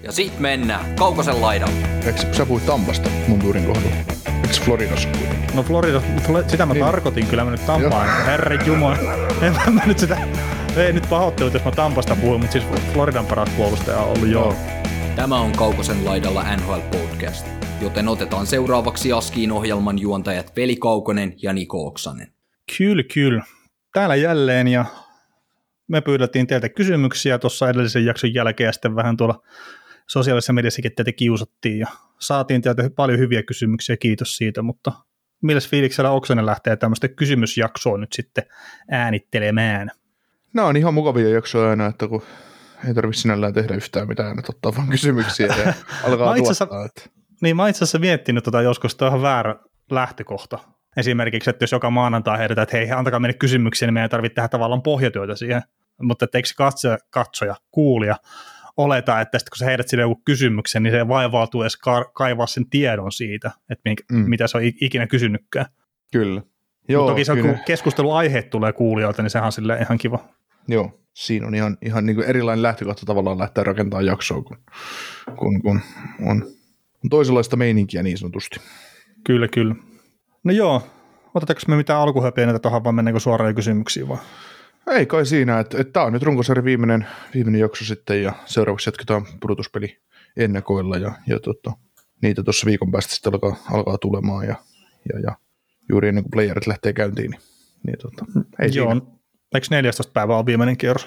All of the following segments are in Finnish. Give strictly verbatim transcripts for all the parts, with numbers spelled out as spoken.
Ja sit mennään Kaukosen laidalle. Eikö sä puhuit Tampasta mun tuurin kohdalla? Eikö Floridassa kuitenkin? No Florida, sitä mä niin. tarkoitin, kyllä mä nyt Tampaan. Herre jumala. En mä nyt sitä, ei nyt pahoittelut, jos mä Tampasta puhuin, mutta siis Floridan paras puolustaja on ollut joo. Tämä on Kaukosen laidalla N H L Podcast, joten otetaan seuraavaksi Askiin ohjelman juontajat Veli Kaukonen ja Niko Oksanen. Kyllä, kyllä. Täällä jälleen ja me pyydettiin teiltä kysymyksiä tuossa edellisen jakson jälkeen ja sitten vähän tuolla sosiaalisessa mediassakin teitä kiusattiin ja saatiin teiltä paljon hyviä kysymyksiä, kiitos siitä, mutta milläs fiiliksellä Oksanen lähtee tämmöistä kysymysjaksoa nyt sitten äänittelemään? Nämä on ihan mukavia jaksoja aina, että kun ei tarvitse sinällään tehdä yhtään mitään, että ottaa vaan kysymyksiä ja alkaa tuottaa. Että... Niin mä itse asiassa miettinyt tota joskus, että on ihan väärä lähtökohta. Esimerkiksi, että jos joka maanantai heidetään, että hei, antakaa meille kysymyksiä, niin meidän ei tarvitse tehdä tavallaan pohjatyötä siihen. Mutta että eikö katsoja, katsoja, kuulija oleta, että sitten kun sä heidät sille joku kysymyksen, niin se vaivautuu edes ka- kaivaa sen tiedon siitä, että minkä, mm. mitä se on ikinä kysynytkään. Kyllä. Joo, toki se, kun keskusteluaiheet tulee kuulijoilta, niin sehän on silleen ihan kiva. Joo, siinä on ihan, ihan niin kuin erilainen lähtökohta tavallaan lähteä rakentamaan jaksoa, kun, kun, kun on, on toisenlaista meininkiä niin sanotusti. Kyllä, kyllä. No joo, otetaanko me mitään alkuhöpiä tuohon vai mennäänkö suoraan kysymyksiin vaan? Ei kai siinä, että, että tämä on nyt runkosarjan viimeinen, viimeinen jakso sitten ja seuraavaksi jatketaan pudotuspeli ennakoilla ja, ja tota, niitä tuossa viikon päästä sitten alkaa, alkaa tulemaan ja, ja, ja juuri ennen kuin playerit lähtee käyntiin, niin, niin tota, ei Joo, siinä. Eikö neljästoista päivä on viimeinen kierros?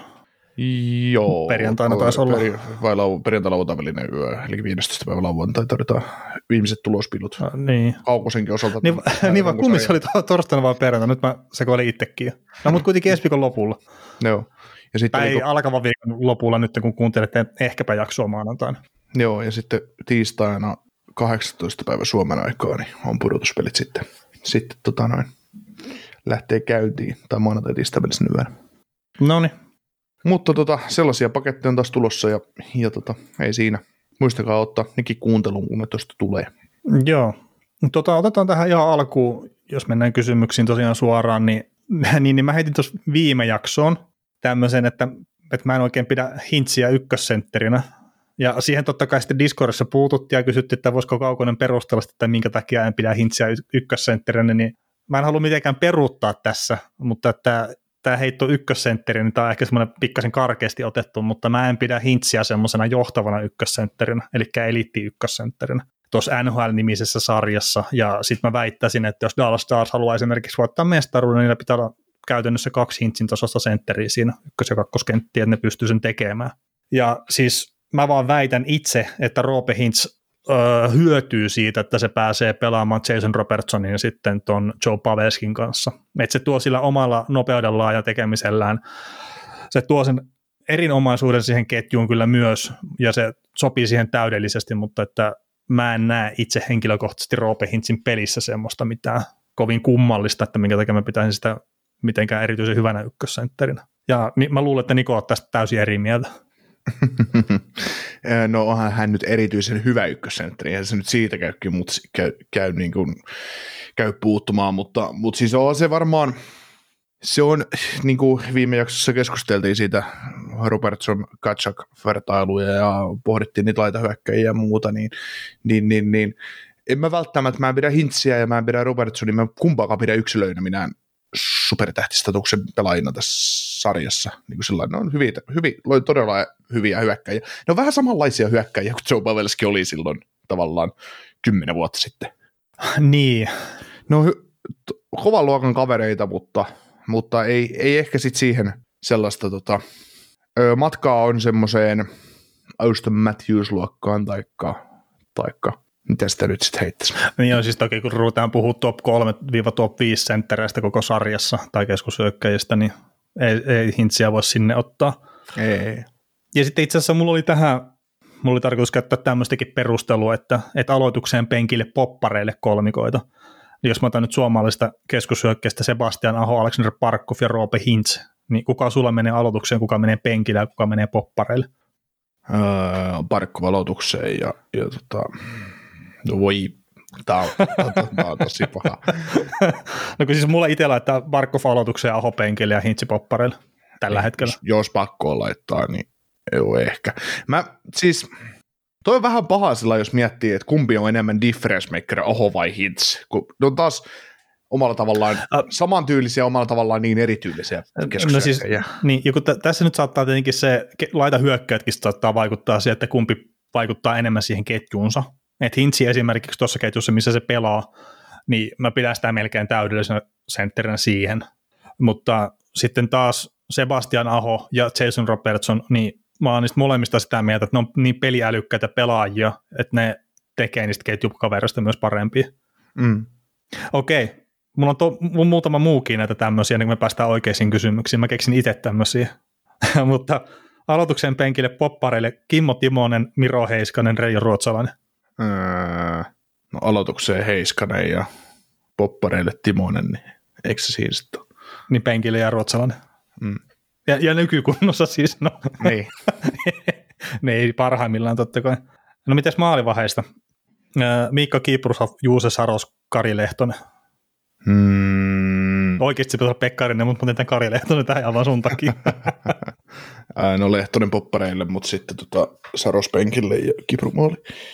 Joo. Perjantaina taisi olla. Peri, vai lau, perjantai-lauantai välinen yö, eli viidestoista päivä lauantai tarvitaan viimeiset tulospilut. Ah, niin. Kaukosenkin osalta. Niin, niin vaan kummin se oli torstaina vai perjantaina, nyt mä sekoilin itsekin. No mutta kuitenkin ensi viikon lopulla. Joo. Ja sitten tai oliko... alkavan viikon lopulla nyt, kun kuuntelette ehkäpä jaksoa maanantaina. Joo, ja sitten tiistaina kahdeksastoista päivä Suomen aikaa, niin on pudotuspelit sitten. Sitten tota noin, lähtee käyntiin, tai maanantai tiistai välisenä yönä. Noniin. Mutta tota, sellaisia paketteja on taas tulossa ja, ja tota, ei siinä. Muistakaa ottaa nekin kuunteluun, kun ne tuosta tulee. Joo. Tota, otetaan tähän ihan alkuun, jos mennään kysymyksiin tosiaan suoraan, niin, niin, niin mä heitin tuossa viime jaksoon tämmöisen, että, että mä en oikein pidä Hintsiä ykkössentterinä. Ja siihen totta kai sitten Discordissa puututtiin ja kysyttiin, että voisiko Kaukonen perustella, että minkä takia en pidä Hintsiä ykkössentterinä, niin mä en halua mitenkään peruuttaa tässä, mutta että tämä heitto ykkössentteri, niin tämä on ehkä semmoinen pikkasen karkeasti otettu, mutta mä en pidä Hintsiä semmoisena johtavana ykkössentterinä, eli eliitti ykkössentterinä tuossa N H L-nimisessä sarjassa, ja sitten mä väittäisin, että jos Dallas Stars haluaa esimerkiksi voittaa mestaruuden, niin pitää olla käytännössä kaksi Hintsin tasosta sentteriä siinä ykkös- ja kakkoskenttiä, että ne pystyy sen tekemään. Ja siis mä vaan väitän itse, että Roope Hintz öö, hyötyy siitä, että se pääsee pelaamaan Jason Robertsonin ja sitten ton Joe Pavelskin kanssa. Että se tuo sillä omalla nopeudellaan ja tekemisellään, se tuo sen erinomaisuuden siihen ketjuun kyllä myös, ja se sopii siihen täydellisesti, mutta että mä en näe itse henkilökohtaisesti Roope Hintzin pelissä semmoista mitään kovin kummallista, että minkä takia mä pitäisin sitä mitenkään erityisen hyvänä ykkössentterinä. Ja niin, mä luulen, että Niko on tästä täysin eri mieltä. No onhan hän nyt erityisen hyvä ykkössentteri, eihän se nyt siitä käykin, mutta käy, käy, niin kuin, käy puuttumaan, mutta, mutta siis on se varmaan, se on, niin kuin viime jaksossa keskusteltiin siitä Robertson-Katchak-vertailuja ja pohdittiin niitä laitahyökkäjiä ja muuta, niin, niin, niin, niin en mä välttämättä, mä en pidä Hintziä ja mä en pidä Robertsonia, mä kumpaakaan pidä yksilöinä minä supertähtistatuksen pelaajina tässä sarjassa. Niin kuin sellainen, ne on hyviä, hyviä, todella hyviä hyökkäjiä. Ne on vähän samanlaisia hyökkäjiä kuin Joe Pavelski oli silloin tavallaan kymmenen vuotta sitten. Niin. Ne on hy- kovan luokan kavereita, mutta, mutta ei, ei ehkä sitten siihen sellaista tota, ö, matkaa on semmoiseen Auston Matthews-luokkaan taikka, taikka mitä sitä nyt sitten heittäisi? Niin on siis toki, kun ruvetaan puhua top kolme top viisi senttereistä koko sarjassa tai keskushyökkäjistä, niin ei, ei Hintziä voi sinne ottaa. Ei. Ja sitten itse asiassa mulla oli tähän, mulla oli tarkoitus käyttää tämmöistäkin perustelua, että, että aloitukseen penkille poppareille kolmikoita. Niin jos mä otan nyt suomalaisesta keskushyökkäjistä Sebastian Aho, Alexander Barkov ja Roope Hintz, niin kuka sulla menee aloitukseen, kuka menee penkille ja kuka menee poppareille? Öö, Barkov aloitukseen ja, ja tota... No voi, tää on, tää on tosi paha. No kun siis mulla itsellä, että Barkov aloitukseen Aho penkille ja Hintzi poppareille tällä niin, hetkellä. Jos, jos pakkoa laittaa, niin joo ehkä. Mä siis, Toi on vähän paha sillä, jos miettii, että kumpi on enemmän difference maker, Aho vai Hintz, kun ne on taas omalla tavallaan uh, samantyylisiä, omalla tavallaan niin erityylisiä no siis, niin, ja kun t- tässä nyt saattaa tietenkin se laita hyökkäytkin saattaa vaikuttaa siihen, että kumpi vaikuttaa enemmän siihen ketjuunsa. Että Hintzi esimerkiksi tuossa ketjussa, missä se pelaa, niin mä pidän sitä melkein täydellisenä sentterinä siihen. Mutta sitten taas Sebastian Aho ja Jason Robertson, niin mä oon niistä molemmista sitä mieltä, että ne on niin peliälykkäitä pelaajia, että ne tekee niistä ketjukaverista myös parempia. Mm. Okei, mulla on, to, mulla on muutama muukin näitä tämmöisiä, ennen kuin me päästään oikeisiin kysymyksiin. Mä keksin itse tämmöisiä. Mutta aloituksen penkille poppareille Kimmo Timonen, Miro Heiskanen, Reijo Ruotsalainen. Öö, no aloitukseen Heiskanen ja poppareille Timonen, niin eikö se siinä sitten ole? Niin penkille ja Ruotsalainen. Mm. Ja, ja nykykunnossa siis, no. Niin. Ne ei parhaimmillaan totta kai. No mites maalivaheista? Miikka Kiprusov, Juuse Saros, Kari Lehtonen. Hmm. Oikeasti se pitää olla Pekkarinen, mutta mä teen Kari Lehtonen tähän aivan sun takia. No Lehtonen poppareille, mutta sitten tota Saros penkille ja Kiprumaali.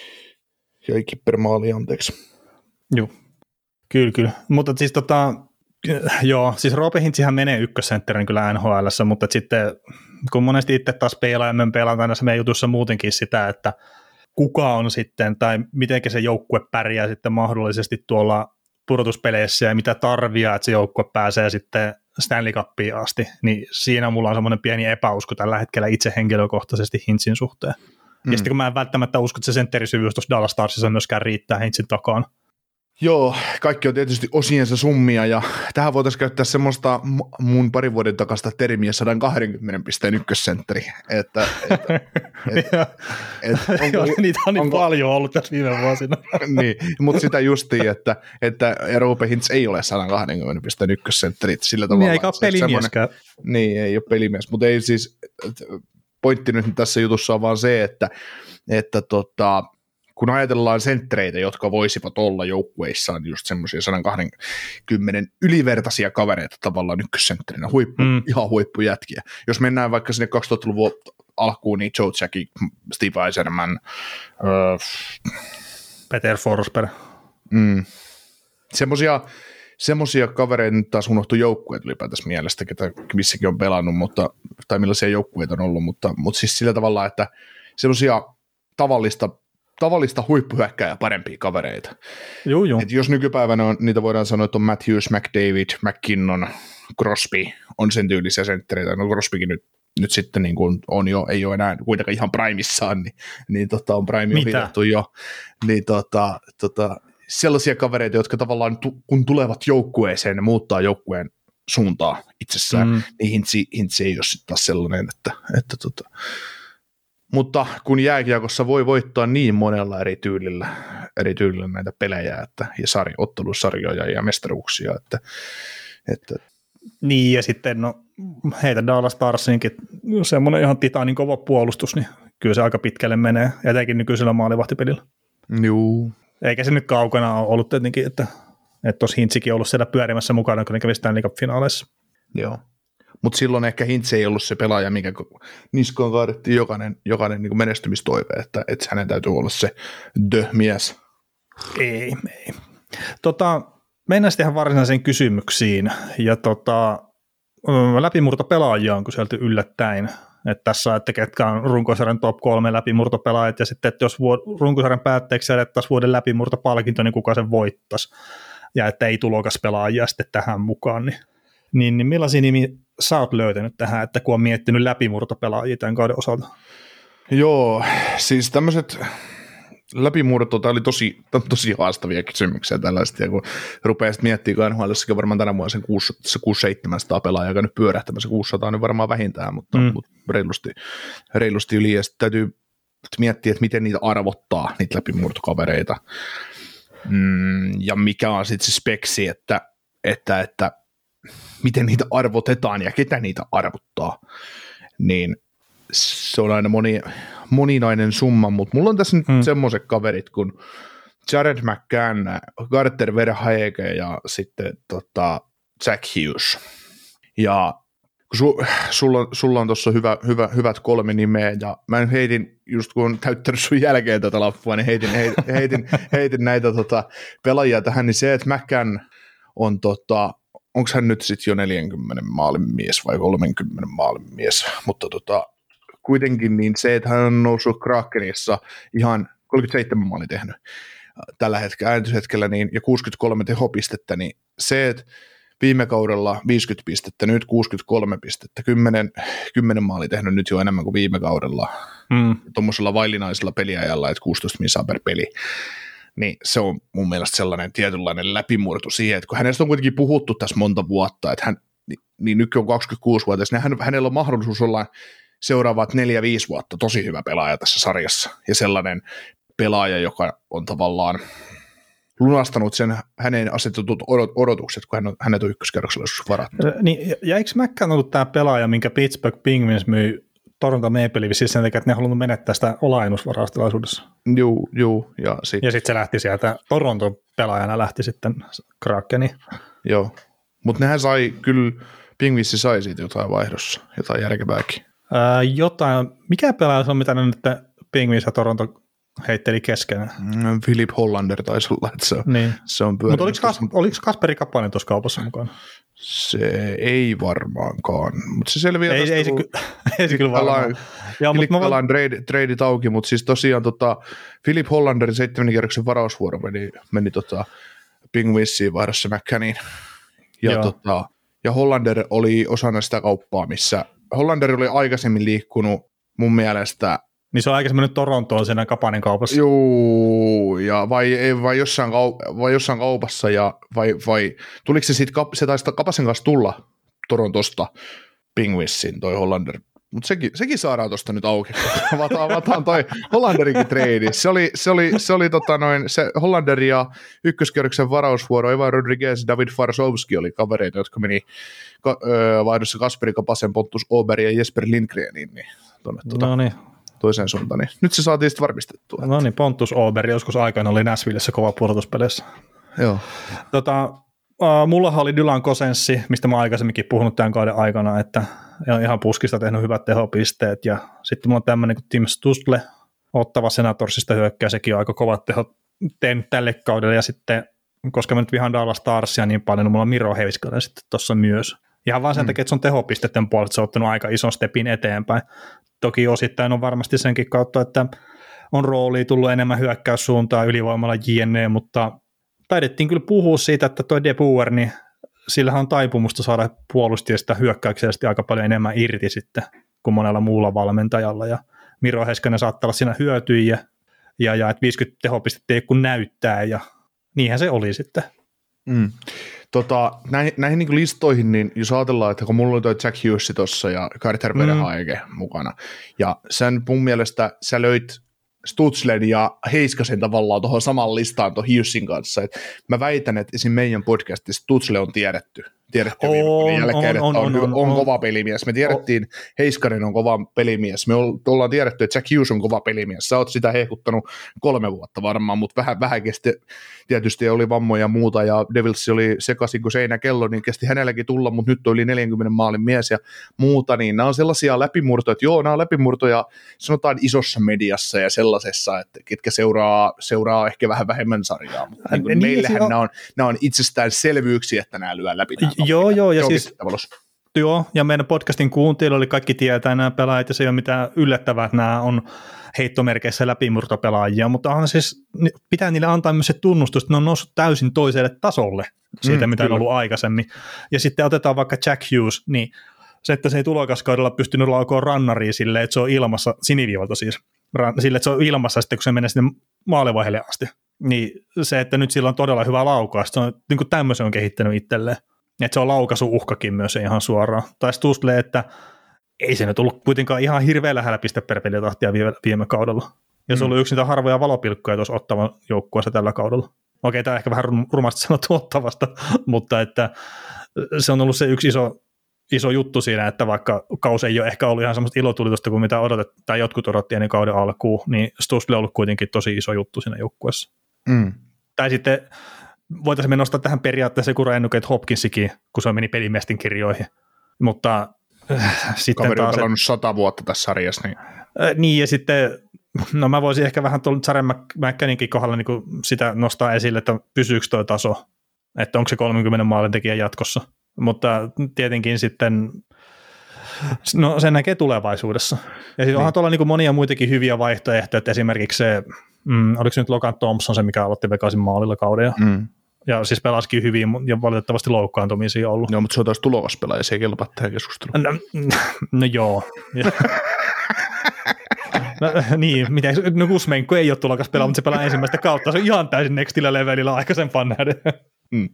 Ja Kippermaali, anteeksi. Joo, kyllä, kyllä. Mutta siis tota, joo, siis Roope Hintzihän menee ykkössentterin kyllä N H L:ssä, mutta sitten kun monesti itse taas pelaajamme pelataan näissä meidän jutussa muutenkin sitä, että kuka on sitten, tai miten se joukkue pärjää sitten mahdollisesti tuolla pudotuspeleissä ja mitä tarvia, että se joukkue pääsee sitten Stanley Cupiin asti, niin siinä mulla on semmoinen pieni epäusko tällä hetkellä itse henkilökohtaisesti Hintzin suhteen. Mm. Ja sitten kun mä en välttämättä usko, että se sentterisyvyys tuossa Dallas Starsissa myöskään riittää Hintzin takaan. Joo, kaikki on tietysti osiensa summia, ja tähän voitaisiin käyttää semmoista mun parin vuoden takaista termiä sata kaksikymmentä pisteen ykkössentteri. Että, että, että, että onko, niitä on niin onko, paljon ollut tässä viime vuosina. Niin, mutta sitä justiin, että, että Roope Hintz ei ole sata kaksikymmentä pisteen ykkössentteri. Sillä tavalla, niin, eikä ole pelimieskään. Niin, ei ole pelimies, mutta ei siis, pointti nyt tässä jutussa on vaan se, että, että tota, kun ajatellaan senttereitä, jotka voisivat olla joukkueissaan just semmoisia sata kaksikymmentä ylivertaisia kavereita tavallaan ykkössentterinä, huippu, mm. ihan huippujätkiä. Jos mennään vaikka sinne kaksituhattaluvun alkuun, niin Joe Jackie, Steve Eiserman, öö, Peter Forsberg. Mm, semmoisia semmoisia kavereita nyt taas unohtui joukkueet ylipäätänsä mielestä, ketä missäkin on pelannut, mutta, tai millaisia joukkueita on ollut, mutta, mutta siis sillä tavalla, että semmoisia tavallista tavallista huippuhyökkääjä parempia kavereita. Joo, joo. Et jos nykypäivänä on, niitä voidaan sanoa, että on Matthews, McDavid, McKinnon, Crosby, on sen tyylisiä senttereitä. No Crosbykin nyt, nyt sitten niin kuin on jo, ei ole enää kuitenkaan ihan primissaan, niin, niin tota, on prime ohitettu jo. Niin tota, tota, sellaisia kavereita, jotka tavallaan kun tulevat joukkueeseen, ne muuttaa joukkueen suuntaa itsessään, mm. niin Hintzi, Hintzi ei ole sitten taas sellainen, että, että tota, mutta kun jääkiekossa voi voittaa niin monella eri tyylillä, eri tyylillä näitä pelejä että, ja sarja, ottelusarjoja ja mestaruuksia. Että, että. Niin ja sitten no, heitä Dallas Starsinkin semmoinen ihan titaanin kova puolustus, niin kyllä se aika pitkälle menee, etenkin nykyisellä maalivahtipelillä. Joo. Eikä se nyt kaukana ole ollut tietenkin, että tuossa Hintzikin ollut siellä pyörimässä mukana, kun ne kävi Stanley Cup-finaaleissa. Joo. Mutta silloin ehkä Hintz ei ollut se pelaaja, mikä niskoon kaadettiin jokainen, jokainen niin kuin menestymistoive, että, että hänen täytyy olla se the-mies. Ei, ei. Tota, mennään sitten ihan varsinaisiin kysymyksiin. Ja tota, läpimurtopelaajia on kyselty yllättäen. Että tässä että ketkä on runkosarjan top kolme läpimurtopelaajat, ja sitten, että jos runkosarjan päätteeksi säädettäisiin vuoden läpimurtopalkinto, niin kuka sen voittaisi. Ja että ei tulokas pelaajia sitten tähän mukaan, niin Niin, niin millaisia nimiä sä oot löytänyt tähän, että kun on miettinyt läpimurtopelaajia tämän kauden osalta? Joo, siis tämmöiset läpimurtot, oli tosi, tosi haastavia kysymyksiä tällaista, ja kun rupeaa sitten miettimään, N H L:ssäkin varmaan tänä vuonna sen kuusi seitsemänsataa pelaajaa, joka nyt pyörähtämässä kuusisataa, niin varmaan vähintään, mutta, mm. mutta reilusti, reilusti yli, ja sitten täytyy miettiä, että miten niitä arvottaa, niitä läpimurtokavereita, mm, ja mikä on sitten se speksi, että, että, että miten niitä arvotetaan ja ketä niitä arvottaa, niin se on aina moni, moninainen summa, mutta mulla on tässä nyt mm. semmoiset kaverit kuin Jared McCann, Carter Verhaeghe ja sitten tota Jack Hughes. Ja Su, sulla, sulla on tuossa hyvä, hyvä, hyvät kolme nimeä, ja mä heitin, just kun on täyttänyt sun jälkeen tätä lappua, niin heitin, heitin, heitin, heitin näitä tota, pelaajia tähän, niin se, että McCann on, tota, onko hän nyt sitten jo neljänkymmenen maalin mies vai kolmenkymmenen maalin mies, mutta tota, kuitenkin niin se, että hän on noussut Krakenissa ihan kolmekymmentäseitsemän maali tehnyt tällä hetkellä, äänityshetkellä, niin, ja kuusikymmentäkolme tehopistettä, niin se, että viime kaudella viisikymmentä pistettä, nyt kuusikymmentäkolme pistettä, kymmenen, kymmenen maali tehnyt nyt jo enemmän kuin viime kaudella, mm. tuommoisella vaillinaisella peliajalla, että kuusitoista misaa per peli, niin se on mun mielestä sellainen tietynlainen läpimurto siihen, että kun hänestä on kuitenkin puhuttu tässä monta vuotta, että hän, niin, niin nyt on kaksikymmentäkuusi-vuotias, niin hän, hänellä on mahdollisuus olla seuraavat neljä viisi vuotta tosi hyvä pelaaja tässä sarjassa, ja sellainen pelaaja, joka on tavallaan lunastanut sen hänen asetetut odotukset, kun hän on, hänet on ykköskerroksella varattu. Niin, ja eikö McCann ollut tämä pelaaja, minkä Pittsburgh Penguins myi Toronto Maple Leafsiin sen takia, että ne halunnut menettää sitä olaennusvaraustilaisuudessa? Juu, juu. Ja sitten sit se lähti sieltä, Toronton pelaajana lähti sitten Krakeniin. Joo, mutta nehän sai, kyllä Penguins sai siitä jotain vaihdossa, jotain järkevääkin. Ää, jotain, mikä pelaaja se on, mitä ne nyt Penguins ja Toronto heitteli keskenään? Philip Hollander taisi olla, että se, niin. se on pyörinyt. Mutta oliko, Kas, oliko Kasperi Kapanen tuossa kaupassa mukana? Se ei varmaankaan, mutta se selviää ei, tästä. Ei, se, ky- ei se kyllä varmaan. Kilikkalan trade, treidit auki, mutta siis tosiaan tota, Philip Hollanderin seitsemännen kierroksen varausvuoro meni, meni tota, Penguinsiin vaihdossa McCanniin. Ja, tota, ja Hollander oli osana sitä kauppaa, missä Hollander oli aikaisemmin liikkunut mun mielestä. Niin se on aikaisemmin nyt Torontoon siinä Kapanen kaupassa. Joo, ja vai, vai, jossain, kaup- vai jossain kaupassa, ja vai, vai tuliko se sitten, se taisi Kapasen kanssa tulla Torontosta Penguinsiin toi Hollander, mutta sekin, sekin saadaan tuosta nyt auki, avataan, avataan toi Hollanderikin treidi. Se oli, se oli, se oli tota noin, se Hollander ja ykköskierroksen varausvuoro, Evan Rodriguez, David Farsovski oli kavereita, jotka meni ka- öö, vaihdossa Kasperi Kapasen, Pontus Åberg ja Jesper Lindgreniin, niin tuonne tuota. No niin. Toiseen suuntaan, niin nyt se saatiin sitten varmistettua. No niin, Pontus Åberg joskus aikana oli Nashvillessä kova pudotuspeleissä. Joo. Tota, uh, mullahan oli Dylan Kosenssi, mistä mä aikaisemminkin puhunut tämän kauden aikana, että ihan puskista tehnyt hyvät tehopisteet, ja sitten mulla on tämmöinen kuin Tim Stützle, Ottava Senatorsista hyökkää, sekin on aika kovat tehot tehnyt tälle kaudelle, ja sitten, koska mä nyt vihaan Dallas Starsia niin paljon, niin mulla on Miro Heiskanen sitten tuossa myös. Ihan vaan sen mm. takia, että se on tehopisteiden puolelta, se on ottanut aika ison stepin eteenpäin. Toki osittain on varmasti senkin kautta, että on roolia tullut enemmän hyökkäyssuuntaan ylivoimalla jne, mutta taidettiin kyllä puhua siitä, että tuo De Boer, niin sillähän on taipumusta saada puolustajasta hyökkäyksellisesti aika paljon enemmän irti sitten kuin monella muulla valmentajalla, ja Miro Heiskanen saattaa olla siinä hyötyjä, ja, ja että viisikymmentä tehopistettä ei kun näyttää, ja niinhän se oli sitten. Mm. Tota, näihin, näihin niin listoihin, niin jos ajatellaan, että kun mulla oli toi Jack Hughes tuossa ja Carter Verhaeghe mm. mukana, ja sen mun mielestä sä löit Stützlen ja Heiskasen tavallaan tuohon saman listaan tuon Hughesin kanssa, että mä väitän, että esim. Meidän podcastissa Stützle on tiedetty, tiedetty on, viime jälkeen, on, on, että on, on, on, on kova pelimies. Me tiedettiin, on. Heiskanen on kova pelimies. Me ollaan tiedetty, että Jack Hughes on kova pelimies. Sä oot sitä hehkuttanut kolme vuotta varmaan, mutta vähän, vähän kesti, tietysti oli vammoja ja muuta, ja Devils oli sekaisin kuin seinäkello, niin kesti hänelläkin tulla, mutta nyt oli neljänkymmenen maalin mies ja muuta, niin nämä on sellaisia läpimurtoja, että joo, nämä on läpimurtoja, sanotaan isossa mediassa ja sellaisessa, että ketkä seuraa, seuraa ehkä vähän vähemmän sarjaa, mutta niin niin, meillähän on... nämä, on, nämä on itsestäänselvyyksiä, että nämä lyö läpi. Joo, joo, ja siis, joo, ja meidän podcastin kuuntelijoilla oli kaikki tietää nämä pelaajat, ja se ei ole mitään yllättävää, että nämä on heittomerkeissä läpimurtopelaajia, mutta onhan siis, pitää niille antaa myös se tunnustus, että ne on noussut täysin toiselle tasolle siitä, mm, mitä kyllä. on ollut aikaisemmin. Ja sitten otetaan vaikka Jack Hughes, niin se, että se ei tulokaskaudella pystynyt laukoon rannariin silleen, että se on ilmassa, siniviivalta siis, silleen, että se on ilmassa sitten, kun se menee sinne maalivaihelle asti. Niin se, että nyt sillä on todella hyvä laukaus, se on niin kuin tämmöisen on kehittänyt itselleen. Että se on laukaisuuhkakin myös ihan suoraan. Tai Stützle, että ei se nyt ollut kuitenkaan ihan hirveä lähellä piste per pelitahtia viime, viime kaudella. Ja se mm. oli yksi niitä harvoja valopilkkuja tuossa Ottavan joukkueessa tällä kaudella. Okei, tämä ehkä vähän rumasti sanottu Ottavasta, mutta että se on ollut se yksi iso, iso juttu siinä, että vaikka kausi ei ole ehkä ollut ihan semmoista ilotulitusta kuin mitä odotettiin, tai jotkut odotti ennen kauden alkuun, niin Stützle on ollut kuitenkin tosi iso juttu siinä joukkueessa. Mm. Tai sitten voitaisiin nostaa tähän periaatteessa Kura Ennuket Hopkinsikin, kun se meni pelimiesten kirjoihin. Mutta sitten kaveri on taas, pelannut sata vuotta tässä sarjassa. Niin, äh, niin ja sitten, no mä voisin ehkä vähän tuolla Jaren McCanninkin kohdalla niin kuin sitä nostaa esille, että pysyykö toi taso, että onko se kolmenkymmenen maalin tekijä jatkossa, mutta tietenkin sitten, no sen näkee tulevaisuudessa. Ja siis onhan niin. tuolla niin kuin monia muitakin hyviä vaihtoehtoja, että esimerkiksi se, mm, oliko se nyt Logan Thompson se, mikä aloitti Vegasin maalilla kauden, mm. ja siis pelasikin hyvin ja valitettavasti loukkaantumisia ollut. Joo, mutta se on taas tulevassa pelaaja, se ei kelpaa tähän keskusteluun. No, no joo. No, niin, miten, no Kuzmenko ei ole tulokas pelaa, mutta se pelaa ensimmäistä kautta, se on ihan täysin nextillä levelillä aikaisempaan nähden. Mm.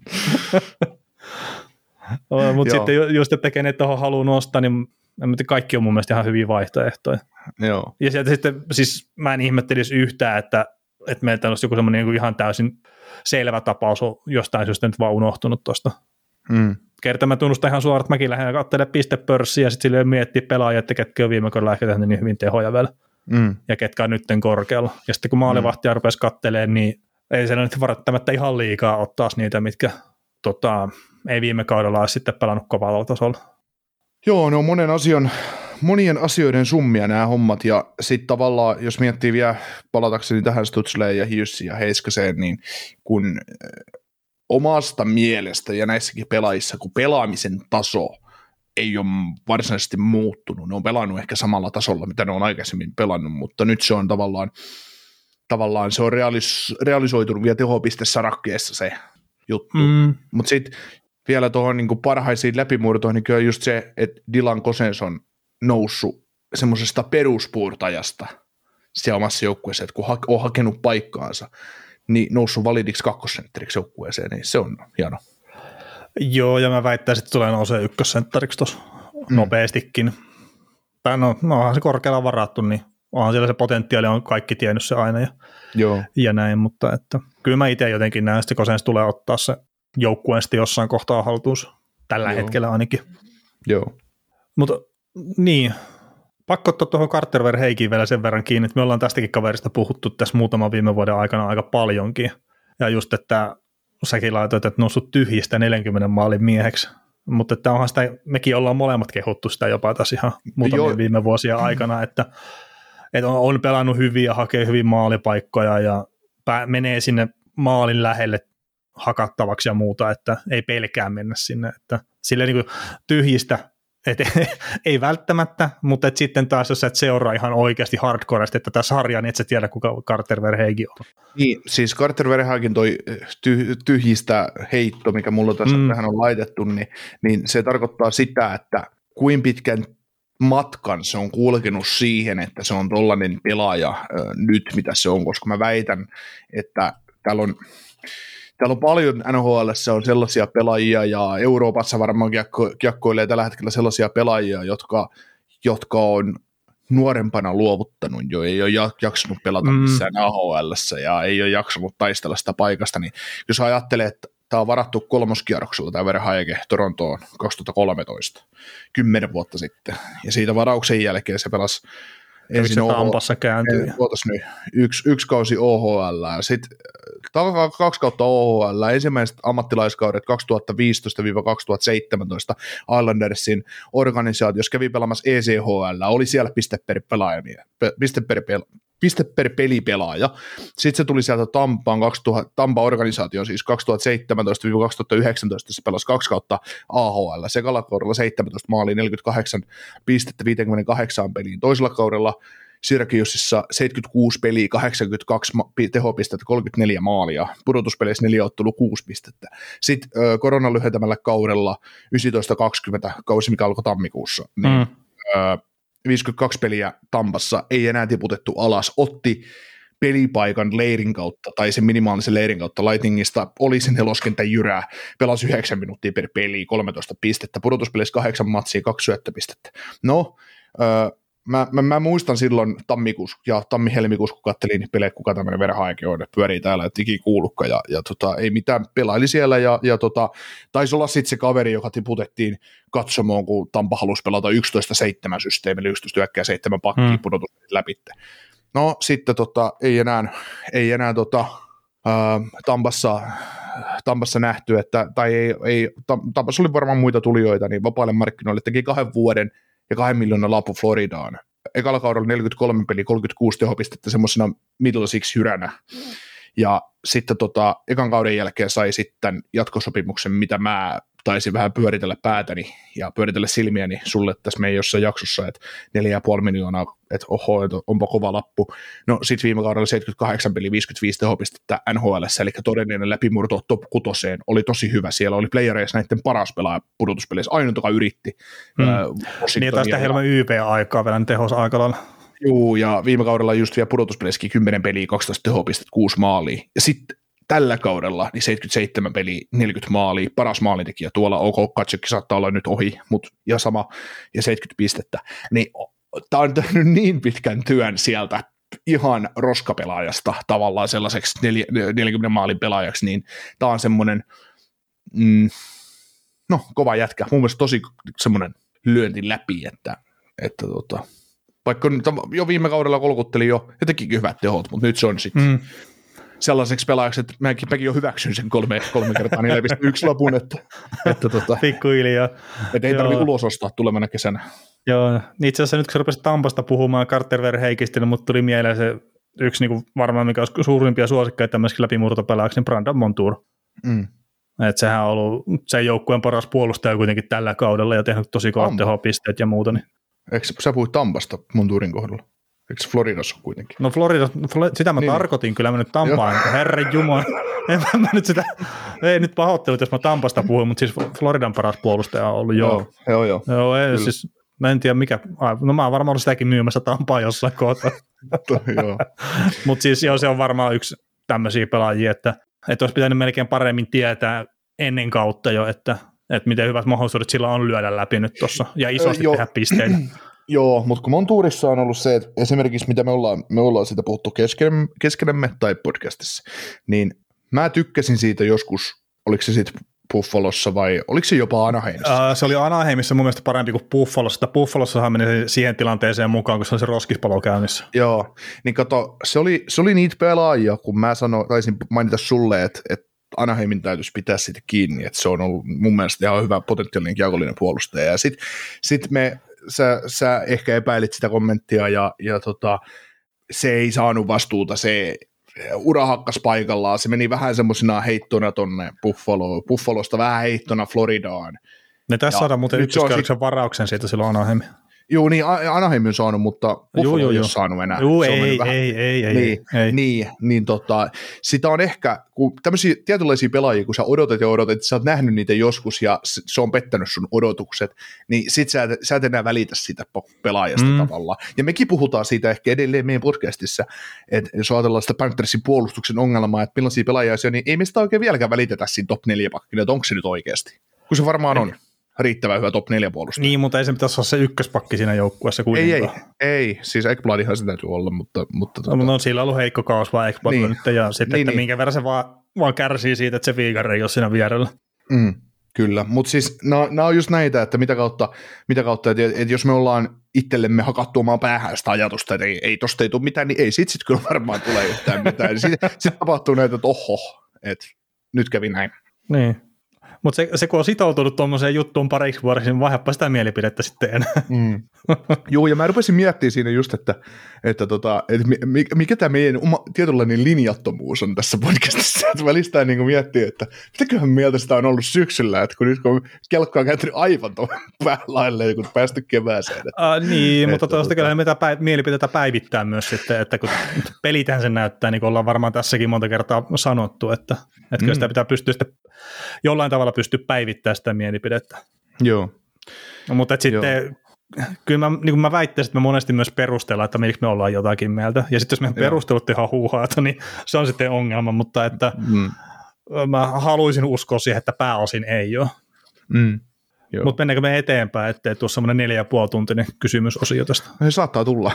Mutta sitten just, että kenet tuohon haluaa nostaa, niin kaikki on mun mielestä ihan hyviä vaihtoehtoja. Joo. Ja sieltä sitten, siis mä en ihmettelisi yhtään, että, että meiltä olisi joku semmoinen niin ihan täysin selvä tapaus on jostain syystä nyt vaan unohtunut tuosta. Mm. Kerta mä tunnustan ihan suoraan, että mäkin lähden katselemaan pistepörssiä ja sitten silleen miettii pelaajia, että ketkä on viime kaudella ehkä tehnyt niin hyvin tehoja vielä. Mm. Ja ketkä on nytten korkealla. Ja sitten kun maalivahtia mm. rupesi katselemaan, niin ei se nyt välttämättä ihan liikaa ottaa niitä, mitkä tota, ei viime kaudella olisi sitten pelannut kovalla tasolla. Joo, ne on monen asian, monien asioiden summia nämä hommat, ja sitten tavallaan, jos miettii vielä palatakseni tähän Stutzleen ja Hughesin ja Heiskaseen, niin kun omasta mielestä ja näissäkin pelaajissa, kun pelaamisen taso ei ole varsinaisesti muuttunut, ne on pelannut ehkä samalla tasolla, mitä ne on aikaisemmin pelannut, mutta nyt se on tavallaan, tavallaan se on realis, realisoitunut vielä tehopistesarakkeessa se juttu, mm. mutta sitten vielä tuohon niin kuin parhaisiin läpimurtoihin, niin kyllä just se, että Dylan Cosens on noussut semmoisesta peruspuurtajasta siellä omassa joukkueeseen, että kun ha- on hakenut paikkaansa, niin noussut validiksi kakkosentteriksi joukkueeseen, niin se on hieno. Joo, ja mä väittäisin, että tulee nousee ykkössentteriksi tuossa mm. nopeastikin. Tai no, no onhan se korkealla varattu, niin onhan siellä se potentiaali, on kaikki tiennyt se aina ja, Joo. ja näin, mutta että, kyllä mä itse jotenkin näen, että Cosens tulee ottaa se joukkueen sitten jossain kohtaa haltuus, tällä Joo. hetkellä ainakin. Joo. Mutta niin, pakko ottaa tuohon Carter Verheikiin vielä sen verran kiinni, että me ollaan tästäkin kaverista puhuttu tässä muutaman viime vuoden aikana aika paljonkin, ja just, että säkin laitoit, että noussut tyhjistä neljänkymmenen maalin mieheksi, mutta että onhan sitä, mekin ollaan molemmat kehuttu sitä jopa tässä ihan muutamien Joo. viime vuosien aikana, että, että on, on pelannut hyvin ja hakee hyvin maalipaikkoja ja pää, menee sinne maalin lähelle hakattavaksi ja muuta, että ei pelkää mennä sinne, että sille niin kuin tyhjistä, et, ei välttämättä, mutta et sitten taas jos et seuraa ihan oikeasti hardcoresti, että tässä sarjaa, niin et sä tiedä, kuka Carter Verheegi on. Niin, siis Carter Verheegin toi tyh- tyhjistä heitto, mikä mulla tässä mm. tähän on laitettu, niin, niin se tarkoittaa sitä, että kuin pitkän matkan se on kulkenut siihen, että se on tollainen pelaaja äh, nyt, mitä se on, koska mä väitän, että täällä on Täällä on paljon N H L:ssä on sellaisia pelaajia, ja Euroopassa varmaan kiekko, kiekkoilee tällä hetkellä sellaisia pelaajia, jotka, jotka on nuorempana luovuttanut jo, ei ole jaksanut pelata missään mm. N H L:ssä ja ei ole jaksanut taistella sitä paikasta, niin jos ajattelee, että tämä on varattu kolmoskierroksella, tämä Verhaege Torontoon kaksituhattakolmetoista, kymmenen vuotta sitten, ja siitä varauksen jälkeen se pelasi ensin O H L, yksi, yksi kausi O H L, sitten kaksi kautta O H L, ensimmäiset ammattilaiskaudet kaksituhattaviisitoista kaksituhattaseitsemäntoista Islandersin organisaatiossa kävi pelaamassa E C H L, oli siellä piste per pelaaja, piste per, piste per pelipelaaja. Sitten se tuli sieltä Tampaan, kaksituhatta, Tampa-organisaatio siis kaksituhattaseitsemäntoista kaksituhattayhdeksäntoista, se pelasi kaksi kautta A H L, sekalla kaudella seitsemäntoista maalia, neljäkymmentäkahdeksan pistettä viisikymmentäkahdeksan peliin, toisella kaudella Syracuseissa seitsemänkymmentäkuusi peliä, kahdeksankymmentäkaksi tehopistettä, kolmekymmentäneljä maalia, pudotuspeleissä neljä ottelua, kuusi pistettä. Sitten ö, koronan lyhentämällä kaudella yhdeksäntoista kaksikymmentä kausi, mikä alkoi tammikuussa, niin mm. ö, viisikymmentäkaksi peliä Tampassa, ei enää tiputettu alas, otti pelipaikan leirin kautta, tai sen minimaalisen leirin kautta Lightningista, oli sen neloskentän jyrää, pelasi yhdeksän minuuttia per peli, kolmetoista pistettä, pudotuspeleissä kahdeksan matsia, kaksi syöttöpistettä. No, ö, Mä, mä, mä muistan silloin tammikuussa ja tammi-helmikuussa, kun katselin pelejä, kuka tämmöinen Verhaege on, että pyörii täällä, että ikikuulukka ja, ja tota, ei mitään, pelaili siellä ja, ja tota, taisi olla sitten se kaveri, joka tiputettiin katsomoon, kun Tampa halusi pelata yksitoista seitsemän systeemillä, yksitoista yhdeksän seitsemän pakkiin hmm. pudotus läpi. No sitten tota, ei enää, ei enää tota, ää, Tampassa Tampassa nähty, että, tai ei, ei Tampassa oli varmaan muita tulijoita, niin vapaille markkinoille teki kahden vuoden ja kahden miljoonan lappu Floridaan. Ekalla kaudella neljäkymmentäkolme peliä, kolmekymmentäkuusi tehopistettä semmoisena middle six hyränä. Ja sitten tota, ekan kauden jälkeen sai sitten jatkosopimuksen, mitä mä taisin vähän pyöritellä päätäni ja pyöritellä silmiäni sulle tässä meidän jossain jaksossa, että neljä pilkku viisi miljoonaa, että oho, että onpa kova lappu. No sitten viime kaudella seitsemänkymmentäkahdeksan peli, viisikymmentäviisi tehopistettä N H L:ssä, eli todellinen läpimurto top kutoseen, oli tosi hyvä. Siellä oli playereissa näiden paras pelaaja pudotuspeleissä, ainut, joka yritti. Hmm. Äh, niin taas sitä helman Y P-aikaa vielä tehos aika lailla. Juu, ja viime kaudella just vielä pudotuspeleissäkin kymmenen peliä, kaksitoista tehopistettä, kuusi maalia. Ja sitten tällä kaudella niin seitsemänkymmentäseitsemän peliä, neljäkymmentä maalia, paras maalintekijä tuolla, OK, Katsekki saattaa olla nyt ohi, mutta ja sama, ja seitsemänkymmentä pistettä. Niin tämä on tehnyt niin pitkän työn sieltä ihan roskapelaajasta tavallaan sellaiseksi neljänkymmenen maalin pelaajaksi, niin tämä on semmoinen, mm, no kova jätkä, mun mielestä tosi semmoinen lyönti läpi, että, että tota, vaikka jo viime kaudella kolkutteli jo ja tekikin hyvät tehot, mutta nyt se on sitten mm. sellaiseksi pelaajaksi, että mäkin, mäkin jo hyväksyn sen kolme, kolme kertaa neljä pilkku yksi lapun, että, että tota, pikkuhiljaa. Että ei tarvitse ulos ostaa tulevana kesänä. Joo, itse asiassa nyt kun sä rupesit Tampasta puhumaan Carter Verheikistä, niin mut tuli mieleen se yksi niin kuin varmaan mikä olisi suurimpia suosikkeja tämmöisikin läpimurtopelaajaksi, niin Brandon Montour. Mm. Että sehän on ollut sen joukkueen paras puolustaja kuitenkin tällä kaudella ja tehnyt tosi kovat tehopisteet ja muuta. Niin. Eikö sä puhuit Tampasta Montourin kohdalla? Eikö Floridassa ole kuitenkin? No Florida, sitä mä niin. tarkoitin, kyllä mä nyt Tampaan, herran jumala. En mä nyt sitä, ei nyt pahoittelut, jos mä Tampasta puhuin, mutta siis Floridan paras puolustaja on ollut, joo. Joo, joo. Joo, ei, siis, mä en tiedä mikä, no mä oon varmaan ollut sitäkin myymässä Tampaa jossain kohtaa. Mutta siis joo, se on varmaan yksi tämmöisiä pelaajia, että, että olisi pitänyt melkein paremmin tietää ennen kautta jo, että, että miten hyvät mahdollisuudet sillä on lyödä läpi nyt tuossa ja isosti öö, tehdä pisteitä. Joo, mutta kun Montourissa on ollut se, että esimerkiksi mitä me ollaan, me ollaan siitä puhuttu kesken, keskenemme tai podcastissa, niin mä tykkäsin siitä joskus, oliko se sitten Buffalossa vai oliko se jopa Anaheimissa? Uh, se oli Anaheimissa mun mielestä parempi kuin Buffalossa. Buffalossahan meni siihen tilanteeseen mukaan, kun se oli se roskispalo käynnissä. Joo, niin kato, se oli, se oli niitä pelaajia, kun mä sanoin, taisin mainita sulle, että, että Anaheimin täytyisi pitää siitä kiinni, että se on ollut mun mielestä ihan hyvä potentiaalinen kiekollinen puolustaja. Ja sitten sit me, sä, sä ehkä epäilit sitä kommenttia ja, ja tota, se ei saanut vastuuta, se ura hakkas paikallaan, se meni vähän semmoisena heittona tonne Buffaloon, Buffalosta vähän heittona Floridaan. Ne tässä saadaan muuten ykköskierroksen sit varauksen siitä silloin Anaheim. Joo, niin Anaheim on saanut, mutta Buffalo ei ole saanut enää. Joo, ei, ei, ei, ei, ei, niin, ei. Niin, niin tota, sitä on ehkä, kun tämmöisiä tietynlaisia pelaajia, kun sä odotat ja odotat, että sä oot nähnyt niitä joskus ja se on pettänyt sun odotukset, niin sit sä, sä et enää välitä siitä pelaajasta mm. tavallaan. Ja mekin puhutaan siitä ehkä edelleen meidän podcastissa, että jos ajatellaan sitä Panthersin puolustuksen ongelmaa, että millaisia pelaajia se on, niin ei me sitä oikein vieläkään välitetä siinä top neljä pakkina, että onko se nyt oikeasti, kun se varmaan on. Riittävän hyvä top neljä puolustaja. Niin, mutta ei se pitäisi olla se ykköspakki siinä joukkueessa kuitenkaan. Ei, ei, ei. Siis Ekbladihan se täytyy olla, mutta... mutta no, no sillä on ollut heikko kaus vaan Ekblad niin. nyt, ja sitten, niin, että niin. minkä verran se vaan, vaan kärsii siitä, että se Viikari ei ole siinä vierellä. Mm, kyllä, mutta siis nämä on just näitä, että mitä kautta, mitä kautta että, että jos me ollaan itsellemme hakattu omaan päähän sitä ajatusta, että ei, ei tosta ei tule mitään, niin ei sit, sit kyllä varmaan tule yhtään mitään. Sitten sit tapahtuu näitä, että oho, että nyt kävi näin. Niin. Mutta se, se, kun on sitoutunut tuommoiseen juttuun pariksi vuodeksi, niin vaihdepa sitä mielipidettä sitten enää. Mm. Joo, ja mä rupesin miettimään siinä just, että, että, tota, että mikä tämä meidän oma tietynlainen linjattomuus on tässä podcastissa. Että välistään niin miettiä, että mitäköhän mieltä sitä on ollut syksyllä, että kun nyt kun kelkka on kääntynyt aivan tuon päälaille, kun päästy kevääseen. Että, uh, niin, että, mutta tuosta kyllä me päiv- mielipiteitä päivittää myös sitten, että kun pelithän se näyttää, niin kuin ollaan varmaan tässäkin monta kertaa sanottu, että, että kyllä mm. sitä pitää pystyä sitten jollain tavalla pystyy päivittämään sitä mielipidettä. Joo. No, mutta sitten kyllä mä, niin kuin mä väittäisin, että me monesti myös perustellaan, että miksi me ollaan jotakin mieltä. Ja sitten jos meidän perustelut ihan huuhaata, niin se on sitten ongelma, mutta että mm. mä haluaisin uskoa siihen, että pääosin ei ole. Mm. Mutta mennäänkö me eteenpäin, ettei tuossa semmoinen neljä ja puoli tuntinen kysymysosio tästä? Se saattaa tulla.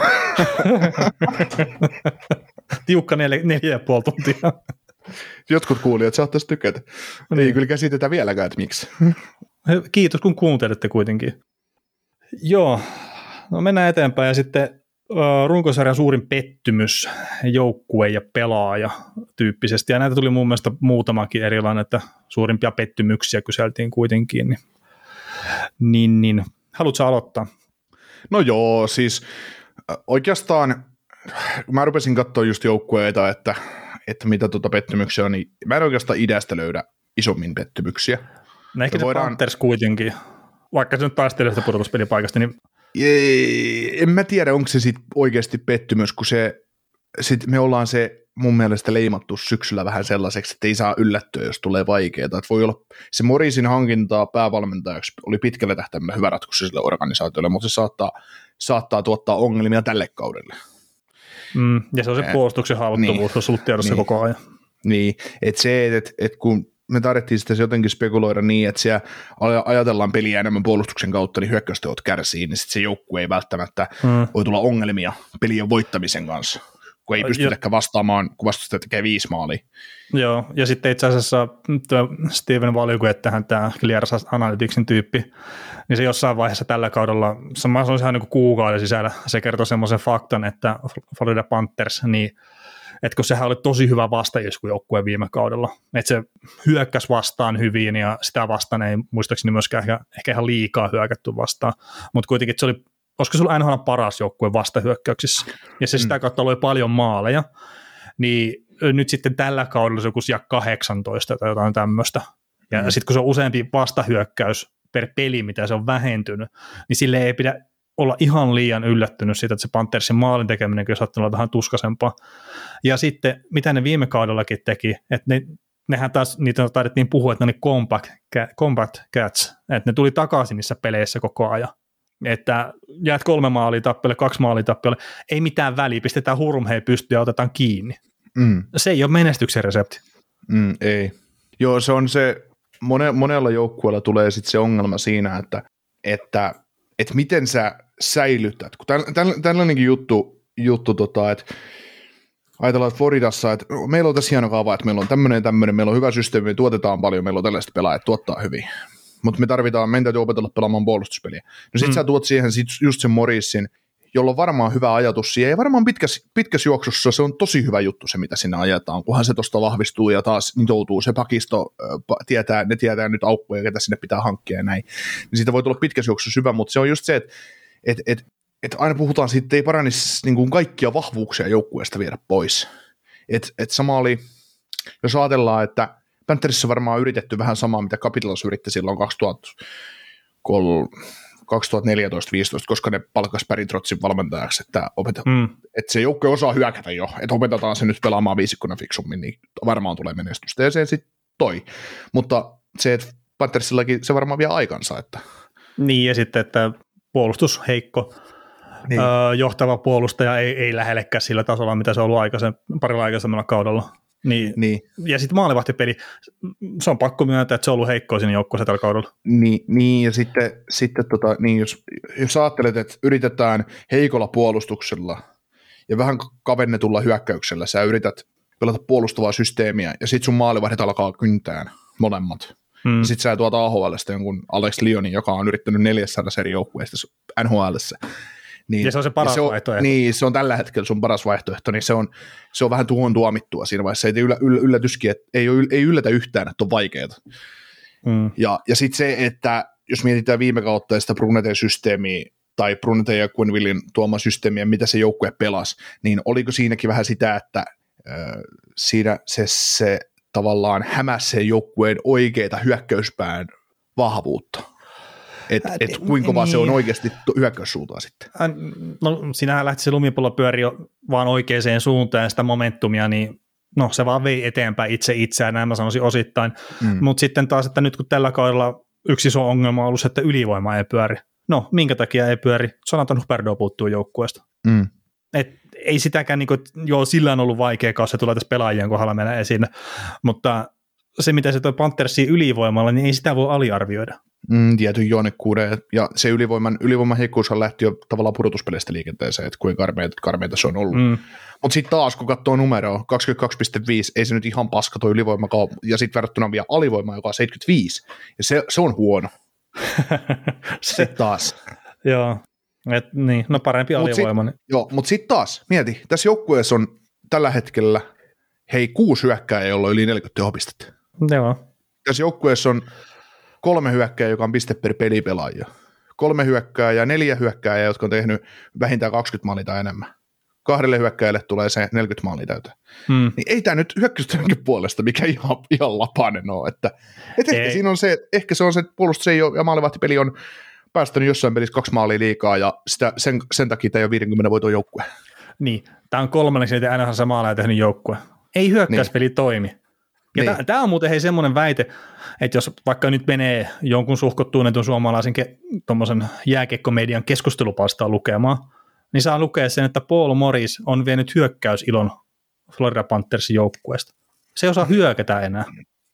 Tiukka neljä, neljä ja puoli tuntia. Jotkut kuulijat saattaisi tykätä. Niin. Ei kyllä käsitetä vieläkään, että miksi. Kiitos, kun kuuntelette kuitenkin. Joo, no mennään eteenpäin ja sitten runkosarjan suurin pettymys, joukkue ja pelaaja tyyppisesti, ja näitä tuli mun mielestä muutamakin erilainen, että suurimpia pettymyksiä kyseltiin kuitenkin, niin, niin, niin. Haluatko aloittaa? No joo, siis oikeastaan, kun mä rupesin katsoa just joukkueita, että, että mitä tuota pettymyksiä on, niin mä en oikeastaan idästä löydä isommin pettymyksiä. No ehkä se voidaan... Panthers kuitenkin, vaikka se nyt taistelee sitä pudotuspelipaikasta, niin Ei, en mä tiedä, onko se sitten oikeasti pettymys, kun se, sit me ollaan se mun mielestä leimattu syksyllä vähän sellaiseksi, että ei saa yllättyä, jos tulee vaikeaa. Että voi olla, se Morrisin hankintaa päävalmentajaksi oli pitkällä tähtäimellä hyvä ratkaisu sille organisaatiolle, mutta se saattaa, saattaa tuottaa ongelmia tälle kaudelle. Mm, ja se on se puolustuksen haavoittuvuus, niin, se on ollut tiedossa niin, koko ajan. Niin, että se, että et kun me tarvittiin sitä jotenkin spekuloida niin, että siellä ajatellaan peliä enemmän puolustuksen kautta, niin hyökkäysteot kärsii, niin sitten se joukkue ei välttämättä mm. voi tulla ongelmia pelien voittamisen kanssa, kun ei pystytäkään vastaamaan, kun vastustaja tekee viisi maalia. Joo, ja sitten itse asiassa Steven Valjuku, tähän tämä Clear Analyticsin tyyppi, niin se jossain vaiheessa tällä kaudella, se on ihan niin kuin kuukauden sisällä, se kertoi semmoisen faktan, että Florida Panthers, niin että kun sehän oli tosi hyvä vastaisku-joukkue viime kaudella, että se hyökkäsi vastaan hyvin ja sitä vastaan ei muistaakseni myöskään ehkä, ehkä ihan liikaa hyökätty vastaan, mutta kuitenkin se oli, olisiko se ollut N H L paras joukkue vastahyökkäyksissä ja se sitä kautta oli paljon maaleja, niin nyt sitten tällä kaudella se on joku kahdeksantoista tai jotain tämmöistä ja mm. sitten kun se on useampi vastahyökkäys per peli, mitä se on vähentynyt, niin sille ei pidä olla ihan liian yllättynyt siitä, että se Panthersin maalin tekeminen kyllä saattaa olla vähän tuskaisempaa. Ja sitten, mitä ne viime kaudellakin teki, että ne, nehän taas, niitä taidettiin puhua, että ne oli compact, compact cats, että ne tuli takaisin niissä peleissä koko ajan. Että jäät kolme maalia tappiolle, kaksi maalia tappiolle, ei mitään väliä, pistetään hurmhei pystyyn ja otetaan kiinni. Mm. Se ei ole menestyksen resepti. Mm, ei. Joo, se on se, mone, monella joukkueella tulee sitten se ongelma siinä, että, että että miten sä säilytät, kun tällainenkin juttu, juttu tota, että ajatellaan, että Floridassa, että meillä on tässä hieno kaava, että meillä on tämmöinen tämmöinen, meillä on hyvä systeemi, me tuotetaan paljon, meillä on tällaiset pelaajat, tuottaa hyvin, mutta me tarvitaan, meidän täytyy opetella pelaamaan puolustuspeliä. No sit mm. sä tuot siihen sit just sen Morrisin, jolla on varmaan hyvä ajatus siihen, ja varmaan pitkässä, pitkässä juoksussa se on tosi hyvä juttu se, mitä sinne ajetaan, kunhan se tuosta vahvistuu ja taas nitoutuu, se pakisto tietää, ne tietää nyt aukkoja, ketä sinne pitää hankkia ja näin, niin siitä voi tulla pitkässä juoksussa hyvä, mutta se on just se, että et, et, et aina puhutaan siitä, että ei paranisi niin kuin kaikkia vahvuuksia joukkueesta viedä pois. Et, et sama oli, jos ajatellaan, että Pantherissä varmaan on yritetty vähän samaa, mitä Capitals yritti silloin kaksituhattakolme kaksituhattaneljätoista viisitoista, koska ne palkkasi Barry Trotzin valmentajaksi, että, opeta, mm. että se joukkue osaa hyökätä jo, että opetetaan se nyt pelaamaan viisikkona fiksummin, niin varmaan tulee menestystä, ja se sitten toi. Mutta se, että Panthersillakin se varmaan vie aikansa. Että... Niin, ja sitten, että puolustus heikko, niin. öö, johtava puolustaja ei, ei lähellekään sillä tasolla, mitä se on ollut aikaisen, parilla aikaisemmalla kaudella. Niin. Niin. Ja sitten maalivahtipeli, se on pakko myöntää, että se on ollut heikkoa siinä joukkueessa tällä kaudella. Niin, niin ja sitten, sitten tota, niin jos, jos ajattelet, että yritetään heikolla puolustuksella ja vähän kavennetulla hyökkäyksellä, sä yrität pelata puolustavaa systeemiä ja sitten sun maalivahdit alkaa kyntään molemmat. Hmm. Ja sitten sä tuot A H L:stä jonkun Alex Lyonin, joka on yrittänyt neljäsataa eri joukkueesta N H L:ssä. Niin, ja se on se paras se on, vaihtoehto. Niin, se on tällä hetkellä sun paras vaihtoehto, niin se on, se on vähän tuon tuomittua siinä vaiheessa. Ei yllä, yllä, yllätyskin, että ei, ole, ei yllätä yhtään, että on vaikeaa. Mm. Ja, ja sitten se, että jos mietitään viime kautta sitä Brunetin systeemiä, tai Brunete ja Quennevillin tuoma systeemiä, mitä se joukkue pelasi, niin oliko siinäkin vähän sitä, että äh, siinä se, se tavallaan hämäsi sen joukkueen oikeita hyökkäyspään vahvuutta? Että et kuinka kova niin. Se on oikeasti hyökkäyssuuntaan sitten? No sinähän lähti se lumipallo pyöri jo vaan oikeaan suuntaan ja sitä momentumia, niin no se vaan vei eteenpäin itse itseään, näin mä sanoisin osittain. Mm. Mutta sitten taas, että nyt kun tällä kaudella yksi iso ongelma on ollut se, että ylivoima ei pyöri. No minkä takia ei pyöri? Jonathan Huberdeau puuttuu joukkueesta. Mm. Et ei sitäkään, niin kuin, joo sillä on ollut vaikea kausi, se tulee tässä pelaajien kohdalla meillä esiin, mutta se mitä se toi Panthersin ylivoimalla, niin ei sitä voi aliarvioida. Mm, tietyn juonekuuden, ja se ylivoiman, ylivoiman heikkuushan lähti jo tavallaan pudotuspeleistä liikenteeseen, että kuinka karmeita, karmeita se on ollut. Mm. Mutta sitten taas, kun katsoo numeroa, kaksikymmentäkaksi pilkku viisi, ei se nyt ihan paska tuo ylivoima, ja sitten verrattuna vielä alivoima, joka on seitsemänkymmentäviisi, ja se, se on huono. se taas. Joo. Et, niin, no parempi alivoimainen. Sit, joo, mutta sitten taas, mieti, tässä joukkueessa on tällä hetkellä, hei, kuusi hyökkääjää, jolla on yli neljäkymmentä tehopistettä. Joo. Tässä joukkueessa on kolme hyökkääjää, joka on piste per pelipelaajia. Kolme hyökkääjää, neljä hyökkääjää, jotka on tehnyt vähintään kaksikymmentä maalia tai enemmän. Kahdelle hyökkääjälle tulee se neljäkymmentä maalia täyteen. Hmm. Niin ei tämä nyt hyökkäystyönkin puolesta, mikä ihan, ihan lapainen on. Että, et ehkä, siinä on se, ehkä se on se, että puolustus ei ole, ja maalivahtipeli on päästänyt jossain pelissä kaksi maalia liikaa, ja sitä, sen, sen takia tämä ei ole viisikymmentä voiton joukkue. Niin, tämä on kolmanneksi niitä N H L maaleja tehnyt joukkue. Ei hyökkäyspeli niin. toimi. Ja niin. Tämä on muuten hei semmoinen väite, että jos vaikka nyt menee jonkun suhkot tunnetun suomalaisen ke, tuommoisen jääkiekkomedian keskustelupalstaa lukemaan, niin saa lukea sen, että Paul Morris on vienyt hyökkäysilon Florida Panthersin joukkueesta. Se ei osaa hyökätä enää.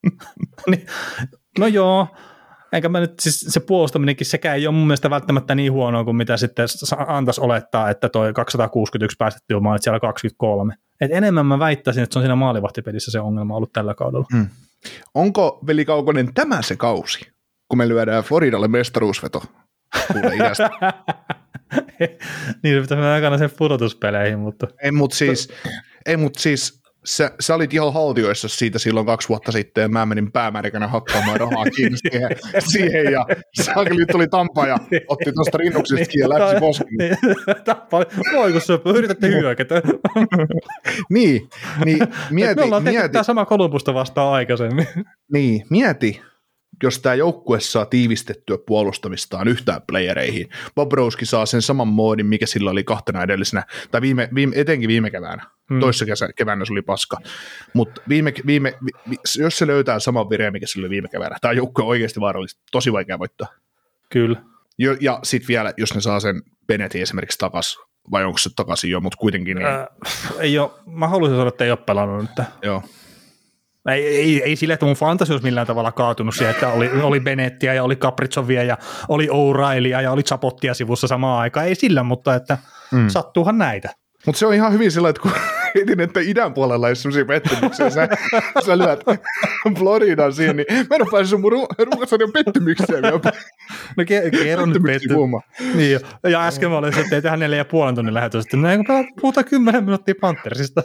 No joo, enkä mä nyt, siis se puolustaminenkin, sekään ei ole mun mielestä välttämättä niin huonoa kuin mitä sitten antaisi olettaa, että toi kaksisataakuusikymmentäyksi päästettyä maalit siellä kaksikymmentäkolme. Et enemmän mä väittäisin, että se on siinä maalivahtipelissä se ongelma ollut tällä kaudella. Hmm. Onko, Veli Kaukonen, tämä se kausi, kun me lyödään Floridalle mestaruusveto kuule idästä? Niin se pitäisi mennä aikana sen pudotuspeleihin, mutta... Ei, mutta siis, ei, mut siis sä, sä olit ihan haltioissa siitä silloin kaksi vuotta sitten, ja mä menin päämärkänä hakkaamaan rahaa kiinni siihen, siihen ja Saakeli tuli Tampa ja otti tuosta rinnuksesta ja läpsi poskin. Voi kun syöpä, yritätte hyökätä. Niin, niin mieti. Me ollaan tehty mieti. Tämä sama Kolumbusta vastaan aikaisemmin. Niin, mieti. Jos tämä joukkue saa tiivistettyä puolustamistaan yhtään playereihin, Bobrovski saa sen saman moodin, mikä sillä oli kahtena edellisenä, tai viime, viime, etenkin viime keväänä, hmm. toissa kesä, keväänä se oli paska, mutta viime, viime, vi, jos se löytää saman vireen, mikä sillä oli viime keväänä, tämä joukkue on oikeasti vaarallista, tosi vaikea voittaa. Kyllä. Jo, ja sitten vielä, jos ne saa sen Bennettin esimerkiksi takaisin, vai onko se takaisin jo, mutta kuitenkin. Niin... Äh, ei ole, mä haluaisin sanoa, että ei ole pelannut nyt. Joo. Ei, ei, ei sille, että mun fantasia olisi millään tavalla kaatunut siihen, että oli, oli Bennettiä ja oli Capricovia ja oli O'Reillya ja oli Zapottia sivussa samaan aikaan. Ei sillä, mutta että mm. sattuuhan näitä. Mutta se on ihan hyvin sillä, että kun etin, että idän puolella ei sellaisia pettymyksiä, sä, sä lyöt Floridan siihen, niin mä en ole päässyt sun ruukasarjan pettymyksiä. No kerron nyt pettymyksiä. Niin, ja äsken mä olin, että ei tehdä neljä ja puolen tunnin lähetys, että näin kun puhutaan kymmenen minuuttia Panthersista.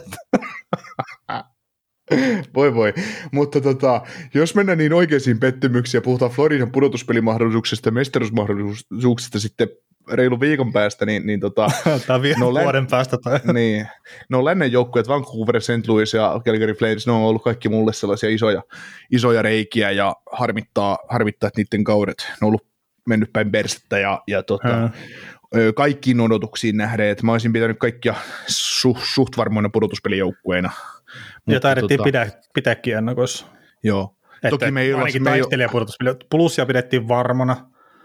Voi voi, mutta tota, jos mennään niin oikeisiin pettymyksiin ja puhutaan Floridan pudotuspelimahdollisuuksista ja mestaruusmahdollisuuksista sitten reilun viikon päästä, niin, niin tota... Tämä on no, vuoden län... päästä. Tai... Niin, no lännen joukkueet, Vancouver, Saint Louis ja Calgary Flames, ne on ollut kaikki mulle sellaisia isoja, isoja reikiä ja harmittaa, harmittaa, että niiden kaudet ne on ollut mennyt päin persettä ja, ja tota... Hmm. kaikkiin odotuksiin nähden, että mä olisin pitänyt kaikkia su, suht varmoina pudotuspelijoukkueina. Ja taidettiin tota, pitää, pitääkin ennakoissa. Joo. Että toki me ei ainakin taistelijapudotuspeli. Plussia pidettiin varmana,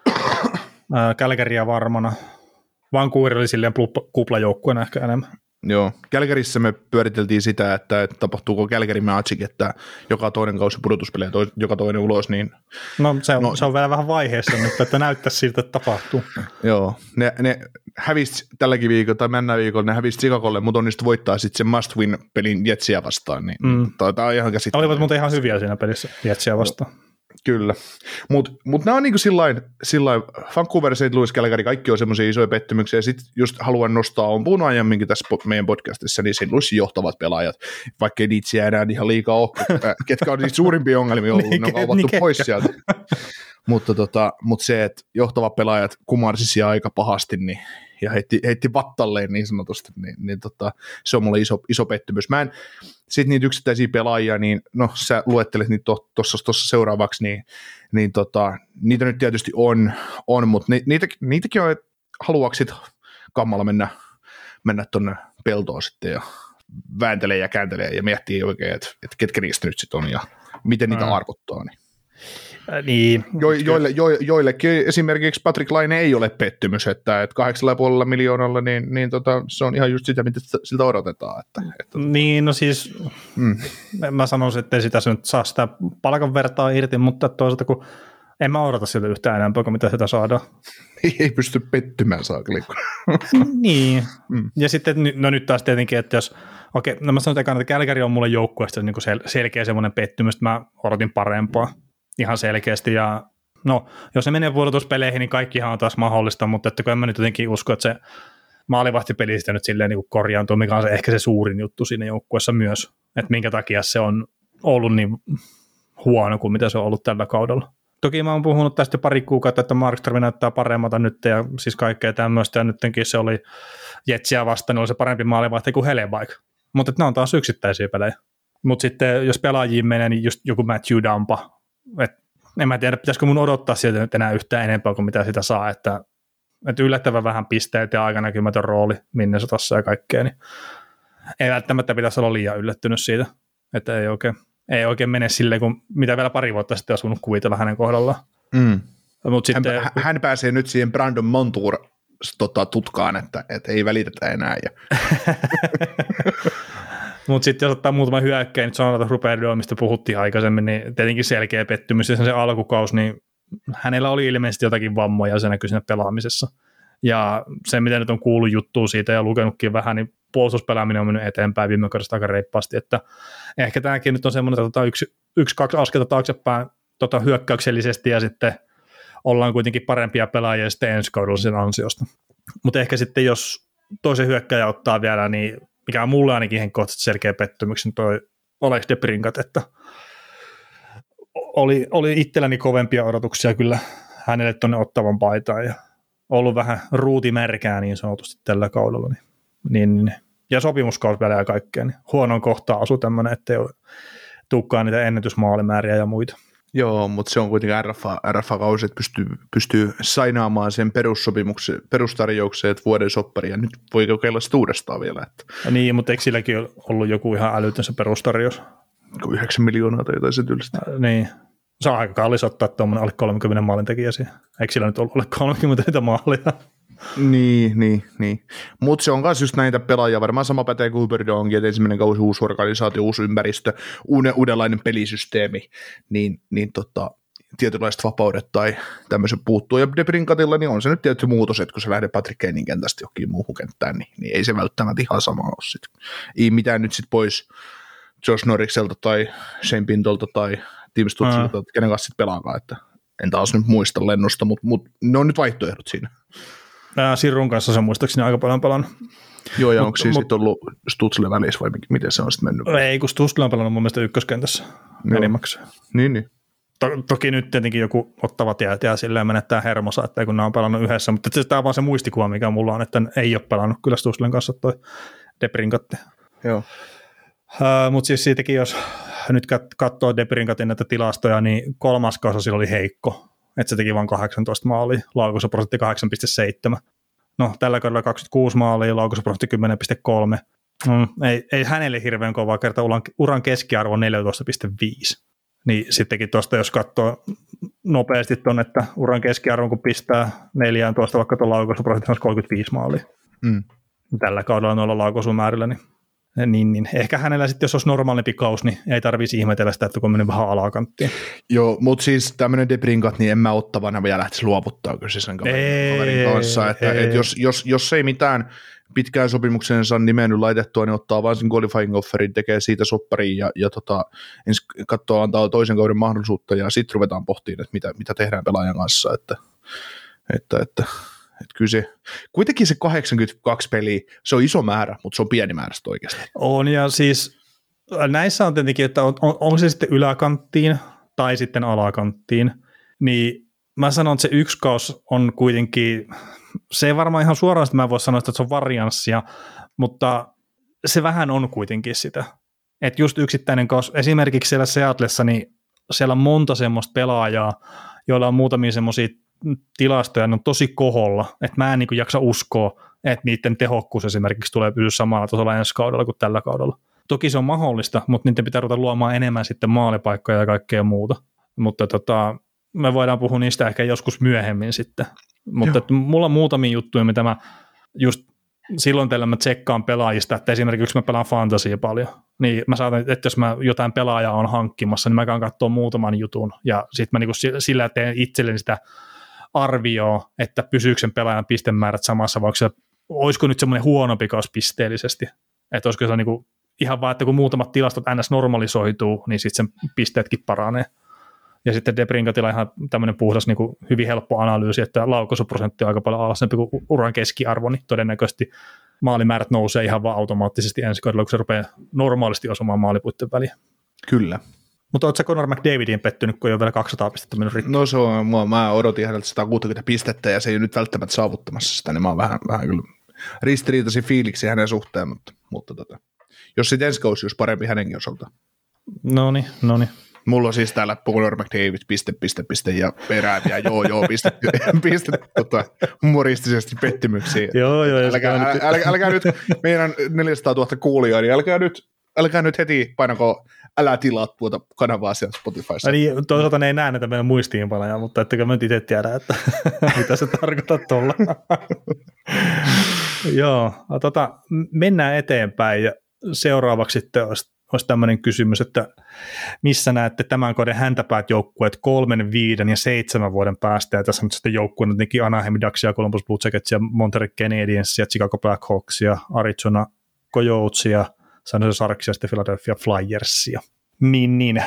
Calgarya varmana. Vancouver oli silleen kuplajoukkueena ehkä enemmän. Joo. Calgaryssä me pyöriteltiin sitä, että, että tapahtuuko Calgary Magic, että joka toinen kausi pudotuspelejä, to, joka toinen ulos, niin... No se on, no, se on vielä vähän vaiheessa nyt, että näyttäisi siltä, että tapahtuu. Joo. Ne, ne hävisi tälläkin viikolla, tai mennä viikolla, ne hävisi Chicagolle, mutta onnistu voittaa sitten sen must-win-pelin Jetsiä vastaan. Niin, mm. Tämä on ihan käsittämätöntä. Olivat muuten ihan hyviä siinä pelissä Jetsiä vastaan. Kyllä, mutta mut nämä on niinku sillain, sillain, Vancouver, Saint Louis, Calgary, kaikki on semmoisia isoja pettymyksiä, ja sitten just haluan nostaa, on puhunut aiemminkin tässä meidän podcastissa, niin Saint Louisin johtavat pelaajat, vaikkei niitä enää ihan liikaa ole, ketkä on niitä suurimpia ongelmia ollut, ne on kauvattu niin pois sieltä. mutta tota, mut se, että johtavat pelaajat kumarsisi aika pahasti, niin ja heitti, heitti vattalleen niin sanotusti, niin, niin tota, se on mulle iso, iso pettymys. Mä en, sit niitä yksittäisiä pelaajia, niin no sä luettelet niitä tuossa seuraavaksi, niin, niin tota, niitä nyt tietysti on, on mutta ni, niitä, niitäkin on, että haluaako sit kammalla mennä, mennä tuonne peltoon sitten ja vääntelee ja kääntelee ja miettii oikein, että, että ketkä niistä nyt sitten on ja miten niitä mm. arvottaa. Niin. Niin. Jo, joille, jo, joillekin esimerkiksi Patrick Laine ei ole pettymys, että, että kahdeksalla puolella miljoonalla, niin, niin tota, se on ihan just sitä, mitä siltä odotetaan. Että, että... Niin, no siis mm. mä sanoisin, että ei sitä nyt saa sitä palkan vertaa irti, mutta toisaalta kun en mä odota siltä yhtään enempää kuin mitä sitä saadaan. Ei, ei pysty pettymään saakeli. Niin, mm. ja sitten no nyt taas tietenkin, että jos okei, no mä sanon ekana, että Calgary on mulle joukkueesta niin sel- selkeä semmoinen pettymys, että mä odotin parempaa. Ihan selkeästi, ja No, jos se menee pudotuspeleihin, niin kaikkihan on taas mahdollista, mutta että kun en mä nyt jotenkin usko, että se maalivahtipelistä nyt silleen niin korjaantuu, mikä on se, ehkä se suurin juttu siinä joukkueessa myös, että minkä takia se on ollut niin huono kuin mitä se on ollut tällä kaudella. Toki mä oon puhunut tästä pari kuukautta, että Markström näyttää paremmalta nyt ja siis kaikkea tämmöistä, ja nytkin se oli Jetsiä vastaan, niin oli se parempi maalivahti kuin Helebaik. Mutta nämä on taas yksittäisiä pelejä. Mutta sitten jos pelaajiin menee, niin just joku Matthew Dampa, että en mä tiedä, pitäisikö mun odottaa sieltä nyt enää yhtään enempää kuin mitä sitä saa, että, että yllättävän vähän pisteet ja aikanäkymätön rooli Minnesotassa ja kaikkea, niin ei välttämättä pitäisi olla liian yllättynyt siitä, että ei oikein, ei oikein mene silleen, kuin mitä vielä pari vuotta sitten olisi voinut kuvitella hänen kohdallaan. Mm. Mut sitten, hän, hän pääsee nyt siihen Brandon Montour tota, tutkaan, että, että ei välitetä enää. Ja. Mutta sitten jos ottaa muutama hyökkäin, nyt sanotaan Ruperdoa, mistä puhuttiin aikaisemmin, niin tietenkin selkeä pettymys, ja se alkukaus, niin hänellä oli ilmeisesti jotakin vammoja, ja se näkyy siinä pelaamisessa. Ja se, mitä nyt on kuullut juttua siitä ja lukenutkin vähän, niin puolustuspelaaminen on mennyt eteenpäin viime kaudesta aika reippaasti, että ehkä tämäkin nyt on semmoinen, että otetaan yksi, yksi kaksi askelta taaksepäin tota, hyökkäyksellisesti, ja sitten ollaan kuitenkin parempia pelaajia sitten ensi kaudella sen ansiosta. Mutta ehkä sitten, jos toisen hyökkäjä ottaa vielä, niin mikä on mulle ainakin henkkohtaisesti selkeä pettymyksen, toi Alex DeBrincat, että oli, oli itselläni kovempia odotuksia kyllä hänelle tuonne Ottavan paitaan, ja ollut vähän ruutimärkää niin sanotusti tällä kaudella, niin, niin, ja sopimuskaus vielä ja kaikkea, niin huonoin kohtaa asu tämmöinen, ettei ole tulekaan niitä ennätysmaalimääriä ja muita. Joo, mutta se on kuitenkin R F A, R F A-kausi, että pystyy, pystyy sainaamaan sen perussopimuksen, perustarjouksen, että vuoden soppari, ja nyt voi kokeilla sitä uudestaan vielä. Että. Ja niin, mutta eikö silläkin ollut joku ihan älytön se perustarjous? yhdeksän miljoonaa tai jotain se tyylistä. Ja, niin, se on aika kallis ottaa tuommoinen alle kolmekymmentä maalin tekijä siihen. Eikö sillä nyt ollut alle kolmekymmentä maalia? Niin, niin, niin. Mutta se on myös just näitä pelaajia, varmaan sama pätee kuin Huberdeau'nkin, että ensimmäinen kausi, uusi organisaatio, uusi ympäristö, uuden, uudenlainen pelisysteemi, niin, niin tota, tietynlaiset vapaudet tai tämmöisen puuttuu. Ja DeBrincatilla niin on se nyt tietty muutos, että kun se lähde Patrick Kanein kentästä johonkin muuhun kenttään, niin, niin ei se välttämättä ihan sama ole sitten. Ei mitään nyt sitten pois Josh Norrikselta tai Shane Pintolta tai Tim Stutzilta, mm. kenen kanssa sitten pelaakaan, että en taas nyt muista lennosta, mutta mut, ne on nyt vaihtoehdot siinä. Ää, Sirrun kanssa se muistaakseni aika paljon pelannut. Joo, ja mut, onko siis sitten ollut Stutzle välissä vai miten se on sitten mennyt? Ei, kun Stutzle on pelannut mun mielestä ykköskentässä enimmäkseen. Niin, niin. To- toki nyt tietenkin joku Ottava tietää ja silleen menettää hermosa, että kun nämä on pelannut yhdessä, mutta tämä on vaan se muistikuva, mikä mulla on, että ei ole pelannut kyllä Stutzlen kanssa toi DeBrincat. Joo. Uh, mutta siis siitäkin, jos nyt katsoo DeBrincatin näitä tilastoja, niin kolmas kausi sillä oli heikko. Että se teki vain kahdeksantoista maalia, laukaisuprosentti kahdeksan pilkku seitsemän. No, tällä kaudella kaksikymmentäkuusi maalia, laukaisuprosentti kymmenen pilkku kolme. Mm, ei, ei hänelle hirveän kovaa kertaa, uran, uran keskiarvo on neljätoista pilkku viisi. Niin sittenkin tuosta, jos katsoo nopeasti tuonne, että uran keskiarvon kun pistää neljätoista, vaikka tuon laukaisuprosentti on kolmekymmentäviisi maalia. Mm. Tällä kaudella noilla laukaisumäärillä, niin Niin, niin. Ehkä hänellä sitten, jos olisi normaalimpi kaus, niin ei tarvitsisi ihmetellä sitä, että kun menee vähän alakanttiin. Joo, mutta siis tämmöinen DeBrincat, niin en mä ottavana vielä lähtisi luovuttaa kyllä siis sen kaverin kanssa. Että, et jos, jos, jos ei mitään pitkään sopimukseen saa nimennyt laitettua, niin ottaa vaan sen qualifying offerin, tekee siitä soppariin ja, ja tota, ensin katsoo, antaa toisen kauden mahdollisuutta ja sitten ruvetaan pohtimaan, että mitä, mitä tehdään pelaajan kanssa. Että, että, että Että kyllä se, kuitenkin se kahdeksankymmentäkaksi peliä, se on iso määrä, mutta se on pieni määrä sitä oikeasti. On, ja siis näissä on tietenkin, että on, on, on se sitten yläkanttiin tai sitten alakanttiin, niin mä sanon, että se yksi kaus on kuitenkin, se ei varmaan ihan suoraan, että mä voin sanoa, että se on varianssia, mutta se vähän on kuitenkin sitä. Että just yksittäinen kaus, esimerkiksi siellä Seatlessa, niin siellä on monta semmoista pelaajaa, joilla on muutamia semmoisia tilastoja, ne on tosi koholla, että mä en niin kuin jaksa uskoa, että niiden tehokkuus esimerkiksi tulee pysyä samalla tasolla ensi kaudella kuin tällä kaudella. Toki se on mahdollista, mutta niiden pitää ruveta luomaan enemmän sitten maalipaikkoja ja kaikkea muuta. Mutta tota, me voidaan puhua niistä ehkä joskus myöhemmin sitten. Mutta että mulla on muutamia juttuja, mitä mä just silloin tällä mä tsekkaan pelaajista, että esimerkiksi mä pelaan fantasia paljon, niin mä saatan, että jos mä jotain pelaajaa on hankkimassa, niin mä käyn katsoa muutaman jutun, ja sitten mä niinku sillä teen itselleni sitä arvioa, että pysyykö sen pelaajan pistemäärät samassa, vaikka se, olisiko nyt semmoinen huonompi kaus pisteellisesti, että olisiko se niinku ihan vaan, että kun muutamat tilastot ns. Normalisoituu, niin sitten sen pisteetkin paranee. Ja sitten Debrinkatilla ihan tämmöinen puhdas, niin kuin hyvin helppo analyysi, että laukaisuprosentti on aika paljon alhaisempi kuin uran keskiarvo, niin todennäköisesti maalimäärät nousee ihan vaan automaattisesti ensi kaudella, kun se rupeaa normaalisti osumaan maalipuitten väliin. Kyllä. Mutta ootko sä Conor McDavidiin pettynyt, kun ei ole vielä kaksisataa pistettä mennyt rikki? No se on, mua, mä odotin häneltä sata kuusikymmentä pistettä ja se ei ole nyt välttämättä saavuttamassa sitä, niin mä oon vähän, vähän kyllä ristiriitaisin fiiliksi hänen suhteen, mutta, mutta tota, jos sitten ensi kausi olisi parempi hänenkin osalta. No niin, no niin. Mulla on siis täällä Conor McDavid, piste, piste, piste ja perään ja joo, joo, piste, piste tota, humoristisesti pettymyksiä. Joo, joo. Älkää, älkää, nyt... älkää, älkää nyt, meidän neljäsataatuhatta kuulijaa, niin älkää nyt, älkää nyt heti painako älä tilaa tuota kanavaa siellä Spotifyssa. Niin, toisaalta ne ei näe näitä meidän muistiinpanoja, mutta ettekö me itse tiedä, että mitä se tarkoittaa tuolla. Joo, tota, mennään eteenpäin ja seuraavaksi sitten olisi, olisi tämmöinen kysymys, että missä näette tämän kauden häntäpäät joukkueet kolmen, viiden ja seitsemän vuoden päästä, ja tässä nyt sitten joukkueet nekin Anaheim Ducksia, Columbus Blue Jacketsia, Montreal Canadiensia, Chicago Blackhawksia, Arizona Coyotesia, San Jose Sharksia ja sitten Philadelphia Flyersia. Niin, niin.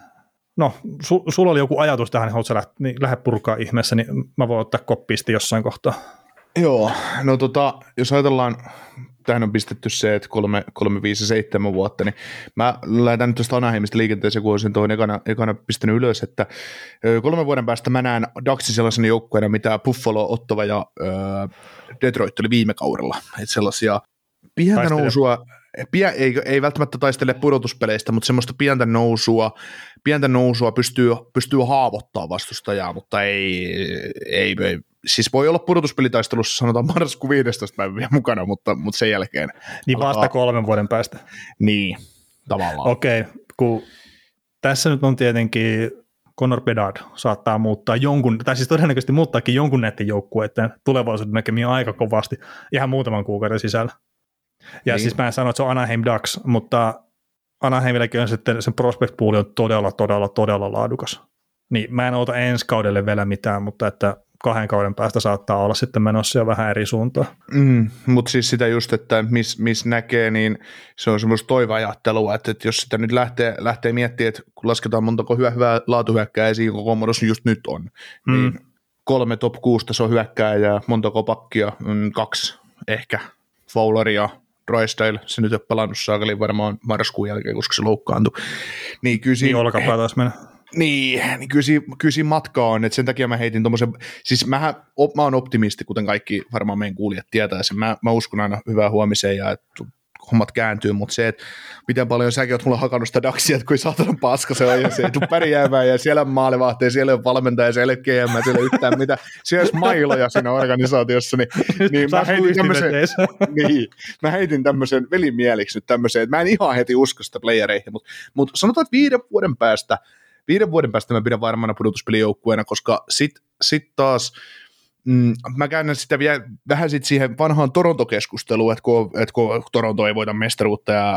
No, su, sulla oli joku ajatus tähän, niin haluatko lähteä niin, lähde purkaa ihmeessä, niin mä voin ottaa koppia sitten jossain kohtaa. Joo, no tota, jos ajatellaan, tähän on pistetty se, että kolme, kolme viisi, seitsemän vuotta, niin mä lähdetään nyt tuosta Anaheimista liikenteeseen, kun olisin tuohon ekana, ekana pistänyt ylös, että kolmen vuoden päästä mä näen Ducksin sellaisena joukkueena, mitä Buffalo, Ottawa ja ö, Detroit oli viime kaudella, että sellaisia pientä nousua, Pie, ei, ei välttämättä taistele pudotuspeleistä, mutta semmoista pientä nousua, pientä nousua pystyy, pystyy haavoittamaan vastustajaa, mutta ei, ei, ei, siis voi olla pudotuspelitaistelussa sanotaan marraskuun viidestoista päivää mukana, mutta, mutta sen jälkeen. Niin vasta alkaa... kolmen vuoden päästä. Niin, tavallaan. Okei, okay, kun tässä nyt on tietenkin Connor Bedard saattaa muuttaa jonkun, tai siis todennäköisesti muuttaakin jonkun näiden joukkueiden tulevaisuuden näkemiä aika kovasti, ihan muutaman kuukauden sisällä. Ja niin. Siis mä en sano, että se on Anaheim Ducks, mutta Anaheimillakin on sitten, sen prospect pool on todella, todella, todella laadukas. Niin mä en ota ensi kaudelle vielä mitään, mutta että kahden kauden päästä saattaa olla sitten menossa jo vähän eri suuntaan. Mm, mutta siis sitä just, että missä mis näkee, niin se on semmoista toiveajattelua, että, että jos sitä nyt lähtee, lähtee miettimään, että kun lasketaan montako hyvää, hyvää laatuhyökkääjää siinä koko muodossa just nyt on, mm. niin kolme top kuusi tason hyökkääjää, montako pakkia, mm, kaksi ehkä, Fowleria, Drysdale, se nyt ei ole pelannut saakeliin varmaan marraskuun jälkeen, koska se loukkaantui. Niin, kyllä siinä, niin olkapää taas mennä. Niin, niin kyllä, siinä, kyllä siinä matka on, että sen takia mä heitin tommosen, siis mähän, mä oon optimisti, kuten kaikki varmaan meidän kuulijat tietää sen, mä, mä uskon aina hyvää huomiseen ja että hommat kääntyy, mutta se, että miten paljon säkin oot mulle hakannut sitä Ducksia, että kuin saatanan paska se on ja se ei tule pärjäämään ja siellä on maalivahti ja siellä on valmentaja, siellä ei ole G M, siellä ei yhtään mitä, siellä olisi mailoja siinä organisaatiossa, niin, niin mä heitin tämmöisen, niin, mä heitin tämmöisen velimieliksi nyt tämmöisen, että mä en ihan heti usko sitä playereihin, mutta, mutta sanotaan, että viiden vuoden päästä, viiden vuoden päästä mä pidän varmana pudotuspelijoukkueena, koska sit, sit taas Mm, mä käännän sitä vielä vähän sit siihen vanhaan Toronto-keskusteluun, että kun, että kun Toronto ei voita mestaruutta ja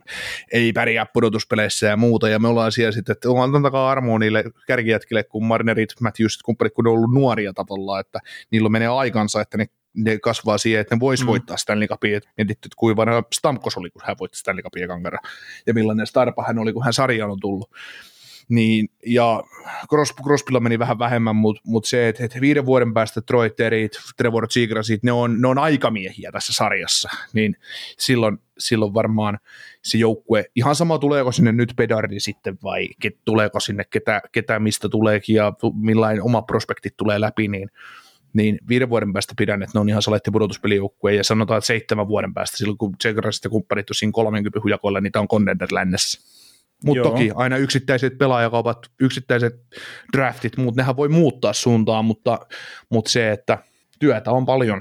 ei pärjää pudotuspeleissä ja muuta, ja me ollaan siellä sitten, että antakaa armoa niille kärkijätkille, kun Marnerit, Matthews, kumppanit, kun ne on ollut nuoria tavallaan, että niillä menee aikansa, että ne, ne kasvaa siihen, että ne vois mm. voittaa Stanley Cupia, että mietitty, että kuinka vanha Stamkos oli, kun hän voitti Stanley Cupia ekan kerran, ja millainen starpa hän oli, kun hän sarjaan on tullut. Niin, ja Crosbylla meni vähän vähemmän, mutta mut se, että et viiden vuoden päästä Troy Terryt, Trevor Seagrassit, ne on, ne on aikamiehiä tässä sarjassa, niin silloin, silloin varmaan se joukkue, ihan sama tuleeko sinne nyt Bedardi sitten vai ket, tuleeko sinne ketä, ketä mistä tuleekin ja millainen oma prospektit tulee läpi, niin, niin viiden vuoden päästä pidän, että ne on ihan saletti pudotuspelijoukkue ja sanotaan, että seitsemän vuoden päästä silloin kun Seagrassit ja kumppanit on siinä kolmekymmentä hujakoilla, niitä on contender lännessä. Mutta toki aina yksittäiset pelaajakaupat, yksittäiset draftit, muut, nehän voi muuttaa suuntaan, mutta, mutta se, että työtä on paljon.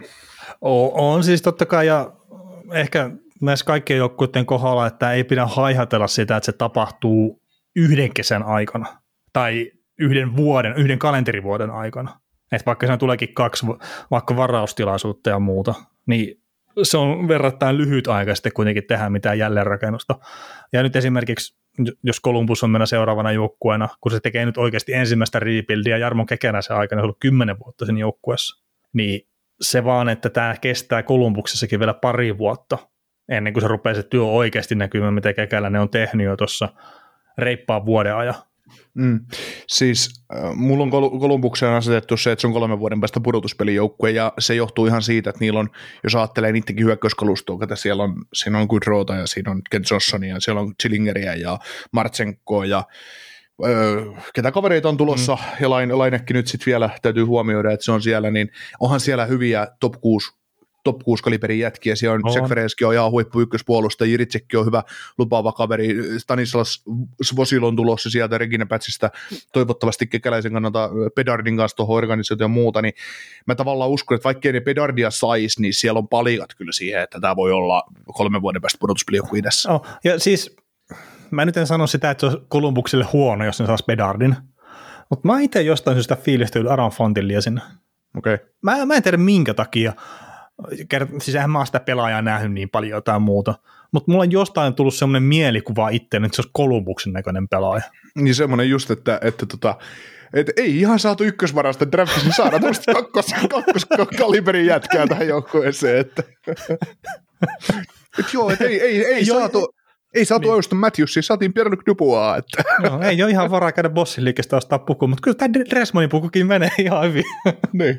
O, on siis totta kai, ja ehkä näissä kaikkien joukkueiden kohdalla, että ei pidä haihatella sitä, että se tapahtuu yhden kesän aikana, tai yhden vuoden, yhden kalenterivuoden aikana. Että vaikka siinä tuleekin kaksi, vaikka varaustilaisuutta ja muuta, niin se on verrattain lyhyt aika sitten kuitenkin tehdä mitään jälleenrakennusta. Ja nyt esimerkiksi, jos Columbus on mennä seuraavana joukkueena, kun se tekee nyt oikeasti ensimmäistä rebuildia Jarmo Kekäläisen aikana, se on ollut kymmenen vuotta sen joukkueessa, niin se vaan, että tämä kestää Columbuksessakin vielä pari vuotta, ennen kuin se rupeaa se työ oikeasti näkymään, mitä Kekäläinen on tehnyt jo tuossa reippaan vuoden ajan. Mm. Siis äh, mulla on Kol- Kolumbukseen asetettu se, että se on kolmen vuoden päästä pudotuspelijoukkue, ja se johtuu ihan siitä, että niillä on, jos ajattelee niidenkin hyökkäyskalustoa, että siellä on, siinä on Goodrowta ja siinä on Ken Johnsonia, siellä on Chillingeriä ja Marchenkoa ja öö, ketä kavereita on tulossa, mm. ja Lain, Lainekin nyt sitten vielä täytyy huomioida, että se on siellä, niin onhan siellä hyviä top kuusi top kuusi kaliberin jätkiä, siellä on Sekverenski on ihan huippu ykköspuolustaja, Jiritsekki on hyvä lupaava kaveri, Stanislas Svosil on tulossa sieltä Regina Pätsistä, toivottavasti Kekäläisen kannalta Pedardin kanssa tuohon organisaatioon ja muuta, niin mä tavallaan uskon, että vaikkei ne Pedardia saisi, niin siellä on palikat kyllä siihen, että tämä voi olla kolmen vuoden päästä pudotuspeli joku idässä. Oh, ja siis mä nyt en sano sitä, että se olisi Kolumbukselle huono, jos ne saisi Pedardin, mutta mä itse jostain syystä fiilistellyt Aron Fontillia sinne. Okay. Mä, mä en tiedä minkä takia. Siis eihän mä oon sitä pelaajaa nähnyt niin paljon jotain muuta, mutta mulla on jostain tullut semmoinen mielikuva itselleen, että se olisi Kolumbuksen näköinen pelaaja. Niin semmoinen just, että, että, tota, että ei ihan saatu ykkösvarasta draftissa, saadaan tämmöistä kakkos, kakkoskaliberin jätkää tähän joukkueeseen. Että. Et joo, että ei, ei, ei saatu, ei saatu niin. Auston Matthewsia, saatiin Pierre-Luc Dubois. Että. No, ei ole ihan varaa käydä bossin liikestä ostaa pukuun, mutta kyllä tämä Dressmanin pukukin menee ihan hyvin. Niin.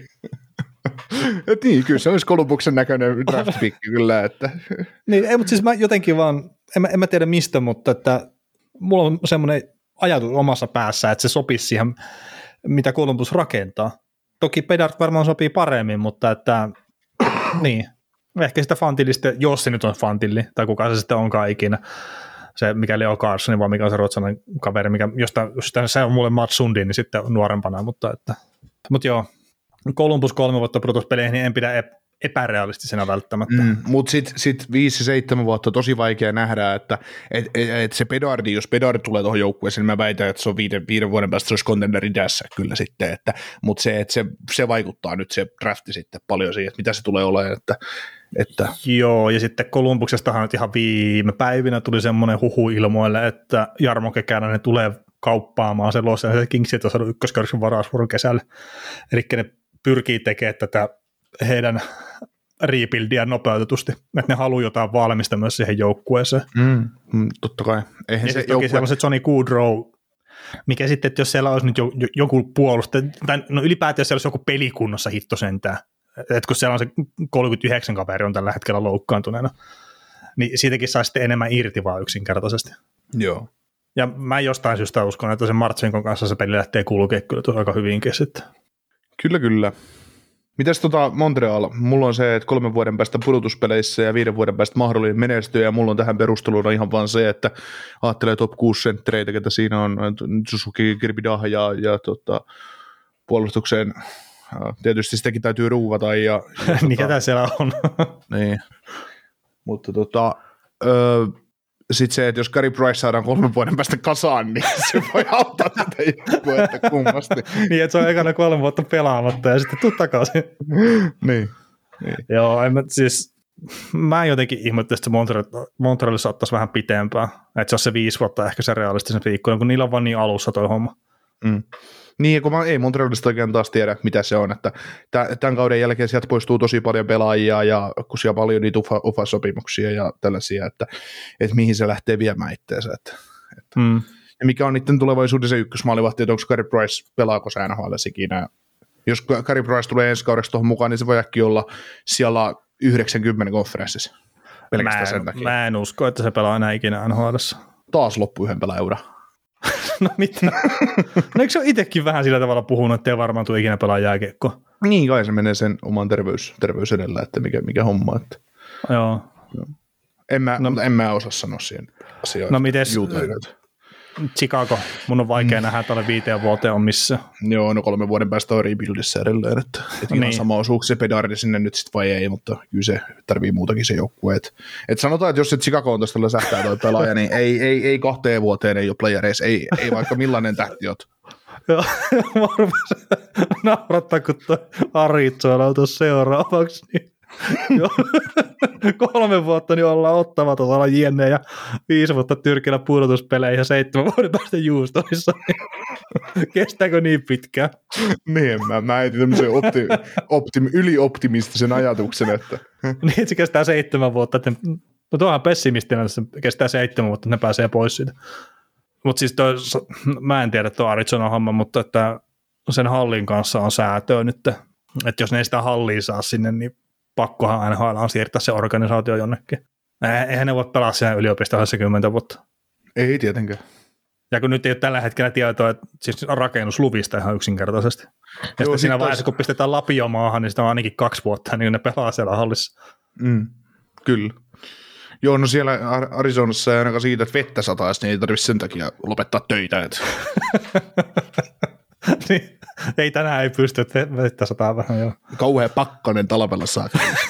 Et niin, kyllä se olisi Kolumbuksen näköinen draft-pikki kyllä. Että. Niin, ei, mutta siis mä jotenkin vaan, en mä, en mä tiedä mistä, mutta että mulla on semmoinen ajatus omassa päässä, että se sopisi siihen, mitä Columbus rakentaa. Toki Bedard varmaan sopii paremmin, mutta että niin, ehkä sitä Fantillista, jos se nyt on Fantilli, tai kuka se sitten onkaan ikinä, se mikä Leo Carson, vaan mikä on se ruotsalainen kaveri, mikä, josta, josta se on mulle Mats Sundin, niin sitten nuorempana, mutta että, mutta joo, Columbus kolme vuotta pudotuspeleihin, niin en pidä epärealistisena välttämättä. Mm, mutta sitten sit viisi seitsemän vuotta tosi vaikea nähdä, että et, et, et se Bedardi, jos Bedard tulee tuohon joukkueeseen, niin mä väitän, että se on viiden, viiden vuoden päästä se olisi contenderi tässä kyllä sitten, että, mutta se, että se, se vaikuttaa nyt se drafti sitten paljon siihen, että mitä se tulee olemaan, että, että. Joo, ja sitten Kolumbuksestahan nyt ihan viime päivinä tuli semmoinen huhu ilmoille, että Jarmo Kekäläinen tulee kauppaamaan se Los Angeles Kingsit on saanut ykköskaudeksi varausvuoron kesällä, eli ne pyrkii tekemään tätä heidän rebuildia nopeutetusti, että ne haluaa jotain valmista myös siihen joukkueeseen. Mm, mm, totta kai. Eihän ja se toki joukkue. siellä on se Johnny Gaudreau, mikä sitten, että jos siellä olisi nyt joku puolustaja, tai no ylipäätään jos siellä olisi joku pelikunnossa hitto sentään, että kun siellä on se kolmekymmentäyhdeksän kaveri on tällä hetkellä loukkaantuneena, niin siitäkin saa sitten enemmän irti vaan yksinkertaisesti. Joo. Ja mä jostain syystä uskon, että se Martsenkon kanssa se peli lähtee kulkea kyllä tuossa aika hyvinkin sitten. Kyllä, kyllä. Mitäs tota Montreal? Mulla on se, että kolmen vuoden päästä pudotuspeleissä ja viiden vuoden päästä mahdollinen menestyä, ja mulla on tähän perusteluna ihan vaan se, että ajattelee top kuusi senttereitä, ketä siinä on Suzuki, Kirby-Dah ja, ja tota, puolustukseen tietysti sitäkin täytyy ruuvata. Ja, ja niin ketä siellä on. Niin, mutta tota, öö, sitten se, että jos Gary Price saadaan kolmen vuoden päästä kasaan, niin se voi auttaa tätä joukkuetta kummasti. Niin, että se on ekana kolme vuotta pelaamatta ja sitten tuu takaisin. niin. niin. Joo, en mä, siis mä jotenkin ihmettelin, että Montreal, Montrealissa ottaisi vähän pitempään. Että se on se viisi vuotta ehkä se realistisen viikkoinen, kun niillä on vaan niin alussa toi homma. Mm. Niin, kun mä ei Montrealista oikein taas tiedä, mitä se on, että tämän kauden jälkeen sieltä poistuu tosi paljon pelaajia ja kun siellä on paljon niitä U F A-sopimuksia ja tällaisia, että, että mihin se lähtee viemään itteensä. Että, että. Mm. Ja mikä on niiden tulevaisuuden se ykkösmaalivahti, että onko Gary Price, pelaako se N H L ikinä. Jos Gary Price tulee ensi kaudeksi tuohon mukaan, niin se voi äkkiä olla siellä yhdeksänkymmentä konferenssissa. Mä en, mä en usko, että se pelaa enää ikinä N H L:ssä. Taas loppu yhden pelaajan ura. No mitä? No eikö se ole itsekin vähän sillä tavalla puhunut, että ei varmaan tule ikinä pelaa jääkiekkoa? Niin kai se menee sen oman terveys, terveys edellä, että mikä, mikä homma. Että. Joo. En mä, no, en mä osaa sanoa siihen asioita. No mites Chicago? Mun on vaikea mm. nähdä, että alle viiteen vuoteen on missä. Joo, no kolmen vuoden päästä on rebuildissä edelleen, että, että niin. Ihan sama osuuko se Bedardi sinne nyt sitten vai ei, mutta kyllä se tarvii muutakin se joukkue. Että, että sanotaan, että jos se Chicago on tuosta sähtää toi pelaaja, niin ei, ei, ei kahteen vuoteen ei ole playereissa, ei, ei vaikka millainen tähti oot. Joo, mä rupesin naurattaa, kun toi Arizona on tuossa seuraavaksi, niin joo, kolme vuotta niin ollaan ottamatta tuolla jenne ja viisi vuotta Tyrkillä pudotuspeleihin ja seitsemän vuoden päästä juustoissa. Kestääkö niin pitkään? Niin, mä, mä etin tämmöisen opti, optim, ylioptimistisen ajatuksen, että niin, että se kestää seitsemän vuotta, että ne, no tuohan pessimistinä, että se kestää seitsemän vuotta, että ne pääsee pois siitä. Mutta siis toi, mä en tiedä tuo Arizona homma, mutta että sen hallin kanssa on säätöä nyt, että jos ne ei sitä hallia saa sinne, niin pakkohan N H L on siirtää se organisaatio jonnekin. Eihän ne voi pelaa siinä yliopistossa kymmentä vuotta. Ei tietenkään. Ja kun nyt ei ole tällä hetkellä tietoa, että siis rakennusluvista ihan yksinkertaisesti. Ja Joo, sitten siinä vaiheessa, kun pistetään lapio maahan, niin sitä on ainakin kaksi vuotta, niin ne pelaa siellä hallissa. Mm, kyllä. Joo, no siellä Arizonassa ei ainakaan siitä, että vettä sataisi, niin ei tarvitse sen takia lopettaa töitä. Että. niin, ei tänään ei pysty, että vettä sataa vähän. Joo. Kauhea pakkanen talvella saa.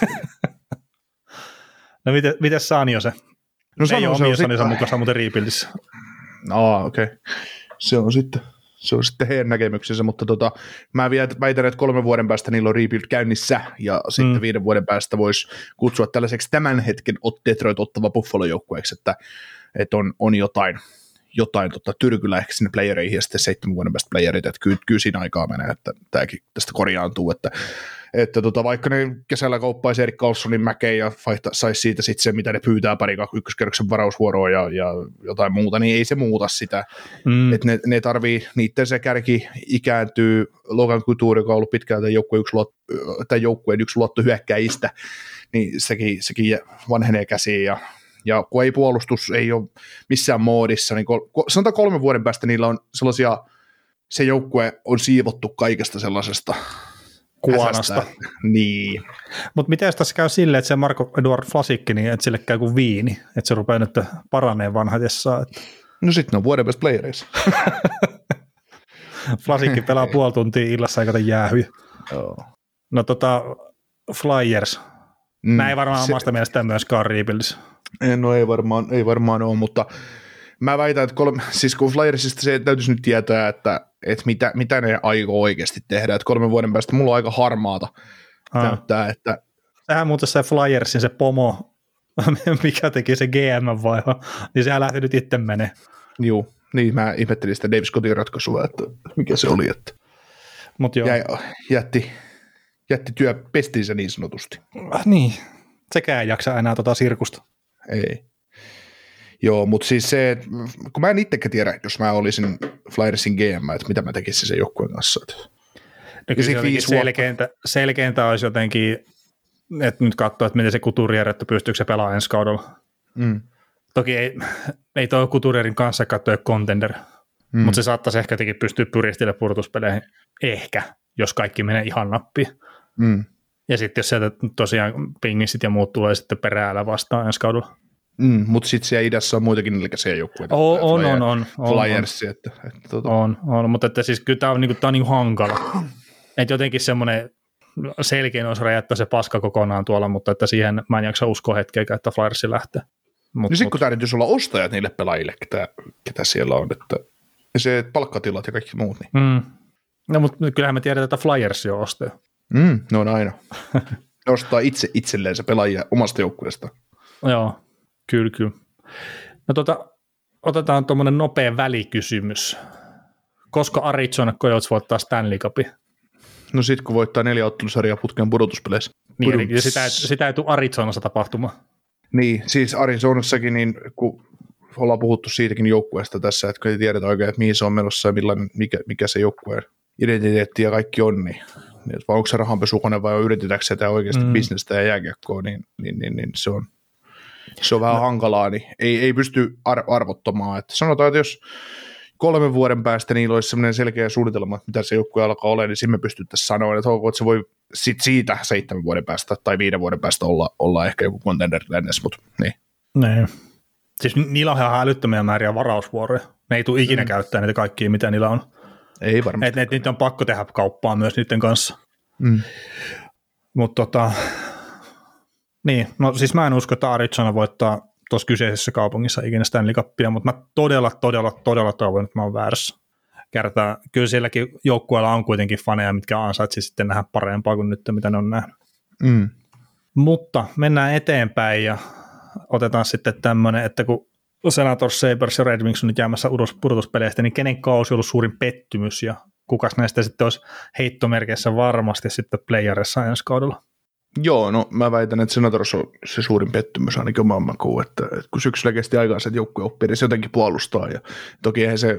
no miten, miten Sanjo se? No ei ole omia Sanjonsa mukaan, muuten Rebuildissä. Aa, okei. Okay. Se on sitten, se on sitten heidän näkemyksensä, mutta tota, mä väitän, että kolmen vuoden päästä niillä on rebuild käynnissä, ja mm. sitten viiden vuoden päästä voisi kutsua tällaiseksi tämän hetken Detroit ottava Buffalo-joukkueeksi, että, että on, on jotain, jotain tota, tyrkyllä ehkä sinne playereihin, ja sitten seitsemän vuoden päästä playerit, että kyllä, kyllä siinä aikaa menee, että tämäkin tästä korjaantuu, että että tota, vaikka ne kesällä kauppaisi Erik Karlssonin mäkeen ja saisi siitä sitten se, mitä ne pyytää pari ykköskerroksen varausvuoroa ja, ja jotain muuta, niin ei se muuta sitä. Mm. Että ne, ne tarvii, niiden se kärki ikääntyy, Logan Couture, joka on ollut pitkään tämän joukkueen yksi, luot, tämän joukkueen yksi luotto hyökkäjistä, niin sekin, sekin vanhenee käsiin ja, ja kun ei puolustus ei ole missään moodissa, niin kol, sanotaan kolmen vuoden päästä niillä on sellaisia, se joukkue on siivottu kaikesta sellaisesta kuonasta. Niin. Mutta miten tässä käy silleen, että se Marko Eduard Flasikki, niin että sille käy kuin viini, että se rupeaa nyt paranee vanhatessaan. Että. No sitten on vuoden päästä playereissa. Flasikki pelaa puoli tuntia illassa eikä jäähyjä. Joo. No tota, Flyers. Mm, Nämä ei varmaan se, omasta mielestään myöskään rebuildissä. No ei varmaan, ei varmaan ole, mutta mä väitän, että kolme, siis kun Flyersista se täytyisi nyt tietää, että, että mitä, mitä ne aikoo oikeasti tehdä, että kolmen vuoden päästä mulla on aika harmaata näyttää, että sehän muuten se Flyersin se pomo, mikä teki se G M-vaiha, niin sehän lähti nyt itse menee. Joo, niin mä ihmettelin sitä Dave Scottin ratkaisua, että mikä se oli, että Mut joo. Jäi, jätti, jätti työ pestiinsä niin sanotusti. Äh, niin, sekään ei jaksa enää tota sirkusta. Ei. Joo, mutta siis se, että kun mä en itsekään tiedä, jos mä olisin Flyersin G M, että mitä mä tekisin sen joukkueen kanssa. No kyllä se selkeintä, selkeintä olisi jotenkin, että nyt katsoo, että miten se Couturierrettä pystyykö se pelaamaan ensi kaudella. Mm. Toki ei, ei toi Couturierin kanssa katsoa contender, mm. mutta se saattaisi ehkä jotenkin pystyä pyristille purtuspeleihin. Ehkä, jos kaikki menee ihan nappiin. Mm. Ja sitten jos sieltä tosiaan pingissit ja muut tulee sitten peräällä vastaan ensi kaudella. Mm, mutta sitten siellä idässä on muitakin nilkäisiä joukkueita. On, on, on, on. Flyers, on, että, että, tuota. on, on, mutta että siis kyllä tämä on, niinku, tää on niinku hankala. Että jotenkin semmoinen selkein olisi räjättää se paska kokonaan tuolla, mutta että siihen mä en jaksa uskoa hetkeäkään, että Flyersi lähtee. Mut, no sitten kun täytyisi olla ostajat niille pelaajille, ketä, ketä siellä on, että se palkkatilat ja kaikki muut. Niin. Mm. No mutta kyllähän me tiedetään, että Flyers on ostaja. Mm, no on aina. Ne ostaa itse itselleen se pelaajia omasta joukkueesta. Joo. Kyllä, kyllä. No tota, otetaan tuommoinen nopea välikysymys. Koska Arizona Coyotes voittaa Stanley Cupin? No sit kun voittaa neljä ottelusarjaa putken pudotuspeleissä. Niin, Pudut... eli sitä, sitä ei tule Arizonassa tapahtumaan. Niin, siis Arizonassakin, niin kun ollaan puhuttu siitäkin joukkueesta tässä, että kun ei tiedetä oikein, että mihin se on menossa ja millainen, mikä, mikä se joukkueen identiteetti ja kaikki on, niin, niin vai onko se rahanpesukone vai yritetäänkö sitä oikeasti mm. bisnestä ja jääkiekkoa, niin, niin, niin, niin se on Se on vähän no. hankalaa, niin ei, ei pysty ar- arvottamaan. Että sanotaan, että jos kolmen vuoden päästä niillä olisi sellainen selkeä suunnitelma, että mitä se joukkue alkaa olemaan, niin siinä me pystyttäisiin sanoa, että, että se voi sit siitä seitsemän vuoden päästä tai viiden vuoden päästä olla, olla ehkä joku contender lennessä, mutta niin. Niin. Siis niillä on ihan älyttömiä määriä varausvuoroja. Ne ei tule ikinä mm. käyttää niitä kaikkia, mitä niillä on. Ei varmasti. Että et, niitä on pakko tehdä kauppaa myös niiden kanssa. Mm. Mutta tota... Niin, no siis mä en usko, että Arizona voittaa tuossa kyseisessä kaupungissa ikinä Stanley Cupia, mutta mä todella, todella, todella toivon, että mä oon väärässä. Kertaa, kyllä sielläkin joukkueella on kuitenkin faneja, mitkä ansaitsi sitten nähdä parempaa kuin nyt, mitä ne on nähnyt. Mm. Mutta mennään eteenpäin ja otetaan sitten tämmöinen, että kun Senators, Sabres ja Red Wings on nyt jäämässä ulos pudotuspeleistä, niin kenen kausi on ollut suurin pettymys ja kukas näistä sitten olisi heittomerkeissä varmasti sitten playerissa ensi kaudella? Joo, no mä väitän, että Senators on se suurin pettymys ainakin omaan makuun, että, että kun syksyllä kesti aikaa se, että joukkue oppii edes jotenkin puolustaa, ja toki eihän se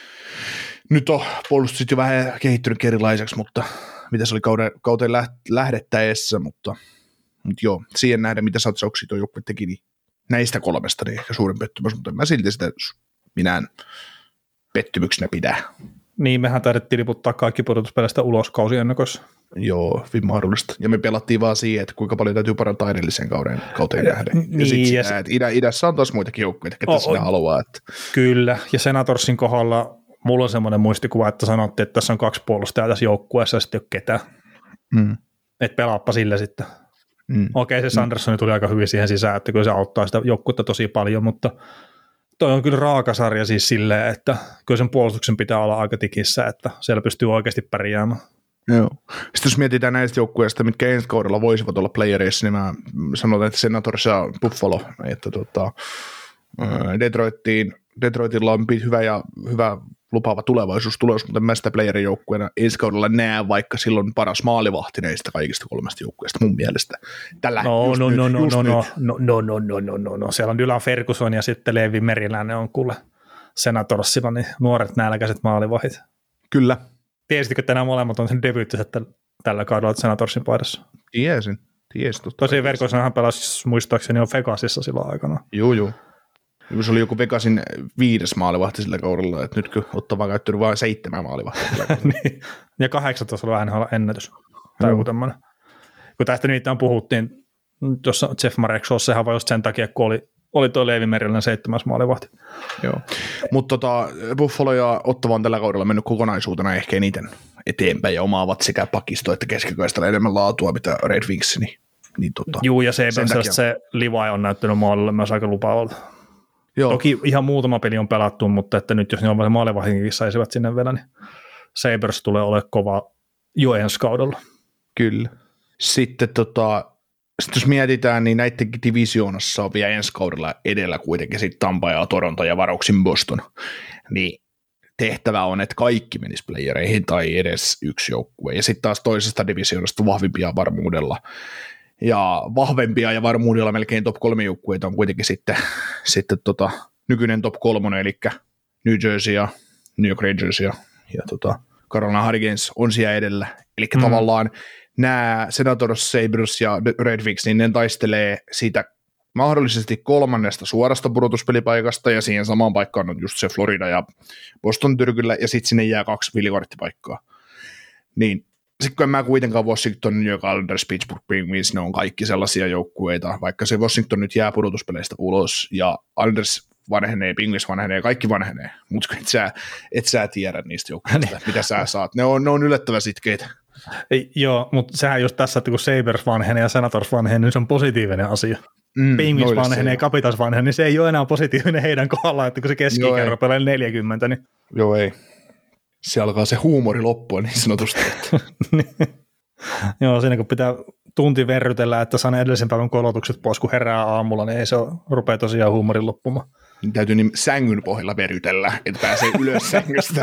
nyt on puolustus jo vähän kehittynyt erilaiseksi, mutta mitä se oli kauden, kauteen lähdettäessä, mutta, mutta joo, siihen nähdä, mitä satsauksia tuo joukkue teki, niin näistä kolmesta niin ehkä suurin pettymys, mutta mä silti sitä minään pettymyksenä pidä. Niin, mehän taidettiin liputtaa kaikki pudotuspeleistä ulos kausiennakoissa. Joo, hyvin mahdollista. Ja me pelattiin vaan siihen, että kuinka paljon täytyy parantaa edelliseen kauden, kauteen nähden. Niin, ja sitten ja sitä, että idä, idässä on taas muitakin joukkueita, ketä oh, sinä haluaa. Että... Kyllä, ja Senatorsin kohdalla mulla on semmoinen muistikuva, että sanottiin, että tässä on kaksi puolustajaa tässä joukkueessa ja sitten ei ole ketään. Mm. Että pelaappa sillä sitten. Mm. Okei, se Sanderson tuli aika hyvin siihen sisään, että kyllä se auttaa sitä joukkuetta tosi paljon, mutta toi on kyllä raakasarja siis silleen, että kyllä sen puolustuksen pitää olla aika tikissä, että siellä pystyy oikeasti pärjäämään. Joo. Sitten jos mietitään näistä joukkueista, mitkä ensi kaudella voisivat olla playereissa, niin mä sanon, että Senators ja Buffalo, että tota, Detroitiin, Detroitilla on hyvä ja hyvä lupaava tulevaisuus tulos, mutta mä sitä playerin joukkueena ensi kaudella näen, vaikka silloin paras maalivahti näistä kaikista kolmesta joukkueesta mun mielestä. Tällä no, just no, nyt, no, no, just no, nyt. no, no, no, no, no, no, no, siellä on Dylan Ferguson ja sitten Leevi Meriläinen on kuule Senatorsilla, niin nuoret nälkäiset maalivahit. Kyllä. Tiesittekö, että nämä molemmat on sen debyyttiset tällä kaudella Senatorsin paidassa? Tiesin. Tiesin. Tosi Fergusonhan pelasi muistaakseni on Vegasissa silloin aikana. Joo, joo. Se oli joku Vegasin viides maalivahti sillä kaudella, että nyt ottaa vaan käyttöön vain seitsemän maalivahtia. niin. Ja kahdeksantoista oli N H L-ennätys. Tai joku tämmöinen. Kun tästä niitä puhuttiin, tuossa Jeff Marek sehän vai just sen takia, kun oli, oli tuo Leevi Meriläinen seitsemäs maalivahti. Joo. Mutta tota, Buffalo ja Ottava on tällä kaudella mennyt kokonaisuutena ehkä eniten eteenpäin ja omaavat sekä pakisto että keskikaistalla enemmän laatua, mitä Red Wings. Niin, niin tota, Juu, ja se, se Levi on näyttänyt maalille myös aika lupaavalta. Joo. Toki ihan muutama peli on pelattu, mutta että nyt jos ne on maalivahdinkin saisivat sinne vielä, niin Sabres tulee olemaan kova jo ensi kaudella. Kyllä. Sitten tota, sit jos mietitään, niin näidenkin divisioonassa on vielä ensi kaudella edellä kuitenkin sitten Tampa ja Toronto ja varauksin Boston. Niin tehtävä on, että kaikki menis playereihin tai edes yksi joukkue. Ja sitten taas toisesta divisioonasta vahvimpia varmuudella. Ja vahvempia ja varmuudella melkein top kolme joukkueita on kuitenkin sitten, sitten tota, nykyinen top kolmonen, eli New Jersey ja New York Rangers ja, ja tota, Carolina Hurricanes on siellä edellä. Eli mm. tavallaan nämä Senators, Sabres ja Red Wings, niin ne taistelee siitä mahdollisesti kolmannesta suorasta pudotuspelipaikasta, ja siihen samaan paikkaan on just se Florida ja Boston tyrkyllä, ja sitten sinne jää kaksi vilikorttipaikkaa. Niin sitten kun en mä kuitenkaan Washington, New York Islanders, Pittsburgh Penguins, ne on kaikki sellaisia joukkueita, vaikka se Washington nyt jää pudotuspeleistä ulos, ja Islanders vanhenee, Penguins vanhenee, kaikki vanhenee, mutta et sä, et sä tiedä niistä joukkueista, mitä sä saat. Ne on, ne on yllättävän sitkeitä. Ei, joo, mutta sehän just tässä, että kun Sabres vanhenee ja Senators vanhenee, niin se on positiivinen asia. Mm, Penguins vanhenee ja Capitals vanhenee, niin se ei ole enää positiivinen heidän kohdallaan, että kun se keski-ikä rupeaa neljäkymmentä, niin... Joo, ei. Se alkaa se huumori loppua niin sanotusti. Joo, siinä kun pitää tunti verrytellä, että saa ne edellisen päivän kolotukset pois, kun herää aamulla, niin ei se ole, rupea tosiaan huumorin loppumaan. Niin täytyy niin sängyn pohjalla verrytellä, että pääsee ylös sängystä.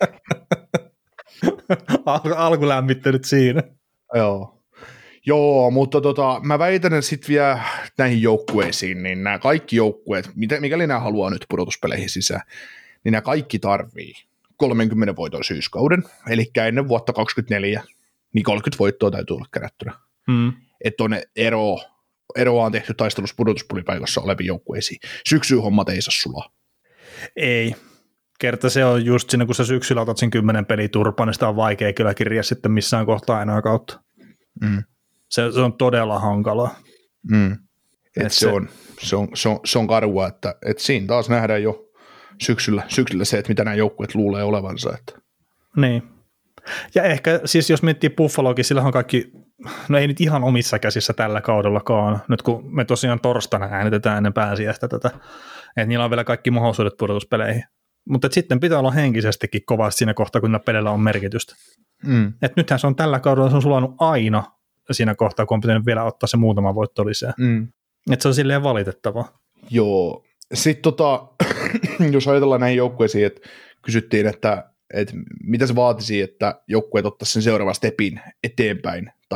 Al- alkulämmittelyt siinä. Joo. Joo, mutta tota, mä väitän, että sitten vielä näihin joukkueisiin, niin nämä kaikki joukkueet, mikäli nämä haluaa nyt pudotuspeleihin sisään, niin nämä kaikki tarvii kolmekymmentä voiton syyskauden, eli ennen vuotta kaksikymmentäneljä, niin kolmekymmentä voittoa täytyy olla kerättynä. Mm. Että on ero, eroa on tehty taistelussa pudotuspulipaikassa oleviin joukkueisiin. Syksyyn hommat ei saa sulaa. Ei. Kerta se on just siinä, kun sä syksyllä otat sen kymmenen peliä turpaan, niin sitä on vaikea kyllä kirjaa sitten missään kohtaa enää kautta. Mm. Se, se on todella hankalaa. Mm. Et se, se, on, se, on, se, on, se on karua, että et siinä taas nähdään jo syksyllä, syksyllä se, että mitä nämä joukkueet luulee olevansa. Että. Niin. Ja ehkä siis jos miettii Buffalokin, sillä on kaikki, no ei nyt ihan omissa käsissä tällä kaudellakaan, nyt kun me tosiaan torstaina äänitetään ennen pääsiäistä tätä, että niillä on vielä kaikki mahdollisuudet pudotuspeleihin. Mutta sitten pitää olla henkisestikin kovasti siinä kohtaa, kun peleillä on merkitystä. Mm. Et nythän se on tällä kaudella, se on sulanut aina siinä kohtaa, kun on pitänyt vielä ottaa se muutama voitto lisää. Mm. Että se on silleen valitettavaa. Joo. Sitten tota, jos ajatellaan näihin joukkueisiin, että kysyttiin, että, että mitä se vaatisi, että joukkueet ottaisi sen seuraavan stepin eteenpäin, tai että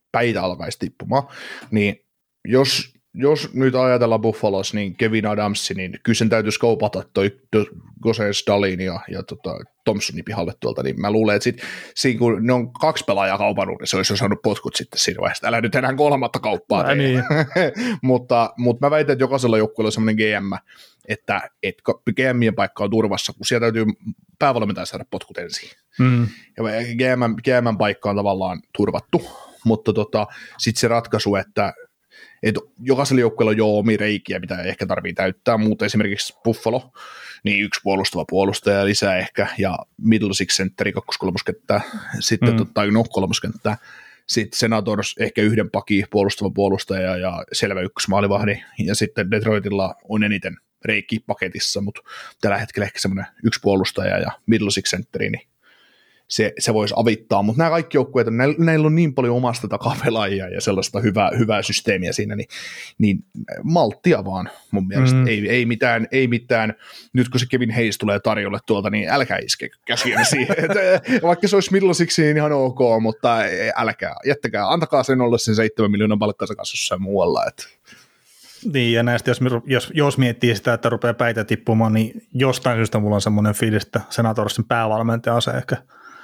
päitä alkaisi tippumaan, niin jos, jos nyt ajatellaan Buffalos, niin Kevin Adams, niin kyllä sen täytyisi kaupata toi Gosens Dalin ja, ja tota, Thompsonin pihalle tuolta, niin mä luulen, että sit, siinä kun ne on kaksi pelaajaa kaupannut, niin se olisi jo saanut potkut sitten siinä vaiheessa. Älä nyt enää kolmatta kauppaa tehdä. Niin. mutta, mutta mä väitän, että jokaisella joukkueella on semmoinen G M, että, että G M:ien paikka on turvassa, kun siellä täytyy päävalmentaja saada potkut ensin. Mm. Ja G M, G M:n paikka on tavallaan turvattu, mutta tota, sitten se ratkaisu, että että jokaisella joukkueella on jo omia reikiä, mitä ei ehkä tarvii täyttää, mutta esimerkiksi Buffalo, niin yksi puolustava puolustaja lisää ehkä, ja middle six centeri, kakkos-kolmoskenttää, sitten mm. tota, no kolmoskenttää, sitten Senators ehkä yhden paki puolustava puolustaja ja selvä ykkösmaalivahdi, ja sitten Detroitilla on eniten reikki paketissa, mutta tällä hetkellä ehkä semmoinen yksi puolustaja ja middle six centeri, niin se, se voisi avittaa, mutta nämä kaikki joukkueet, näillä, näillä on niin paljon omasta takapelaajia ja sellaista hyvää, hyvää systeemiä siinä, niin, niin malttia vaan mun mielestä, mm. ei, ei, mitään, ei mitään, nyt kun se Kevin Hayes tulee tarjolle tuolta, niin älkää iske käsiä siihen, vaikka se olisi millaisiksi, niin ihan ok, mutta älkää, jättäkää, antakaa sen olla sen seitsemän miljoonan palkkansa kanssa jossain muualla, että niin, ja näistä, jos, jos, jos miettii sitä, että rupeaa päitä tippumaan, niin jostain syystä mulla on semmoinen fiilis, että Senatorsin päävalmentaja on se ehkä,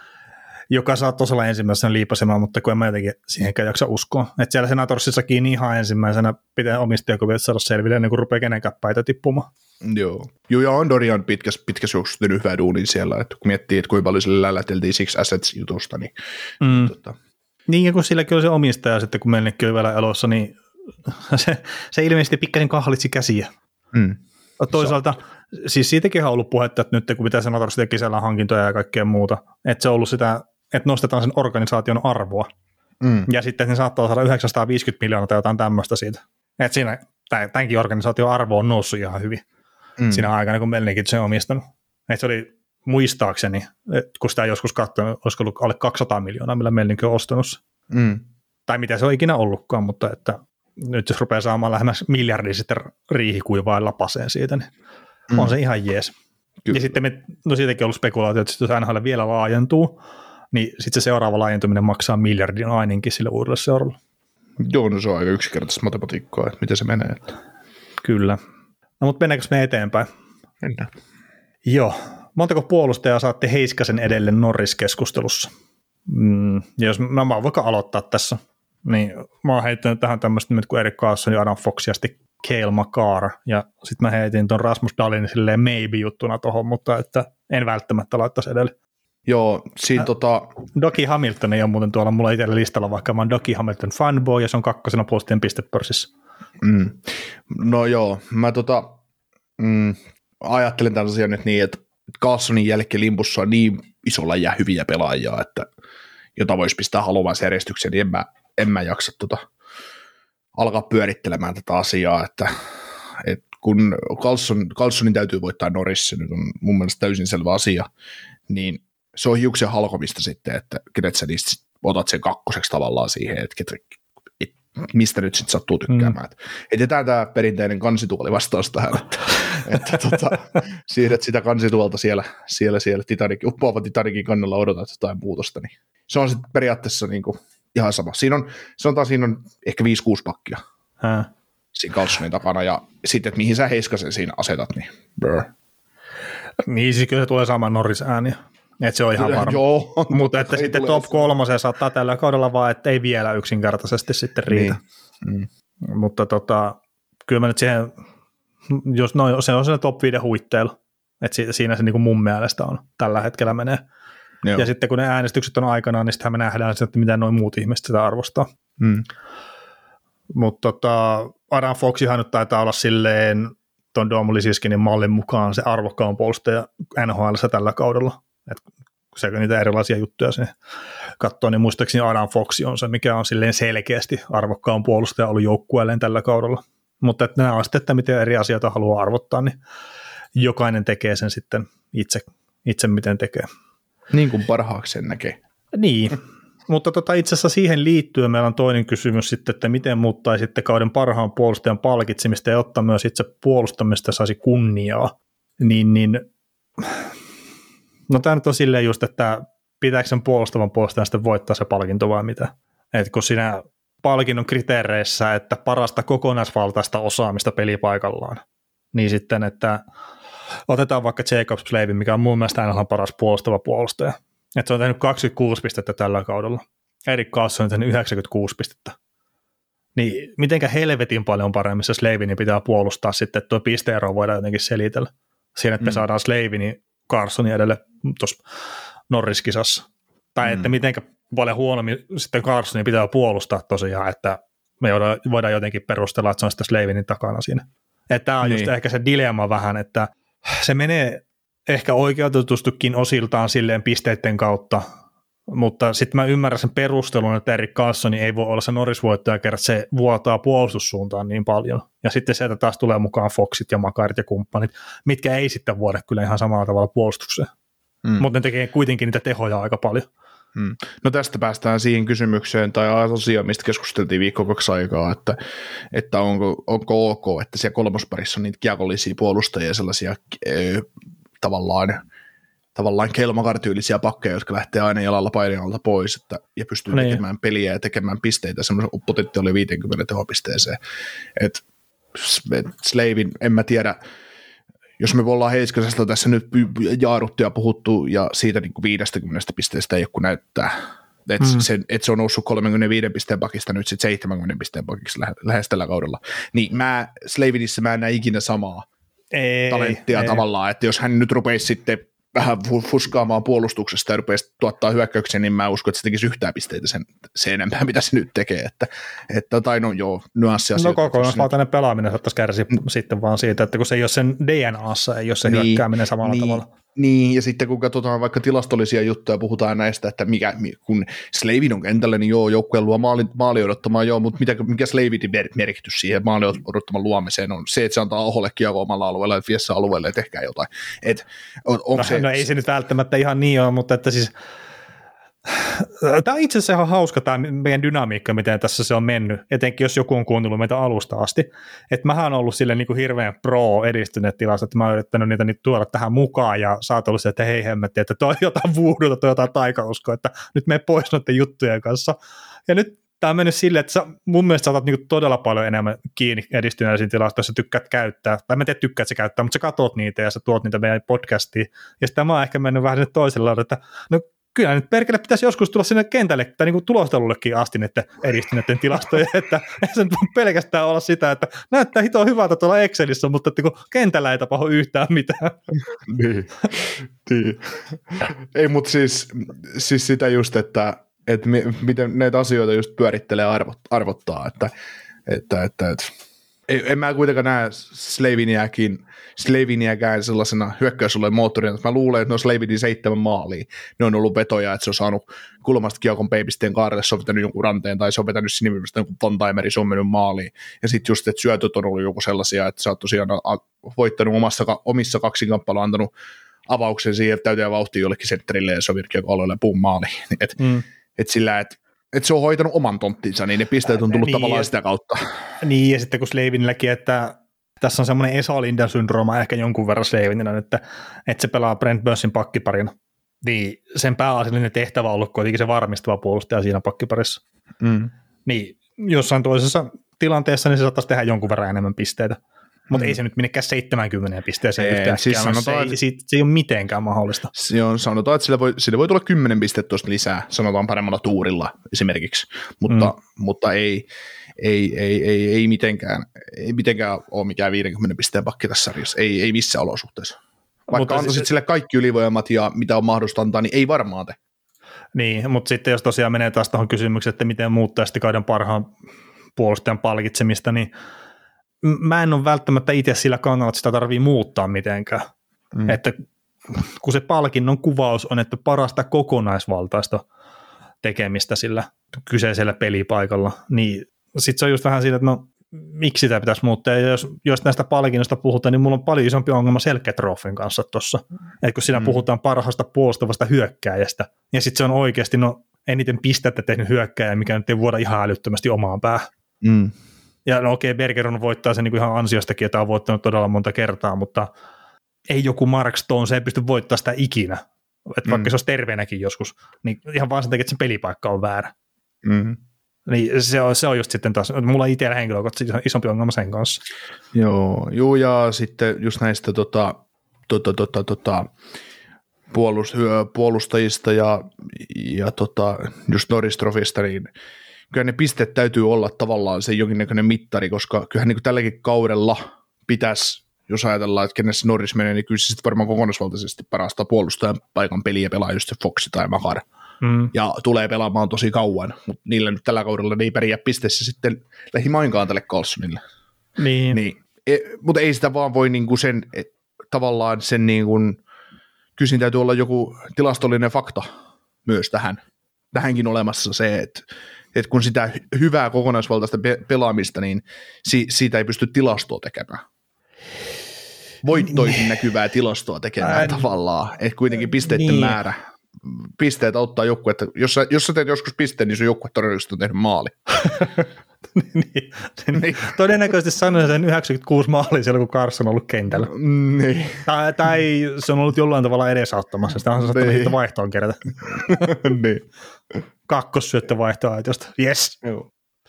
joka saattaisi olla ensimmäisenä liipasemaan, mutta kun en mä jotenkin siihenkään jaksa uskoa. Että siellä Senatorsissakin ihan ensimmäisenä pitää omistajakuvia saada selville, ennen kuin rupeaa kenenkään päitä tippumaan. Joo, Joo ja on Dorian pitkäs, pitkäs juoksussa tehnyt hyvää duunin siellä, että kun miettii, että kuinka paljon sille läläteltiin Six Assets-jutusta, niin mm. tota. Niin, ja kun silläkin oli se omistaja sitten, kun meillekin oli vielä elossa, niin se, se ilmeisesti pikkasen kahlitsi käsiä. Mm. Toisaalta, siis siitäkin on ollut puhetta, että nyt kun pitää Senators teki siellä hankintoja ja kaikkea muuta, että se on ollut sitä, että nostetaan sen organisaation arvoa. Mm. Ja sitten ne saattaa saada yhdeksänsataaviisikymmentä miljoonaa tai jotain tämmöistä siitä. Että siinä tämänkin organisaation arvo on noussut ihan hyvin mm. siinä aikana, kun Melnikin se on omistanut. Että se oli muistaakseni, kun sitä joskus katsoi, olisiko ollut alle kaksisataa miljoonaa, millä Melnikin on ostanut. Mm. Tai mitä se on ikinä ollutkaan, mutta että nyt jos rupeaa saamaan lähemmäs miljardia sitten riihikuivaa lapaseen siitä, niin mm. on se ihan jees. Kyllä. Ja sitten me, no siitäkin on ollut spekulaatio, että jos N H L vielä laajentuu, niin sitten se seuraava laajentuminen maksaa miljardin ainakin sille uudelle seuralle. Joo, no se on aika yksinkertaista matematiikkaa, että miten se menee. Että. Kyllä. No mutta mennäänkö me eteenpäin? Mennään. Joo. Montako puolustajaa saatte Heiskasen edelle Norris-keskustelussa? Mm, ja jos mä voin vaikka aloittaa tässä, niin mä oon heittänyt tähän tämmöistä nyt kuin Erik Karlsson ja Adam Fox ja sitten Cale Makar, ja sitten mä heitin ton Rasmus Dahlin silleen maybe-juttuna tohon, mutta että en välttämättä laittaisi edelle. Joo, siinä äh, tota... Dougie Hamilton ei ole muuten tuolla mulla itsellä listalla, vaikka mä oon Dougie Hamilton fanboy, ja se on kakkosena puolustien pistepörssissä. Mm. No joo, mä tota, mm, ajattelen tämän asian nyt niin, että Carlsonin jälkeen limpussa on niin isolla ja hyviä pelaajia, että jota voisi pistää haluamaan järjestykseen, niin en mä, en mä jaksa tota, alkaa pyörittelemään tätä asiaa, että et kun Carlson, Carlsonin täytyy voittaa Norris, se nyt on mun mielestä täysin selvä asia, niin se on hiuksen halkomista sitten, että kenet sä niistä otat sen kakkoseksi tavallaan siihen, että et, mistä nyt sitten sattuu tykkäämään. Mm. Heitetään tämä perinteinen kansituoli vastaus tähän, että, että tota, siirret sitä kansituolta siellä, siellä, siellä Titanic, uppoava Titanicin kannalla odotat jotain muutosta, niin se on sitten periaatteessa niinku ihan sama. Siinä on, sanotaan, siinä on ehkä viisi kuusi pakkia Hää. siinä Carlsonin takana, ja sitten, että mihin sä Heiskasen siinä asetat, niin brr. Niin, siis kyllä se tulee saamaan Norris-ääniä. Että se on ihan varma. Joo, mutta että sitten top kolmoseen saattaa tällä kaudella vaan, että ei vielä yksinkertaisesti sitten riitä. Niin. Mm. Mutta tota, kyllä mä nyt siihen, jos no, se on se top viiden huitteilla, että siinä se niin kuin mun mielestä on tällä hetkellä menee. Joo. Ja sitten kun ne äänestykset on aikanaan, niin sittenhän me nähdään, että miten noin muut ihmiset sitä arvostaa. Mm. Mutta tota, Adam Foxihan nyt taitaa olla silleen tuon Dom Lysiskinin mallin mukaan se arvokkaan puolustaja N H L:ssä tällä kaudella. Että kun se niitä erilaisia juttuja sinne katsoo, niin muistaakseni Adam Fox on se, mikä on silleen selkeästi arvokkaan puolustaja ollut joukkueelleen tällä kaudella. Mutta että nämä on sitten, että miten eri asioita haluaa arvottaa, niin jokainen tekee sen sitten itse, itse miten tekee. Niin kuin parhaaksi sen näkee. Niin, mutta tota, itse asiassa siihen liittyen meillä on toinen kysymys sitten, että miten muuttaisitte kauden parhaan puolustajan palkitsemista ja ottaa myös itse puolustamista saisi kunniaa, niin, niin no tämä nyt on silleen just, että pitääkö sen puolustavan puolustajan sitten voittaa se palkinto vai mitä? että kun siinä palkinnon kriteereissä, että parasta kokonaisvaltaista osaamista pelipaikallaan, niin sitten, että otetaan vaikka Jacob Slavin, mikä on mun mielestä aina paras puolustava puolustaja, että se on tehnyt kaksikymmentäkuusi pistettä tällä kaudella, Erik Karlsson on tehnyt yhdeksänkymmentäkuusi pistettä, niin mitenkä helvetin paljon paremmin se Slavinin pitää puolustaa sitten, että tuo pisteero voidaan jotenkin selitellä siinä, että me mm. saadaan Slavinin Carlsonin edelle tuossa Norris-kisassa. Tai mm. että mitenkä paljon huonommin sitten Carlsonin pitää puolustaa tosiaan, että me voidaan jotenkin perustella, että se on sitten Slavinin takana siinä. Että tämä on niin. just ehkä se dilemma vähän, että se menee ehkä oikeutetustikin osiltaan silleen pisteiden kautta, mutta sitten mä ymmärrän sen perustelun, että Erik Karlsson ei voi olla se Norris-voittaja, kerran se vuotaa puolustussuuntaan niin paljon. Ja sitten sieltä taas tulee mukaan Foxit ja Makarit ja kumppanit, mitkä ei sitten vuoda kyllä ihan samalla tavalla puolustukseen. Mm. Mutta ne tekee kuitenkin niitä tehoja aika paljon. Mm. No tästä päästään siihen kysymykseen tai asiaan, mistä keskusteltiin viikko kaksi aikaa, että, että onko, onko ok, että siellä kolmosparissa on niitä kiekollisia puolustajia, sellaisia äh, tavallaan tavallaan kelmakartyylisiä pakkeja, jotka lähtee aina jalalla painalta pois että, ja pystyy niin. tekemään peliä ja tekemään pisteitä, semmoisen potentiaali viisikymmentä tehopisteeseen. Et, et Slavin, en mä tiedä, jos me ollaan Heiskasesta tässä nyt jaaruttu ja puhuttu ja siitä niin kuin viisikymmentä pisteestä ei ole kun näyttää, että mm. se, et se on noussut kolmekymmentäviisi pisteen pakista nyt sitten seitsemänkymmentä pisteen pakiksi lähes tällä kaudella, niin mä Slavinissä mä en näe ikinä samaa ei, talenttia ei. tavallaan, että jos hän nyt rupeisi sitten vähän fuskaamaan puolustuksesta ja rupeaisi tuottaa hyökkäyksiä, niin mä uskon, että se tekisi yhtään pisteitä sen, sen enempää, mitä se nyt tekee. Että, että, tai no joo, nyanssiasioita. No kokonaisvaltainen pelaaminen saattaisi kärsiä mm. sitten vaan siitä, että kun se ei ole sen D N A:ssa, ei ole se niin, hyökkääminen samalla niin, tavalla. Niin, ja sitten kun katsotaan vaikka tilastollisia juttuja, puhutaan näistä, että mikä, kun Slavin on kentällä, niin joo, joukkueen luo maali, maali odottamaan, joo, mutta mitä, mikä Slavinin merkitys siihen maali odottaman luomiseen on se, että se antaa Aholle kiekko omalla alueella, että vie se alueelle ja tehkää jotain. Et, on, on no, se, no ei se nyt välttämättä ihan niin ole, mutta että siis tämä on itse asiassa ihan hauska tämä meidän dynamiikka, miten tässä se on mennyt, etenkin jos joku on kuunnellut meitä alusta asti. Että mähän on ollut silleen niin kuin hirveän pro-edistyneet tilasta, että mä oon yrittänyt niitä nyt tuoda tähän mukaan ja sä oot ollut se, että hei hemmetti, että toi on jotain vuoduta, toi on jotain taikauskoa, että nyt mene pois noiden juttujen kanssa. Ja nyt tämä on mennyt silleen, että sä, mun mielestä sä otat niin kuin todella paljon enemmän kiinni edistyneisiin tilasta, jos sä tykkäät käyttää, tai mä en tiedä tykkäät sä käyttää, mutta sä katot niitä ja sä tuot niitä meidän podcastiin. Ja sitten mä oon ehkä mennyt vähän toisella, että no kyllä nyt perkele pitäisi joskus tulla sinne kentälle tai niin kuin tulostelullekin asti näiden edistyneiden tilastoja, että ei se nyt pelkästään olla sitä, että näyttää hitoa hyvältä tuolla Excelissä, mutta että kun kentällä ei tapahdu yhtään mitään. niin, niin. Ei, mutta siis, siis sitä just, että, että miten näitä asioita just pyörittelee arvot, arvottaa, että, että, että, että en mä kuitenkaan näe Slaviniäkin, Slaviniäkään sellaisena hyökkäysalueen moottorina. Mä luulen, että ne on Slavinin seitsemän maalia. Ne on ollut vetoja, että se on saanut kulmasta kiekon peipisteen kaarelle, se on vetänyt jonkun ranteen tai se on vetänyt sinimistä jonkun one-timeri, se on mennyt maaliin. Ja sitten just, että syötöt on ollut joku sellaisia, että sä oot tosiaan voittanut omassa, omissa kaksinkamppailuun, antanut avauksen siihen, että täytyy vauhtia jollekin sentterille ja se on virkkiekon alueelle puun maaliin. Että mm. et sillä, että että se on hoitanut oman tonttinsa, niin ne pisteet on tullut niin, tavallaan sitä kautta. Niin, ja sitten kun Slavinilläkin, että tässä on semmoinen Esa Linden syndrooma ehkä jonkun verran Slavinilla, että, että se pelaa Brent Burnsin pakkiparina, niin sen pääasiallinen tehtävä on ollut kuitenkin se varmistava puolustaja siinä pakkiparissa. Mm. Niin jossain toisessa tilanteessa niin se saattaisi tehdä jonkun verran enemmän pisteitä. Mutta mm. ei se nyt minnekään seitsemänkymmentä pisteeseen ei, yhtään. Siis sanotaan, se, ei, se, se ei ole mitenkään mahdollista. Se on, sanotaan, että sille voi, sille voi tulla kymmenen pistettä tuosta lisää, sanotaan paremmalla tuurilla esimerkiksi, mutta, mm. mutta ei, ei, ei, ei, ei, mitenkään, ei mitenkään ole mikään viidenkymmenen pisteen pakki tässä sarjassa, ei, ei missään olosuhteessa. Vaikka mutta antaisit siis, sille kaikki ylivoimat ja mitä on mahdollista antaa, niin ei varmaan te. Niin, mutta sitten jos tosiaan menee taas tuohon kysymykseen, että miten muuttaa sitten kauden parhaan puolustajan palkitsemista, niin mä en ole välttämättä itse sillä kannalla, että sitä tarvii muuttaa mitenkään. Mm. Että kun se palkinnon kuvaus on, että parasta kokonaisvaltaista tekemistä sillä kyseisellä pelipaikalla, niin sitten se on just vähän siitä, että no miksi sitä pitäisi muuttaa, ja jos, jos näistä palkinnosta puhutaan, niin mulla on paljon isompi ongelma Selke-trofin kanssa tuossa, että kun siinä mm. puhutaan parhaasta puolustavasta hyökkääjästä, ja sitten se on oikeasti no eniten pistettä tehnyt hyökkääjä, mikä nyt ei vuoda ihan älyttömästi omaan päähän. Mm. Ja no okei, Bergeron voittaa sen niin kuin ihan ansiostakin, että on voittanut todella monta kertaa, mutta ei joku Mark Stone, se ei pysty voittamaan sitä ikinä. Että vaikka mm. se olisi terveenäkin joskus, niin ihan vaan sen takia, että se pelipaikka on väärä. Mm. Niin se on, se on just sitten taas, mulla itsellä henkilökohtaisesti isompi ongelma sen kanssa. Joo, juu, ja sitten just näistä tota, tota, tota, tota, puolust, puolustajista ja, ja tota, just Norris Trophysta, niin kyllä ne pisteet täytyy olla tavallaan se jonkinnäköinen mittari, koska kyllähän niin kuin tälläkin kaudella pitäisi, jos ajatellaan, että kenessä Norris menee, niin kyllä se sitten varmaan kokonaisvaltaisesti parasta puolustajan paikan peliä pelaa just se Foxi tai Makar. Mm. Ja tulee pelaamaan tosi kauan, mutta niillä nyt tällä kaudella ne ei pärjää pisteessä sitten lähimainkaan tälle Carlsonille. Niin. niin. E, mutta ei sitä vaan voi niinku sen, et, tavallaan sen niinku, kysin täytyy olla joku tilastollinen fakta myös tähän. Tähänkin olemassa se, että et kun sitä hyvää kokonaisvaltaista pe- pelaamista, niin si- siitä ei pysty tilastoa tekemään. Voittoihin näkyvää tilastoa tekemään Ää, tavallaan, että kuitenkin pisteiden niin. määrä. Pisteet auttaa joku, että jos sä, jos sä teet joskus pisteen, niin sun joukkue todennäköisesti on tehnyt maali. niin. niin. Todennäköisesti sanoin sen yhdeksänkymmentäkuusi maalia siellä, kun Carson on ollut kentällä. Niin. Tai, tai se on ollut jollain tavalla edesauttamassa. Sitä on saattanut niin. vaihtoon kerätä. niin. Kakkossyöttö vaihtoaitosta. Yes. Joo.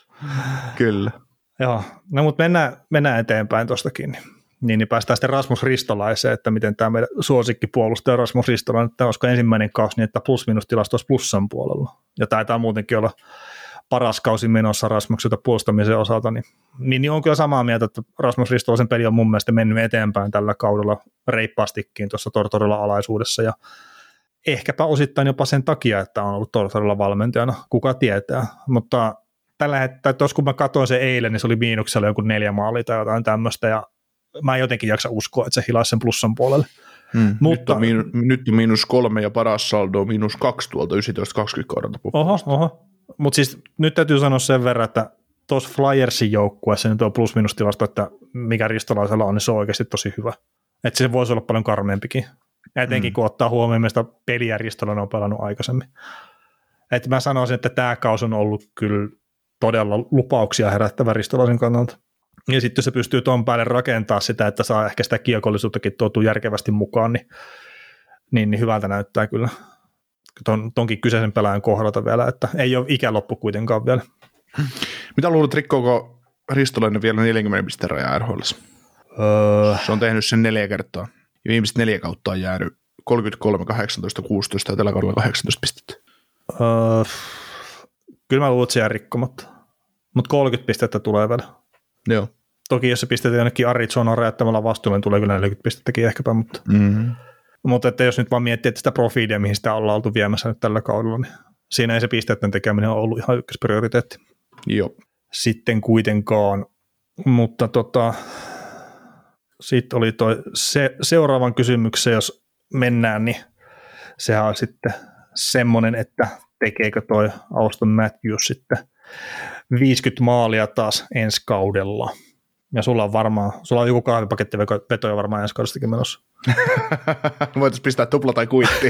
Kyllä. Joo. No mutta mennään, mennään eteenpäin tuostakin. Niin, niin päästään sitten Rasmus Ristolaiseen, että miten tämä meidän suosikkipuolustaja Rasmus Ristolainen, että olisiko ensimmäinen kausi niin, että plus-minus-tilasto olisi plussan puolella. Ja taitaa muutenkin olla paras kausi menossa Rasmukselta puolustamisen osalta, niin, niin, niin on kyllä samaa mieltä, että Rasmus Ristolaisen peli on mun mielestä mennyt eteenpäin tällä kaudella reippaastikin tuossa Tortorella alaisuudessa, ja ehkäpä osittain jopa sen takia, että on ollut Tortorella valmentajana, kuka tietää, mutta tällä hetkellä, tuossa kun mä katsoin sen eilen, niin se oli miinuksella joku neljä maalia tai jotain tämmöistä, ja mä en jotenkin jaksa uskoa, että se hilaisi sen plussan puolelle. Hmm. Mutta, nyt, on miinu, nyt on miinus kolme ja paras saldo on miinus kaksi tuolta yhdeksäntoista kaksikymmentä kaudelta. Oho, oho. Mutta siis nyt täytyy sanoa sen verran, että tuossa Flyersin joukkueessa niin tuo plus-minus-tilasto, että mikä Ristolaisella on, niin se on oikeasti tosi hyvä. Että se voisi olla paljon karmeampikin. Etenkin hmm. kun ottaa huomioon, mistä peliä Ristolainen on pelannut aikaisemmin. Että mä sanoisin, että tämä kausi on ollut kyllä todella lupauksia herättävä Ristolaisen kannalta. Ja sitten se pystyy tuon päälle rakentaa sitä, että saa ehkä sitä kiekollisuuttakin tuotua järkevästi mukaan, niin, niin, niin hyvältä näyttää kyllä ton, tonkin kyseisen pelaajan kohdalta vielä, että ei ole ikäloppu kuitenkaan vielä. Mitä luulet, rikkoako Ristolainen vielä neljäkymmentä pisteen rajaa R H L:ssä? Öö. Se on tehnyt sen neljä kertaa. Ja viimeiset neljä kautta on jäänyt kolmekymmentäkolme, kahdeksantoista, kuusitoista ja tällä kaudella kahdeksantoista pistettä. Öö. Kyllä mä luulen, että se jää rikkomatta. Mutta kolmekymmentä pistettä tulee vielä. Joo. Toki jos se pistetään jonnekin Arizonaan räjättämällä vastuulle, niin tulee kyllä neljäkymmentä pistettäkin ehkäpä, mutta, mm-hmm. mutta että jos nyt vaan miettii, että sitä profiilia, mihin sitä ollaan oltu viemässä nyt tällä kaudella, niin siinä ei se pisteiden tekeminen ole ollut ihan ykkösprioriteetti. Joo. Sitten kuitenkaan, mutta tota, sitten oli toi se, seuraavan kysymyksen, jos mennään, niin sehän on sitten semmoinen, että tekeekö toi Auston Matthews sitten viisikymmentä maalia taas ensi kaudella. Ja sulla on varmaan, sulla on joku kahvipakettivetoja varmaan ensi kaudestakin menossa. Voitaisiin pistää tupla tai kuitti.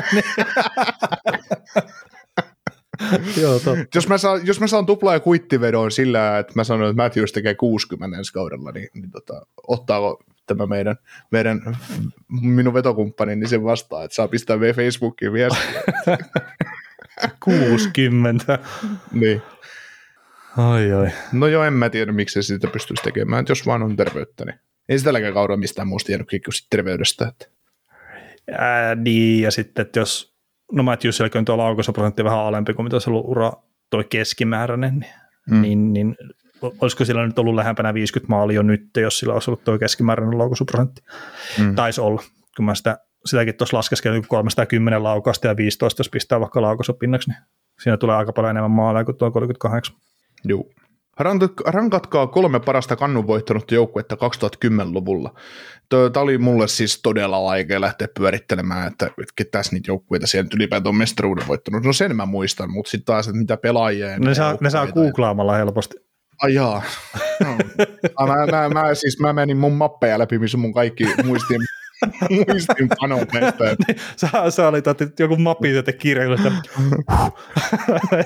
Joo, jos, mä saan, jos mä saan tupla ja kuittivedon sillä, että mä sanon, että Matthews tekee kuusikymmentä ensi kaudella, niin, niin tota, ottaako tämä meidän, meidän minun vetokumppani, niin sen vastaa, että saa pistää meidän Facebookiin viestiä. kuusikymmentä. Niin. Ai, ai. No joo, en mä tiedä, miksi se sitä pystyisi tekemään, että jos vaan on terveyttä, niin ei sitä tälläkään kaudella mistään muusta jäänytkin kuin terveydestä. Että. Ää, niin, ja sitten, että jos, no Matthews selkeä on tuo laukaisuprosentti vähän alempi kuin mitä se on ura toi keskimääräinen, niin, hmm. niin, niin olisiko sillä nyt ollut lähempänä viisikymmentä maalia nyt, jos sillä olisi ollut tuo keskimääräinen laukaisuprosentti. Hmm. Taisi olla, kun mä sitä, sitäkin tuossa laskeskelin kolmesataakymmenen laukasta ja viisitoista, jos pistää vaikka laukaisupinnaksi, niin siinä tulee aika paljon enemmän maaleja kuin tuo kolmekymmentäkahdeksan. Joo. Rankatkaa kolme parasta kannun voittanutta joukkuetta kaksituhattakymmenluvulla. Tämä oli mulle siis todella vaikea lähteä pyörittelemään, että ketäs niitä joukkueita siellä nyt ylipäätään on mestaruuden voittanut. No sen mä muistan, mutta sitten taas, että mitä pelaajia. Ne saa, ne saa googlaamalla helposti. Ai jaa. No. mä, mä, mä, siis mä menin mun mappeja läpi, missä mun kaikki muistiin. Muistin panon näistä. Sä, sä olit, että joku mappi sieltä kirjailusta.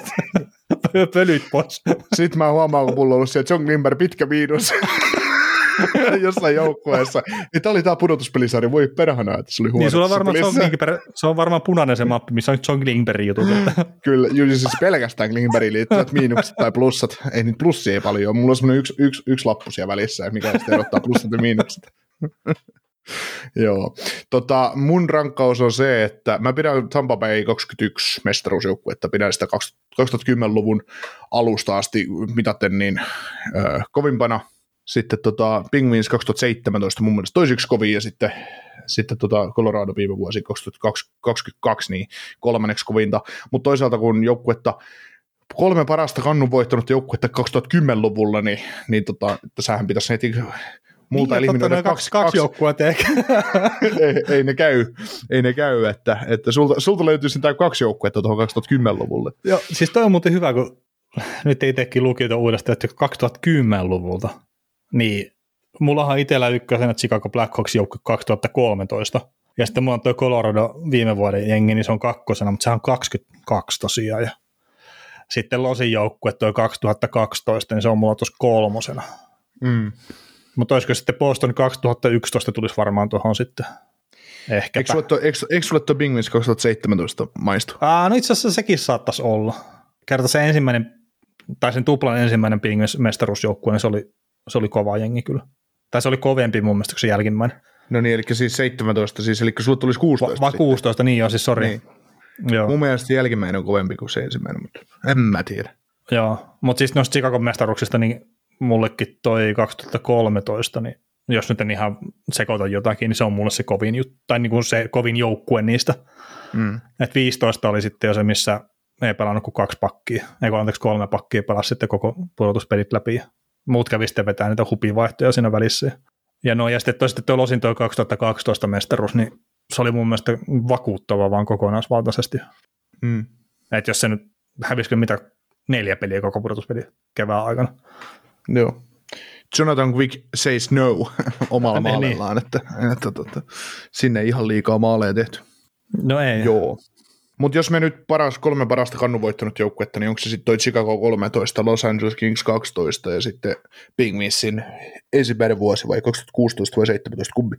Pölyt pois. Sitten mä huomaan, kun mulla on ollut siellä John Glimber pitkä miinus. jossain joukkueessa. Tämä oli tämä pudotuspelisarja, voi perhana, että se oli huono. Niin, sulla on varmaan, se on varmaan punainen se mappi, missä on John Klingbergin jutut. Kyllä, juuri siis pelkästään Klingbergiin liittyvät miinukset tai plussat. Ei niitä plussia ei paljon. Mulla on semmoinen yksi, yksi, yksi lappu siellä välissä, mikä sitten erottaa plussat ja miinukset. Joo. Tota, mun rankkaus on se, että mä pidän Tampa Bay kaksikymmentäyksi mestaruusjoukkuetta, pidän sitä kaksituhattakymmenluvun alusta asti mitaten niin äh, kovimpana. Sitten tota, Penguins kaksituhattaseitsemäntoista mun mielestä toiseksi kovin ja sitten, sitten tota Colorado viime vuosi kaksituhattakaksikymmentäkaksi niin kolmanneksi kovinta. Mutta toisaalta kun joukkuetta kolme parasta kannun voittanut joukkuetta kaksituhattakymmenluvulla, niin, niin tota, sähän pitäisi heti multa niin, eliminoida kaksi, kaksi joukkuetta ehkä. ei, ei ne käy, ei ne käy, että, että sulta, sulta löytyy sitä kaksi joukkuetta tuohon kaksituhattakymmenluvulle. Joo, siis toi on muuten hyvä, kun nyt itsekin luki uudestaan, että kaksituhattakymmenluvulta, niin mullahan itsellä ykkösenä Chicago Blackhawks joukkue kaksituhattakolmetoista, ja sitten mulla on toi Colorado viime vuoden jengi, niin se on kakkosena, mutta se on kaksikymmentäkaksi tosiaan, ja sitten Losin joukkue toi kaksituhattakaksitoista, niin se on mulla tuossa kolmosena. Mm. Mutta olisiko sitten Boston kaksituhattayksitoista tulisi varmaan tuohon sitten ehkäpä. Eikö sulle tuo, eikö, eikö sulle tuo Penguins kaksituhattaseitsemäntoista maistu? Aa, no itse asiassa sekin saattaisi olla. Kerta se ensimmäinen, tai sen tuplan ensimmäinen Penguins mestaruusjoukkue, niin se oli, se oli kova jengi kyllä. Tai se oli kovempi mun mielestä kuin se jälkimmäinen. No niin, eli siis seitsemäntoista, siis, eli sulle tulisi kuusitoista. Va- va kuusitoista, niin joo, siis sori. Niin. Joo. Mun mielestä jälkimmäinen on kovempi kuin se ensimmäinen, mutta en mä tiedä. Joo, mutta siis noista Chicagon mestaruuksista, niin mullekin toi kaksituhattakolmetoista, niin jos nyt en ihan sekoita jotakin, niin se on mulle se kovin juttu, tai niin kuin se kovin joukkue niistä. Mm. Et viisitoista oli sitten jo se, missä ei pelannut kuin kaksi pakkia, ei anteeksi kolme pakkia, pelasi sitten koko pudotuspelit läpi, ja muut kävi sitten vetää niitä hupivaihtoja siinä välissä. Ja no, ja sitten toi, sitten toi Losin toi kaksituhattakaksitoista mestaruus, niin se oli mun mielestä vakuuttava vaan kokonaisvaltaisesti. Mm. Että jos se nyt hävisikö mitä neljä peliä koko pudotuspeli kevään aikana. Joo. Jonathan Quick says no omalla maalillaan, niin. että, että, että sinne ei ihan liikaa maaleja tehty. No ei. Joo. Mutta jos me nyt paras, kolme parasta kannun voittanut joukkuetta, niin onko se sitten toi Chicago kolmetoista, Los Angeles Kings kaksitoista ja sitten Penguinsin ensimmäinen vuosi vai kaksituhattakuusitoista vai seitsemäntoista kumpi?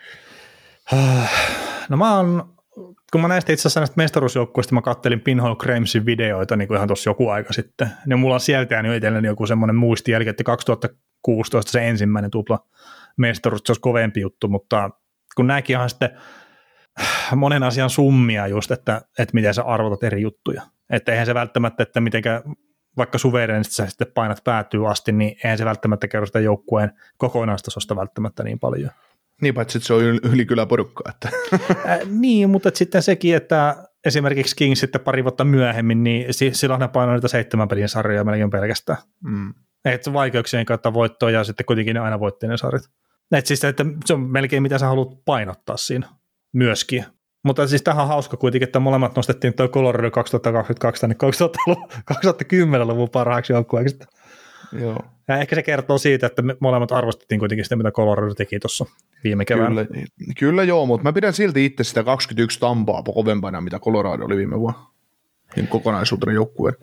No mä oon, kun mä näistä itse asiassa näistä mestaruusjoukkueista, mä kattelin Pinhole Cramesin videoita niin kuin ihan tuossa joku aika sitten, niin mulla on sieltä jäänyt itselleni joku semmoinen muistijälki, että kaksituhattakuusitoista se ensimmäinen tupla mestaruus, se olisi kovempi juttu, mutta kun nämäkin on sitten monen asian summia just, että, että miten sä arvotat eri juttuja. Että eihän se välttämättä, että mitenkä vaikka suvereenisesti sä sitten painat päätyy asti, niin eihän se välttämättä kerro sitä joukkueen kokonaistasosta välttämättä niin paljon. Niin paitsi, että se on yli kyllä porukkaa. Että. Äh, niin, mutta sitten sekin, että esimerkiksi Kings sitten pari vuotta myöhemmin, niin silloin ne painoi niitä seitsemän pelin sarjoja melkein pelkästään. Mm. Että vaikeuksien kautta voittoa ja sitten kuitenkin ne aina voitti ne sarjat. Että siis, että se on melkein mitä sä haluat painottaa siinä myöskin. Mutta siis tähän on hauska kuitenkin, että molemmat nostettiin tuo Colorado kaksituhattakaksikymmentäkaksi tänne kaksituhattakymmenluvun parhaaksi joukkueeksi. Joo. Ja ehkä se kertoo siitä, että me molemmat arvostettiin kuitenkin sitä, mitä Colorado teki tuossa viime keväänä. Kyllä, kyllä joo, mutta mä pidän silti itse sitä kaksikymmentäyksi Tampaa kovempana, mitä Colorado oli viime vuonna. Niin kokonaisuutena joukkueen.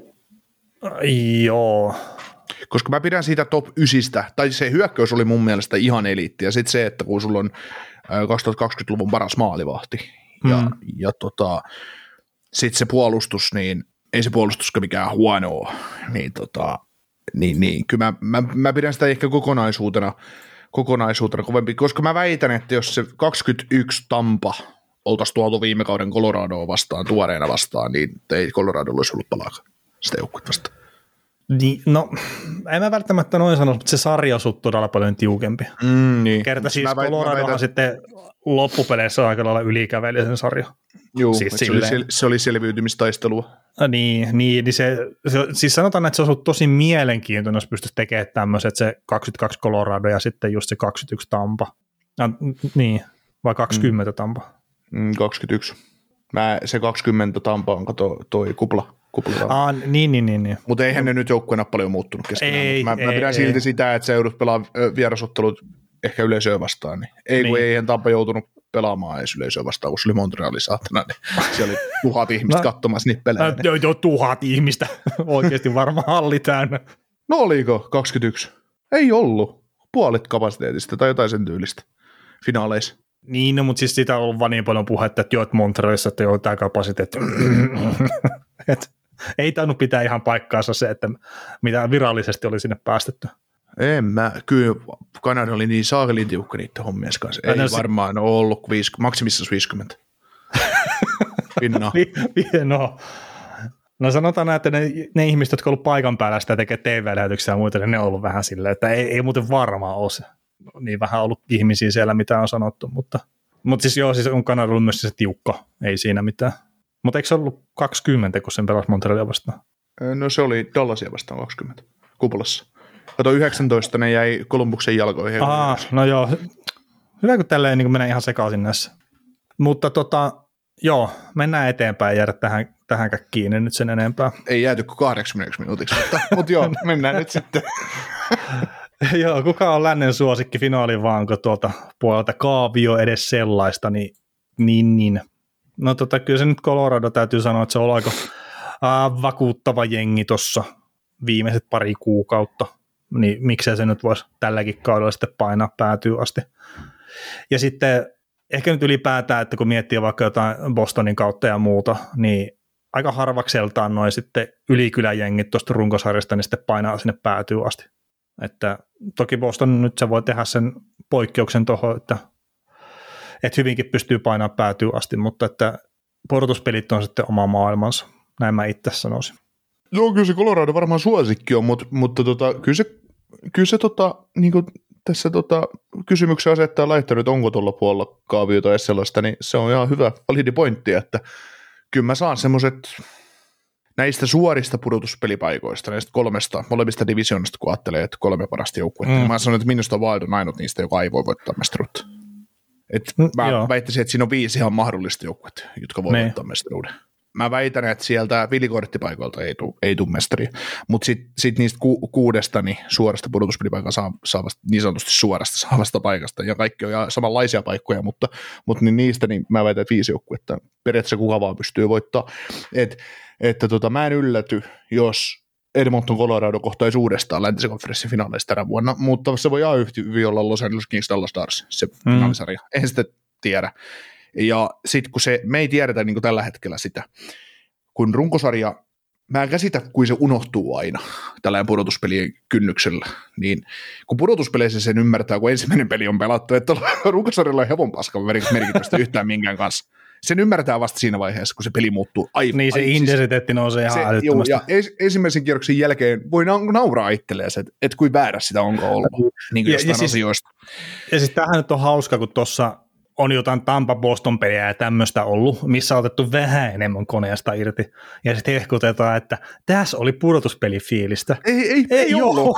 Joo. Koska mä pidän siitä top ysistä, tai se hyökkäys oli mun mielestä ihan eliitti, ja sitten se, että kun sulla on kaksituhattakaksikymmentäluvun paras maalivahti, ja, mm. ja tota, sitten se puolustus, niin ei se puolustuskaan mikään huonoa, niin tota, Niin, niin. Kyllä mä, mä, mä pidän sitä ehkä kokonaisuutena, kokonaisuutena kovempi, koska mä väitän, että jos se kaksikymmentäyksi Tampa oltaisiin tuotu viime kauden Coloradoa vastaan, tuoreena vastaan, niin ei Colorado olisi ollut palaakaan sitä joukkuetta vastaan. Niin, no, en mä välttämättä noin sano, mutta se sarja on sut todella paljon tiukempi. Mm, niin. Kerta siis Coloradohan väitän... sitten loppupeleissä aika lailla ylikäveli sen sarja. Joo, siis se, oli, se oli selviytymistaistelua. Niin, niin, niin se, se, siis sanotaan, että se on ollut tosi mielenkiintoinen, jos pystyisi tekemään tämmöiset, se kaksikymmentäkaksi Colorado ja sitten just se kaksikymmentäyksi Tampa. Ja, niin, vai kaksikymmentä mm. Tampa? Mm, kaksikymmentäyksi. Mä, se kaksikymmentä Tampa on kato toi kupla. Aa, niin, niin, niin. niin. Mutta eihän ne nyt joukkueena paljon muuttunut keskenään. Ei, mä, ei, mä pidän ei, silti ei. sitä, että sä joudut pelaamaan vierasottelut ehkä yleisöä vastaan. Niin. Ei, niin. kun eihän Tampa joutunut pelaamaan edes yleisöä vastaan, kun se oli Montrealin saatana. Niin siellä oli tuhat ihmistä no, katsomassa niitä pelejä. Joo, jo, tuhat ihmistä. Oikeasti varmaan halli täynnä. No oliko kaksikymmentäyksi? Ei ollut. puolet kapasiteetista tai jotain sen tyylistä finaaleissa. Niin, no, mutta siis siitä on ollut vaan niin paljon puhetta, että joo, että Montrealissa, että joo, tämä kapasiteetti. Et, ei tainnut pitää ihan paikkaansa se, että mitä virallisesti oli sinne päästetty. En mä, kyllä Kanada oli niin saakelin tiukka niiden hommien kanssa. Ei no, varmaan se... ole ollut viisi, maksimissaan viisikymmentä. Pinnaa. no. no sanotaan näin, että ne, ne ihmiset, jotka on ollut paikan päällä sitä tekee T V-lähetyksiä ja muita, niin ne on ollut vähän silleen, että ei, ei muuten varmaan ole se. Niin vähän ollut ihmisiä siellä, mitä on sanottu, mutta, mutta siis joo, siis on Kanada ollut myös se tiukka, ei siinä mitään. Mutta eikö se ollut kaksikymmentä, kun sen pelasi Montrealia vastaan? No se oli Dallasia vastaan kaksikymmentä, kuplassa. Kato yhdeksäntoista ne jäi Columbuksen jalkoihin. Aa, no joo, hyvä kun tälleen niin menee ihan sekaisin näissä. Mutta tota, joo, mennään eteenpäin ja jäädä tähän, tähänkään kiinni nyt sen enempää. Ei jääty kuin kahdeksankymmentä minuutiksi, mutta, mutta joo, mennään nyt sitten. Joo, kuka on lännen suosikki finaaliin vaanko tuolta puolelta kaavio edes sellaista, niin, niin, niin. No tota, kyllä se nyt Colorado täytyy sanoa, että se on aika äh, vakuuttava jengi tuossa viimeiset pari kuukautta, niin miksei se nyt voisi tälläkin kaudella sitten painaa päätyy asti. Ja sitten ehkä nyt ylipäätään, että kun miettii vaikka jotain Bostonin kautta ja muuta, niin aika harvakseltaan noin sitten ylikyläjengit tuosta runkosarjasta, niin sitten painaa sinne päätyy asti. Että toki Boston nyt se voi tehdä sen poikkeuksen tuohon, että, että hyvinkin pystyy painamaan päätyy asti, mutta että pudotuspelit on sitten oma maailmansa, näin mä itse sanoisin. Joo, kyllä se Colorado varmaan suosikki on, mutta, mutta tota, kyllä se, kyllä se tota, niin kuin tässä tota, kysymyksen asettaa laittanut, että onko tuolla puolella kaaviota ja sellaista, niin se on ihan hyvä validi pointti, että kyllä mä saan semmoiset näistä suorista pudotuspelipaikoista, näistä kolmesta, molemmista divisioonasta, kun ajattelee, että kolme parasta joukkuetta, mm. niin mä sanon, että minusta Wild on ainut niistä, joka ei voi voittaa mestaruutta. Et mm, mä joo. väittäisin, että siinä on viisi ihan mahdollista joukkuetta, jotka voi ne. voittaa mestaruuden. Mä väitän, että sieltä vilikorttipaikoilta ei tule ei mestaria, mutta sitten sit niistä ku, kuudesta niin suorasta pudotuspelipaikkaa saa, saavasta, niin sanotusti suorasta saavasta paikasta, ja kaikki on ihan samanlaisia paikkoja, mutta, mutta niin niistä niin mä väitän, että viisi joukkuetta periaatteessa kuka vaan pystyy voittaa. Et, että tota, mä en ylläty, jos Edmonton Colorado kohtaisi uudestaan läntisen konferenssin finaaleista tänä vuonna, mutta se voi ihan yhtä hyvin olla Los Angeles Kings Dallas Stars, se mm. finaalisarja. En sitä tiedä. Ja sitten kun se, me ei tiedetä niin kuin tällä hetkellä sitä, kun runkosarja, mä en käsitä, kuin se unohtuu aina tällainen pudotuspelien kynnyksellä, niin kun pudotuspeleissä sen ymmärtää, kun ensimmäinen peli on pelattu, että runkosarjalla ei hevon paskan merkitystä yhtään minkään kanssa. Sen ymmärtää vasta siinä vaiheessa, kun se peli muuttuu aivan. Niin se intensiteetti nousee ihan älyttömästi. Ja ensimmäisen kierroksen jälkeen voi nauraa itselleen, että et kuin väärä sitä onko ollut niin kuin jostain ja, ja asioista. Siis, ja siis tämähän nyt on hauska, kun tuossa on jotain Tampa-Boston-peliä ja tämmöistä ollut, missä on otettu vähän enemmän koneesta irti. Ja sitten hehkutetaan, että tässä oli pudotuspelifiilistä. Ei, ei, ei, ei ollut.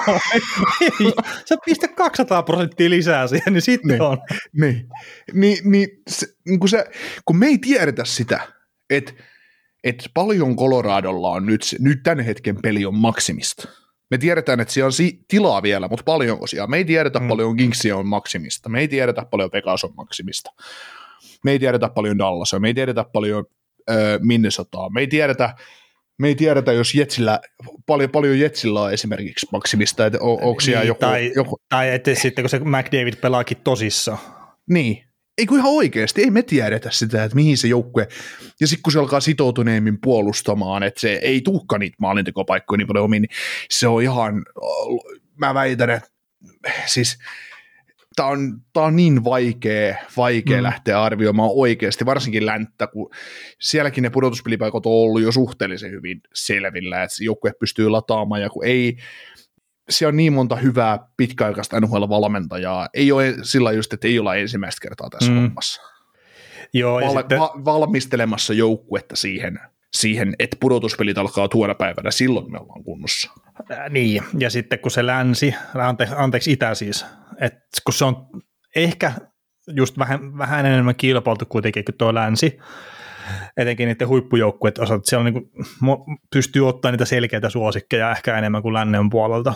Ei, sä pistä kaksisataa prosenttia lisää siihen, niin sitten niin, on. Niin, niin, niin se, kun, se, kun me ei tiedetä sitä, että et paljon Coloradolla on nyt, nyt tämän hetken peli on maksimista. Me tiedetään, että siellä on si- tilaa vielä, mutta paljonko siellä. Me ei tiedetä mm. paljon Kingsia on maksimista. Me ei tiedetä paljon Vegas on maksimista. Me ei tiedetä paljon Dallasia. Me ei tiedetä paljon äh, Minnesotaa. Me ei tiedetä, me ei tiedetä, jos Jetsillä, paljon, paljon Jetsillä on esimerkiksi maksimista. Että on, onko siellä joku, tai, joku... tai että sitten kun se McDavid pelaakin tosissaan. Niin. Ei kun ihan oikeasti, ei me tiedetä sitä, että mihin se joukkue, ja sitten kun se alkaa sitoutuneemmin puolustamaan, että se ei tulekaan niitä maalintekopaikkoja niin paljon omiin, niin se on ihan, mä väitän, että siis tämä on, tää on niin vaikea, vaikea mm. lähteä arvioimaan oikeasti, varsinkin länttä, kun sielläkin ne pudotuspelipaikat on ollut jo suhteellisen hyvin selvillä, että joukkue pystyy lataamaan, ja kun ei, siellä on niin monta hyvää pitkäaikaista N H L-valmentajaa. Ei ole sillä just, että ei olla ensimmäistä kertaa tässä mm. hommassa. Joo, Val- sitten... va- valmistelemassa joukkuetta siihen, siihen, että pudotuspelit alkaa tuona päivänä, silloin me ollaan kunnossa. Äh, niin, ja sitten kun se länsi, ante- anteeksi itä siis, että kun se on ehkä just vähän, vähän enemmän kilpailtu kuitenkin kuin tuo länsi, etenkin niiden huippujoukkueet osat, siellä on niin kuin, pystyy ottaa niitä selkeitä suosikkeja ehkä enemmän kuin lännen puolelta,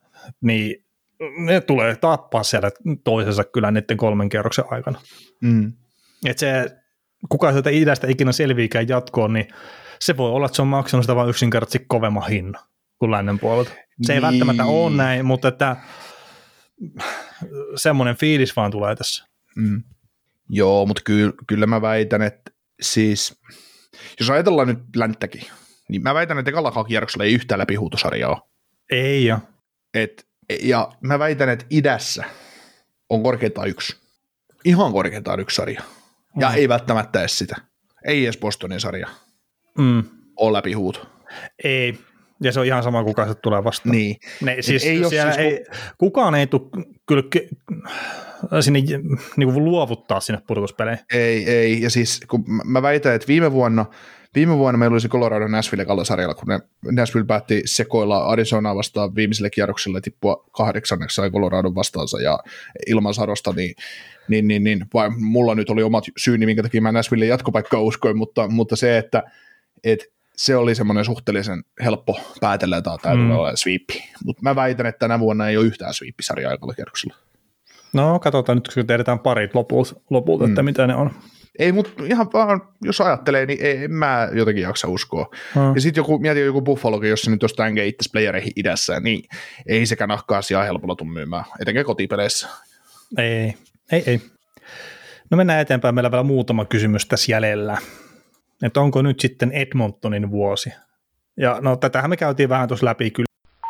niin ne tulee tappaa siellä toisensa kyllä niiden kolmen kierroksen aikana. Mm. Että se, kuka sieltä idästä ikinä selviikään jatkoon, niin se voi olla, että se on maksanut sitä vain yksinkertaisesti kovemman hinnan kuin lännen puolelta. Se niin. Ei välttämättä ole näin, mutta että semmoinen fiilis vaan tulee tässä. Mm. Joo, mutta ky- kyllä mä väitän, että siis, jos ajatellaan nyt länttäkin, niin mä väitän, että ekalla kierroksella ei yhtään läpihuutosarjaa ole. Ei jo. Et, ja mä väitän, että idässä on korkeintaan yksi. Ihan korkeintaan yksi sarja. Ja mm. ei välttämättä edes sitä. Ei edes Bostonin sarja. Mm. On läpihuuto. Ei. Ja se on ihan sama, kuka se tulee vastaan. Niin. Ne, siis ei siis ei, ku... Kukaan ei tule kyllä sinne niin kuin luovuttaa sinne pudotuspeleihin. Ei, ei. Ja siis kun mä väitän, että viime vuonna, viime vuonna meillä oli se Colorado Nashville kallasarjalla, kun ne Nashville päätti sekoilla Arizonaa vastaan viimeisellä kierroksella tippua kahdeksanneksi sai Coloradon vastaansa ja ilman sadosta, niin, niin, niin, niin vai, mulla nyt oli omat syyni, minkä takia mä Nashvillen jatkopaikkaa uskoin, mutta, mutta se, että et, se oli semmoinen suhteellisen helppo päätellä, että tämä tulee olemaan sweepi. Mutta mä väitän, että tänä vuonna ei ole yhtään sweepisarjaa aikalla kierroksella. No katsotaan nyt, kun tehdään parit lopulta, lopulta mm. että mitä ne on. Ei, mutta ihan vaan, jos ajattelee, niin en mä jotenkin jaksa uskoa. Hmm. Ja sitten joku, mietin joku Buffalokin, jos se nyt olisi tämänkin itse playereihin idässä, niin ei sekään nahkaa asiaa helpolla tule myymään, etenkin kotipeleissä. Ei, ei, ei. No mennään eteenpäin, meillä on vielä muutama kysymys tässä jäljellä. Että onko nyt sitten Edmontonin vuosi? Ja no tätähän me käytiin vähän tuossa läpi kyllä.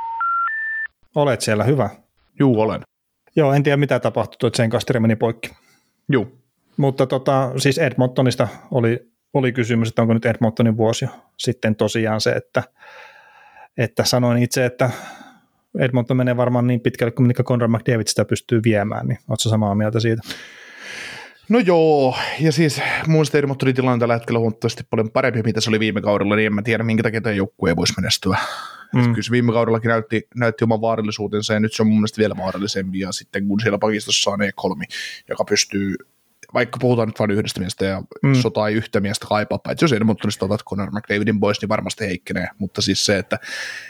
Olet siellä, hyvä. Juu, olen. Joo, en tiedä mitä tapahtui, tuo Jen Kasteri meni poikki. Juu. Mutta tota, siis Edmontonista oli, oli kysymys, että onko nyt Edmontonin vuosi. Sitten tosiaan se, että, että sanoin itse, että Edmonton menee varmaan niin pitkälle, kuin minkä Conor McDavid sitä pystyy viemään, niin ootko samaa mieltä siitä? No joo, ja siis mun mielestä Edmontonin tilanne tällä hetkellä huomattavasti paljon parempi, mitä se oli viime kaudella, niin en mä tiedä, minkä takia tämä joukkue ei voisi menestyä. Mm. Kyllä se viime kaudellakin näytti, näytti oman vaarallisuutensa, ja nyt se on mun mielestä vielä vaarallisempi, ja sitten kun siellä pakistossa on E kolme, joka pystyy, vaikka puhutaan nyt vain yhdestä miestä, ja mm. sota ei yhtä miestä kaipaa, paitsi jos Edmontonista otat Conor McDavidin pois, niin varmasti heikkenee, mutta siis se, että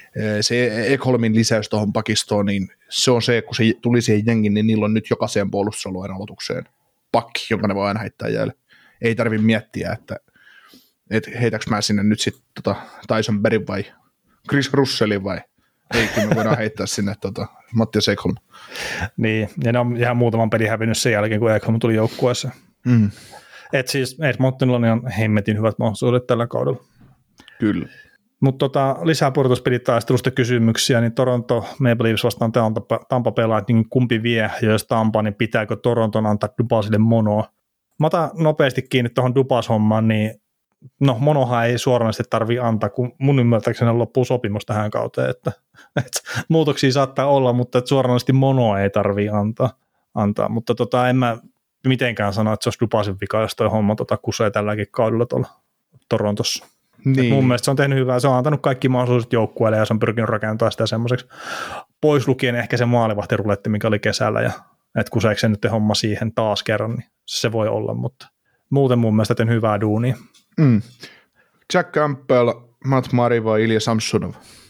se E kolmen lisäys tuohon pakistoon, niin se on se, kun se tuli siihen jengin, niin niillä on nyt jokaiseen puolustusalueen aloitukseen pakki, jonka ne voi aina heittää jäälle. Ei tarvitse miettiä, että, että heitäks mä sinne nyt sitten tota, Tyson Berryn vai Chris Russellin vai ei, kun me voidaan heittää sinne tota, Mattias Ekholm. Niin, ja ne on ihan muutaman pelin hävinnyt sen jälkeen, kun Ekholm tuli joukkueeseen. Mm. Et siis Edmontonilla on ihan hemmetin hyvät mahdollisuudet tällä kaudella. Kyllä. Mutta tota, lisää pudotuspelitaistelusta kysymyksiä, niin Toronto Maple Leafs vastaan Tampa, Tampa pelaa, niin kumpi vie, ja jos Tampa, niin pitääkö Toronton antaa Dubasille monoa? Mä otan nopeasti kiinni tuohon Dubas-hommaan, niin no monohan ei suoranaisesti tarvitse antaa, kun mun ymmärtääkseni loppuu sopimus tähän kauteen, että, että muutoksia saattaa olla, mutta että suoranaisesti monoa ei tarvitse antaa, antaa. Mutta tota, en mä mitenkään sano, että se olisi Dubasin vika, jos toi homma tota kusee tälläkin kaudella tuolla Torontossa. Niin. Mun mielestä se on tehnyt hyvää, se on antanut kaikki mahdollisuudet joukkueelle ja se on pyrkinyt rakentamaan sitä semmoiseksi pois lukien ehkä se maalivahtiruletti, mikä oli kesällä ja että kuseeko se nyt homma siihen taas kerran, niin se voi olla, mutta muuten mun mielestä tehnyt hyvää duunia. Mm. Jack Campbell, Matt Murray vai Ilja Samsonov?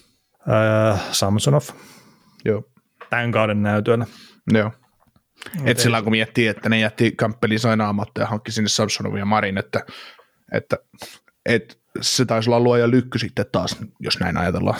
Öö, Samsonov. Joo. Tämän kauden näytöllä. Joo. Et sillä kun miettii, että ne jätti Campbellin sainaamatta ja hankki sinne Samsonovin ja Marin, että, että, että se taisi olla luoja lykky sitten taas, jos näin ajatellaan.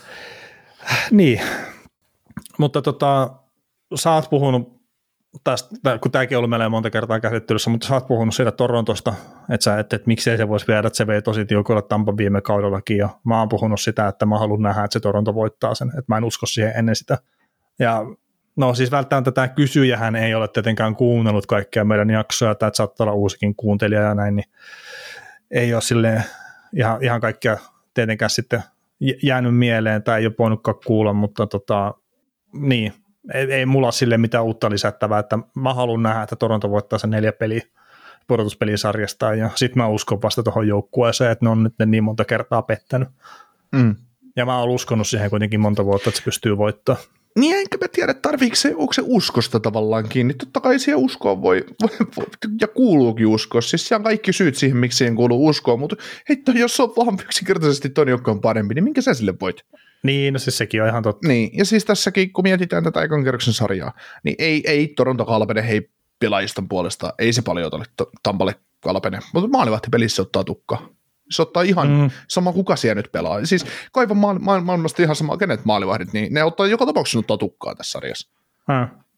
Niin, mutta tota, sä oot puhunut tästä, kun tämäkin on ollut meillä monta kertaa käsittelyssä, mutta sä oot puhunut siitä Torontosta, että sä et, että miksei se voisi viedä, että se vei tosi tiukoilla Tampan viime kaudellakin, ja mä oon puhunut sitä, että mä haluan nähdä, että se Toronto voittaa sen, että mä en usko siihen ennen sitä. Ja no siis välttämättä tämä kysyjähän ei ole tietenkään kuunnellut kaikkia meidän jaksoja, että saattaa olla uusikin kuuntelija ja näin, niin ei ole silleen ihan, ihan kaikkia tietenkään sitten jäänyt mieleen tai ei ole voinutkaan kuulla, mutta tota, niin, ei, ei mulla ole silleen mitään uutta lisättävää, että mä haluan nähdä, että Toronto voittaa sen neljä peliä pudotuspelisarjasta ja sit mä uskon vasta tuohon joukkueeseen, että ne on nyt niin monta kertaa pettänyt. Mm. Ja mä oon uskonut siihen kuitenkin monta vuotta, että se pystyy voittamaan. Niin enkä mä tiedä, tarviiko se, onko se uskosta tavallaan kiinni. Totta kai siihen uskoon voi, voi, voi ja kuuluukin uskoa. Siis se on kaikki syyt siihen, miksi siihen kuuluu uskoa, mutta hei, jos on vaan yksinkertaisesti ton, joka on parempi, niin minkä sä sille voit? Niin, no siis sekin on ihan totta. Niin, ja siis tässäkin, kun mietitään tätä ekan kerroksen sarjaa, niin ei, ei Toronto kalpene hei pelaajiston puolesta, ei se paljon ole Tampalle kalpene, mutta maalivahtipelissä ottaa tukkaa. Se ottaa ihan mm. sama, kuka siellä nyt pelaa. Siis kaivan maal- ma- maailmasta ihan sama, kenet maalivahdit, niin ne ottaa joka tapauksessa ottaa tukkaa tässä sarjassa. Hmm.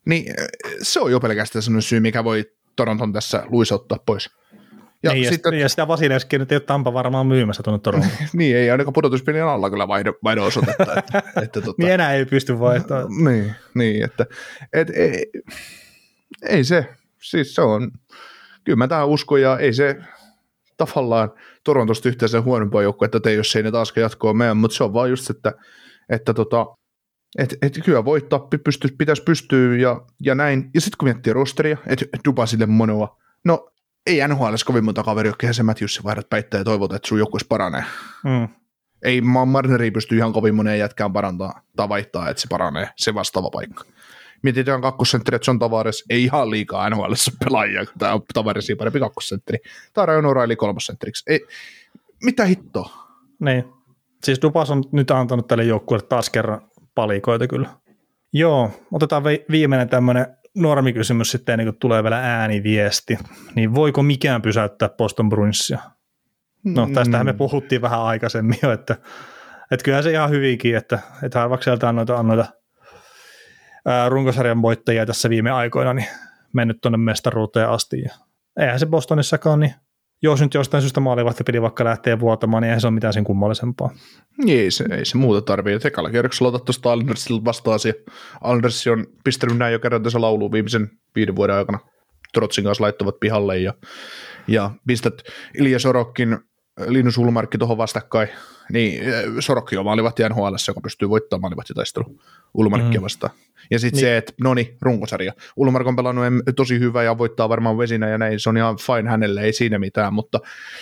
Niin se on jo pelkästään sellainen syy, mikä voi Toronton tässä luisauttaa pois. Ja, niin, sitten, ja sitä Vasilevskin nyt ei ole Tampa varmaan myymässä tuonne Torontoon. Niin, ei ainakaan pudotuspelien alla kyllä vaihdon osoitetta. Että, että, tota, niin enää ei pysty vaihtamaan. Niin, niin että et, ei, ei se, siis se on, kyllä mä tähän uskon ja ei se tavallaan Torontosta yhtään sen huonompaa joukkoa, että ei, jos ei ne taaskaan jatkoa meidän, mutta se on vaan just, että, että tota, et, et kyllä voittaa, pysty, pitäisi pystyä ja, ja näin. Ja sitten kun miettii rosteria, että Dubasille monoa, no ei N H L kovin monta kaveri, jotka ihan se Matthewsin vaihdat päittää ja toivotaan, että sun joukkueessa paranee. Mm. Ei Marneri pysty ihan kovin moneen jätkään parantaa tai vaihtaa, että se paranee, se vastaava paikka. Mietitään kakkosentteri, että John Tavares ei ihan liikaa N H L:ssä pelaajia, kun tämä on Tavaresiin parempi kakkosentteri. Tai Ryan O'Reilly kolmosentteriksi. Ei, mitä hittoa? Niin. Siis Dubas on nyt antanut tälle joukkueelle taas kerran palikoita kyllä. Joo, otetaan viimeinen tämmöinen normikysymys sitten, ennen kuin tulee vielä ääniviesti. Niin voiko mikään pysäyttää Boston Bruinsia? No tästähän me puhuttiin vähän aikaisemmin jo, että, että kyllähän se ihan hyvinkin, että, että harvakselta on noita, on noita ää, runkosarjan voittajia tässä viime aikoina niin mennyt tuonne mestaruuteen asti. Ja eihän se Bostonissakaan, niin jos nyt jostain syystä maalivahtipeli vaikka lähtee vuotamaan, niin eihän se ole mitään sen kummallisempaa. Ei se, ei se muuta tarvitse. Ekalla kierroksella otat tuosta Aldersilta vastaasi. Alders on pistänyt näin jo kerran tässä lauluun viimeisen viiden vuoden aikana. Trotsin kanssa laittavat pihalle ja, ja pistät Ilja Sorokkin, Linus Ulmarkki tuohon vastakkain. Niin Sorokki on maalivahti N H L:ssä, joka pystyy voittamaan maalivahtitaistelun Ulmarkkia mm. vastaan. Ja sitten niin. se, että no niin, runkosarja. Ulmark on pelannut tosi hyvä ja voittaa varmaan vesinä ja näin. Se on ihan fine hänelle, ei siinä mitään, mutta,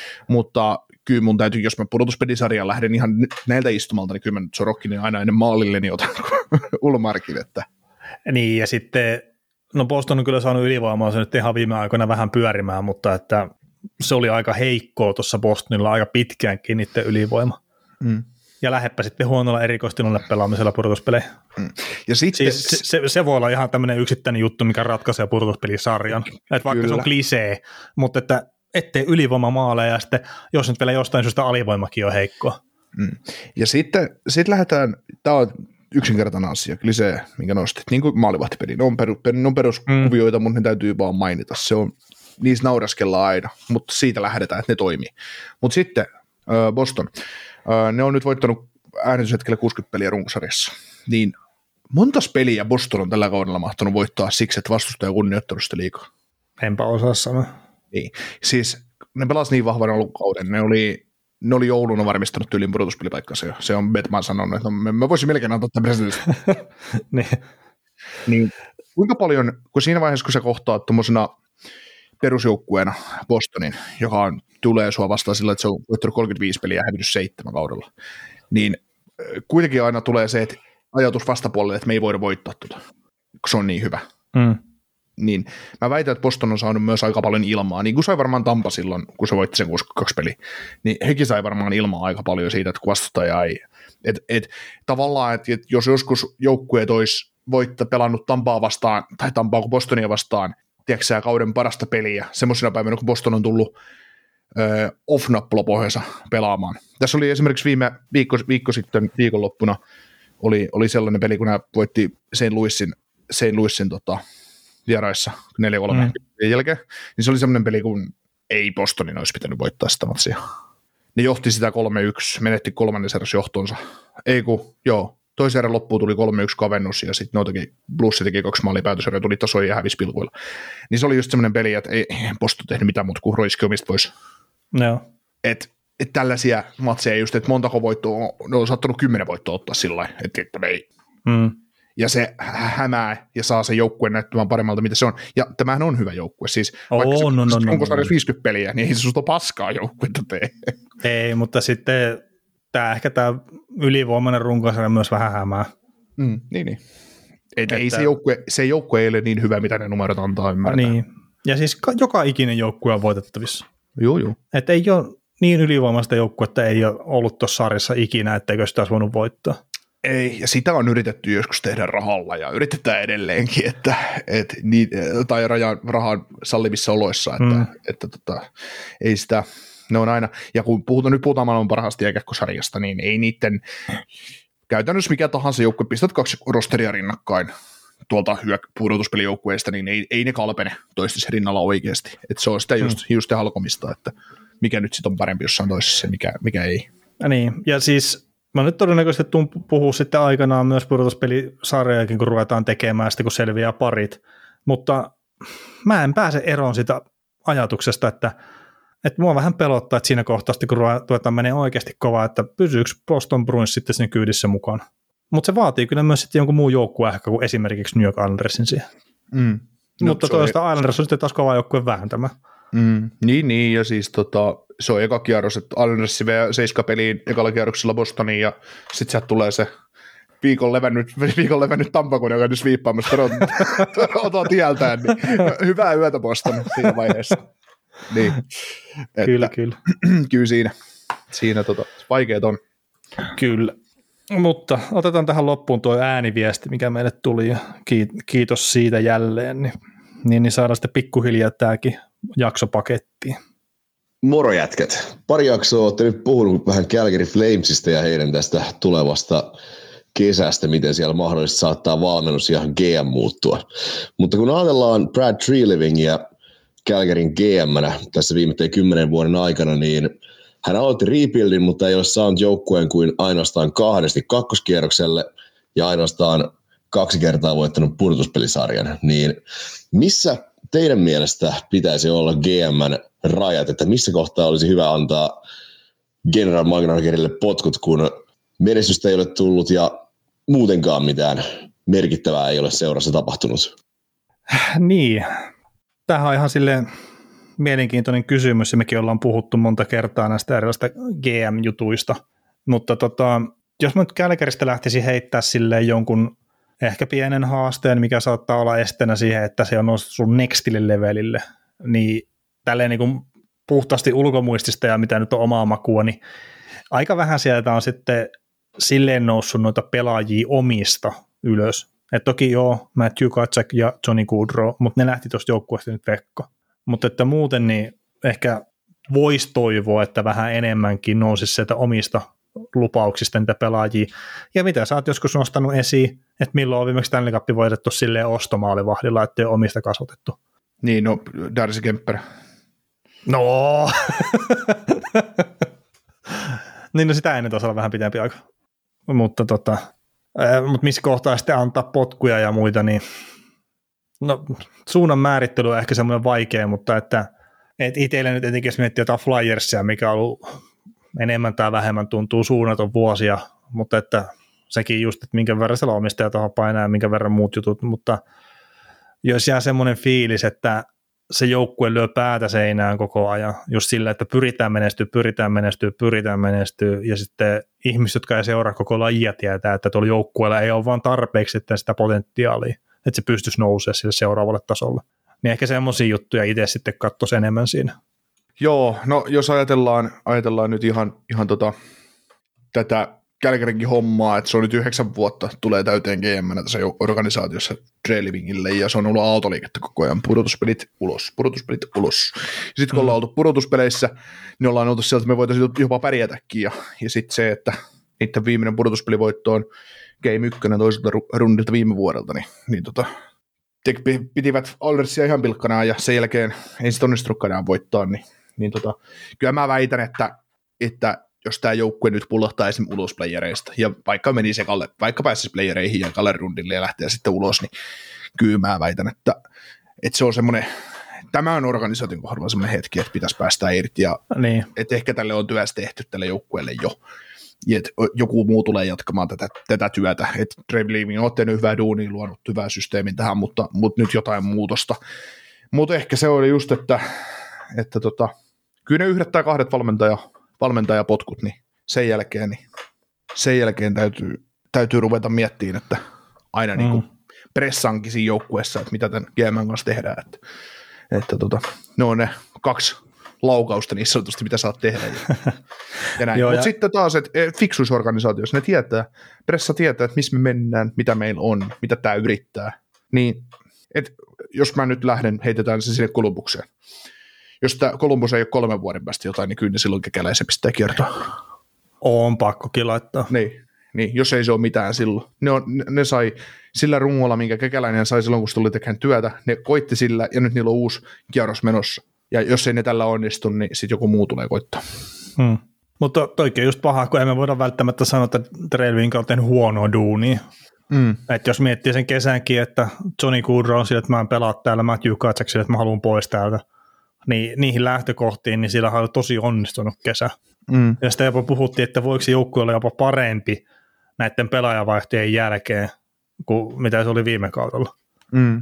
mutta kyllä mun täytyy, jos mä pudotuspelisarjaan lähden ihan näiltä istumalta, niin kyllä mä nyt Sorokkin niin aina ennen maalille niin otan Ulmarkin. Että. Niin ja sitten, no Boston on kyllä saanut ylivoimaa se nyt ihan viime aikoina vähän pyörimään, mutta että se oli aika heikkoa tuossa Bostonilla aika pitkäänkin niiden ylivoima. Mm. Ja lähdepä sitten huonolla erikoistilanne pelaamisella pudotuspeleihin. Mm. Ja sitten, siis se, se, se voi olla ihan tämmöinen yksittäinen juttu, mikä ratkaisee pudotuspelisarjan. Että vaikka kyllä. Se on klisee, mutta että ettei ylivoima maaleja ja sitten jos nyt vielä jostain syystä alivoimakin on heikkoa. Mm. Ja sitten sit lähdetään, tämä on yksinkertainen asia, klisee, minkä nostit, niin kuin maalivahtipeli. Ne on, peru, ne on peruskuvioita, mm. mutta ne täytyy vaan mainita. Se on, niissä nauraskellaan aina, mutta siitä lähdetään, että ne toimii. Mutta sitten äh, Boston. Ne on nyt voittanut äänityshetkellä kuusikymmentä peliä runkosarjassa. Niin montas peliä Boston on tällä kaudella mahtanut voittaa siksi, että vastustaja kunnioittanut sitä liikaa? Enpä osaa sanoa. Niin. Siis ne pelasi niin vahvan alkukauden. Ne oli, ne oli jouluna varmistanut tyylin pudotuspelipaikkansa jo. Se on Batman sanonut, että no, mä voisin melkein antaa tämän presidentistä. niin. niin. Kuinka paljon, kun siinä vaiheessa, kun sä kohtaat tuommoisena perusjoukkueena Bostonin, joka on, tulee sua vastaan sillä, että se on voittanut kolmekymmentäviisi peliä ja hävinnyt seitsemän kaudella, niin kuitenkin aina tulee se, että ajatus vastapuolelle, että me ei voida voittaa tuota, kun se on niin hyvä. Mm. Niin mä väitän, että Boston on saanut myös aika paljon ilmaa, niin kuin sai varmaan Tampa silloin, kun se voitti sen kuusikymmentäkaksi peliä, niin hekin sai varmaan ilmaa aika paljon siitä, että kun vastustaja ei, että et, tavallaan, että et, jos joskus joukkueet olisi voittaa pelannut Tampaa vastaan, tai Tampaa kuin Bostonia vastaan, tiedätkö kauden parasta peliä, semmoisena päivänä, kun Boston on tullut ö, off-nappulapohjansa pelaamaan. Tässä oli esimerkiksi viime viikko, viikko sitten viikonloppuna oli, oli sellainen peli, kun nämä voitti Saint Louisin, Saint Louisin tota, vieraissa neljä kolme mm. jälkeen, niin se oli sellainen peli, kun ei Bostonin olisi pitänyt voittaa sitä matsia. Ne johti sitä kolme yksi, menetti kolmannen eräs johtonsa. Ei kun, joo, toisen erän loppuun tuli kolme yksi kavennus ja sitten noitakin Blues teki kaksi maalia päätöserää, tuli tasoja ja hävisi pilkuilla. Niin se oli just semmoinen peli, että ei Boston tehnyt mitään muuta kuin roiski omista pois. No. Että et tällaisia matseja just, että montako voittoa, ne on saattanut kymmenen voittoa ottaa sillä lailla, että, että ei. Mm. Ja se hämää ja saa sen joukkueen näyttämään paremmalta, mitä se on. Ja tämähän on hyvä joukkue. Siis oh, vaikka no, no, no, onko no, no. viisikymmentä peliä, niin ei se susta paskaa joukkuetta tee. Ei, mutta sitten tämä ehkä tämä ylivoimainen runkosarja myös vähän hämää. Mm, niin, niin. Et ei se joukkue, se joukkue ei ole niin hyvä, mitä ne numerot antaa ymmärtää. Niin. Ja siis joka ikinen joukkue on voitettavissa. Joo, joo. Että ei ole niin ylivoimaista joukkuetta ei ole ollut tuossa sarjassa ikinä, etteikö sitä olisi voinut voittaa. Ei, ja sitä on yritetty joskus tehdä rahalla, ja yritetään edelleenkin, että, että niin, tai rajan, rahan sallimissa oloissa, että, mm. että, että tota, ei sitä, ne on aina, ja kun puhutaan, nyt puhutaan maailman parhaasta jääkiekkosarjasta, niin ei niiden, käytännössä mikä tahansa joukkue, pistät kaksi rosteria rinnakkain, tuolta hyök- pudotuspelijoukkueesta, niin ei, ei ne kalpene toistis rinnalla oikeasti. Että se on sitä just, mm. just halkomista, että mikä nyt sitten on parempi jossain toisessa ja mikä, mikä ei. Ja niin, ja siis mä nyt todennäköisesti tuun puhua sitten aikanaan myös pudotuspelisarjojakin, kun ruvetaan tekemään sitten, kun selviää parit. Mutta mä en pääse eroon sitä ajatuksesta, että, että mua vähän pelottaa, että siinä kohtaa, kun ruvetaan menee oikeasti kovaa, että pysyykö Boston Bruins sitten sinne kyydissä mukaan. Mutta se vaatii kyllä myös sitten jonkun muun joukkueen ehkä kuin esimerkiksi New York Islandersin siihen. Mm. No, mutta toista ei... Islanders on sitten taas kova joukkueen vääntämä. Mm. Niin, niin, ja siis tota, se on eka kierros, että Islanders vei seiska peliin ekalla kierroksella Bostoniin, ja sitten sieltä tulee se viikon levännyt, viikon levännyt Tampakone, joka nyt sviippaamassa Torontoa tieltään, niin hyvää yötä Boston siinä vaiheessa. Niin. Että, kyllä, kyllä. Kyllä siinä, siinä tota, vaikeet on. Kyllä. Mutta otetaan tähän loppuun tuo ääniviesti, mikä meille tuli, ja kiitos siitä jälleen, niin, niin, niin saadaan sitten pikkuhiljaa tämäkin jakso pakettiin. Moro jätkät. Pari jaksoa olette nyt puhunut vähän Calgary Flamesista ja heidän tästä tulevasta kesästä, miten siellä mahdollisesti saattaa valmennus ja G M muuttua. Mutta kun ajatellaan Brad Trelivingia Calgaryn G M:nä tässä viimeisten kymmenen vuoden aikana, niin hän aloitti rebuildin, mutta ei ole saanut joukkueen kuin ainoastaan kahdesti kakkoskierrokselle ja ainoastaan kaksi kertaa voittanut pudotuspelisarjan. Niin missä teidän mielestä pitäisi olla G M:n rajat, että missä kohtaa olisi hyvä antaa general managerille potkut, kun menestystä ei ole tullut ja muutenkaan mitään merkittävää ei ole seurassa tapahtunut? Niin, tämähän on ihan silleen mielenkiintoinen kysymys, ja mekin ollaan puhuttu monta kertaa näistä erilaisista G M-jutuista, mutta tota, jos mä nyt Calgarysta lähtisin heittää silleen jonkun ehkä pienen haasteen, mikä saattaa olla esteenä siihen, että se on noussut sun nextille levelille, niin tälleen niin kuin puhtaasti ulkomuistista ja mitä nyt on omaa makua, niin aika vähän sieltä on sitten silleen noussut noita pelaajia omista ylös. Et toki joo, Matthew Tkachuk ja Johnny Gaudreau, mutta ne lähti tuosta joukkueesta nyt vekko. Mutta että muuten niin ehkä voisi toivoa, että vähän enemmänkin nousisi sieltä omista lupauksista niitä pelaajia. Ja mitä sä oot joskus nostanut esiin, että milloin on viimeksi Stanley Cup voitettu silleen ostomaalivahdilla, ettei ole omista kasvatettu. Niin, no Darcy Kemper. No! Niin no sitä ennen taisi olla vähän pitempi aika. Mutta tota, mutta missä kohtaa sitten antaa potkuja ja muita, niin no suunnan määrittely on ehkä semmoinen vaikea, mutta että et itselle nyt etenkin jos miettii jotain Flyersia, mikä on ollut enemmän tai vähemmän tuntuu suunnaton vuosia, mutta että sekin just, että minkä verran siellä omistaja tuohon painaa ja minkä verran muut jutut, mutta jos jää semmoinen fiilis, että se joukkue lyö päätä seinään koko ajan, just sillä, että pyritään menestyä, pyritään menestyä, pyritään menestyä, ja sitten ihmiset, jotka ei seuraa koko lajia, tietää, että tuolla joukkueella ei ole vaan tarpeeksi sitten sitä potentiaalia, että se pystyisi nousemaan sille seuraavalle tasolle. Niin ehkä semmoisia juttuja itse sitten katsoisi enemmän siinä. Joo, no jos ajatellaan, ajatellaan nyt ihan, ihan tota, tätä Calgarynkin hommaa, että se on nyt yhdeksän vuotta, tulee täyteen G M:nä tässä organisaatiossa Trelivingille, ja se on ollut aaltoliikettä koko ajan, pudotuspelit ulos, pudotuspelit ulos. Ja sitten kun mm. ollaan oltu pudotuspeleissä, niin ollaan oltu sieltä, että me voitaisiin jopa pärjätäkin, ja, ja sitten se, että niiden viimeinen pudotuspelivoitto on Game ykkönen toiselta rundilta viime vuodelta, niin, niin tota, te pitivät Aldersia ihan pilkkanaan, ja sen jälkeen ei sitten onnistunutkaan voittaa, niin, niin tota, kyllä mä väitän, että, että jos tämä joukkue nyt pullahtaa esimerkiksi ulos playereista, ja vaikka meni sekalle, vaikka pääsisi playereihin ja ekalle rundille ja lähtee sitten ulos, niin kyllä mä väitän, että, että se on semmoinen, tämä on organisaation kohdalla semmoinen hetki, että pitäisi päästä irti, ja niin. Että ehkä tälle on työssä tehty tälle joukkueelle jo, ja että joku muu tulee jatkamaan tätä, tätä työtä, että Treliving on tehnyt hyvää duunia, luonut hyvää systeemin tähän, mutta, mutta nyt jotain muutosta, mutta ehkä se oli just, että, että tota, kyllä ne yhdet tai kahdet valmentaja valmentajapotkut, niin sen jälkeen, niin sen jälkeen täytyy, täytyy ruveta miettimään, että aina mm. niin kuin pressankin siinä joukkueessa, että mitä tämän G M:n kanssa tehdään, että, että tota, ne on ne kaksi laukausta niin sanotusti, mitä saat tehdä. Ja, ja näin. Mutta ja sitten taas, että fiksuusorganisaatiossa ne tietää, pressa tietää, että missä me mennään, mitä meillä on, mitä tämä yrittää, niin että jos mä nyt lähden, heitetään se sinne Kolumbukseen. Jos tämä Columbus ei ole kolmen vuoden päästä jotain, niin kyllä silloin kekäläisen pistää kiertoa. On pakkokin laittaa. Niin, niin jos ei se ole mitään silloin. Ne, on, ne, ne sai sillä rungolla, minkä Kekäläinen sai silloin, kun se tuli tekemään työtä, ne koitti sillä, ja nyt niillä on uusi kierros menossa. Ja jos ei ne tällä onnistu, niin sitten joku muu tulee koittaa. Hmm. Mutta toikin on just paha, kun emme voida välttämättä sanoa, että Trailwinka on tehnyt huonoa duunia. Mm. Että jos miettii sen kesänkin, että Johnny Goodrow on sille, että mä en pelaa täällä, Matthew Tkachuk sille, että mä haluan pois täältä, niin niihin lähtökohtiin, niin sillä on tosi onnistunut kesä. Mm. Ja sitten jopa puhuttiin, että voiko se joukkue olla jopa parempi näiden pelaajavaihtojen jälkeen, kuin mitä se oli viime kaudella. Mm.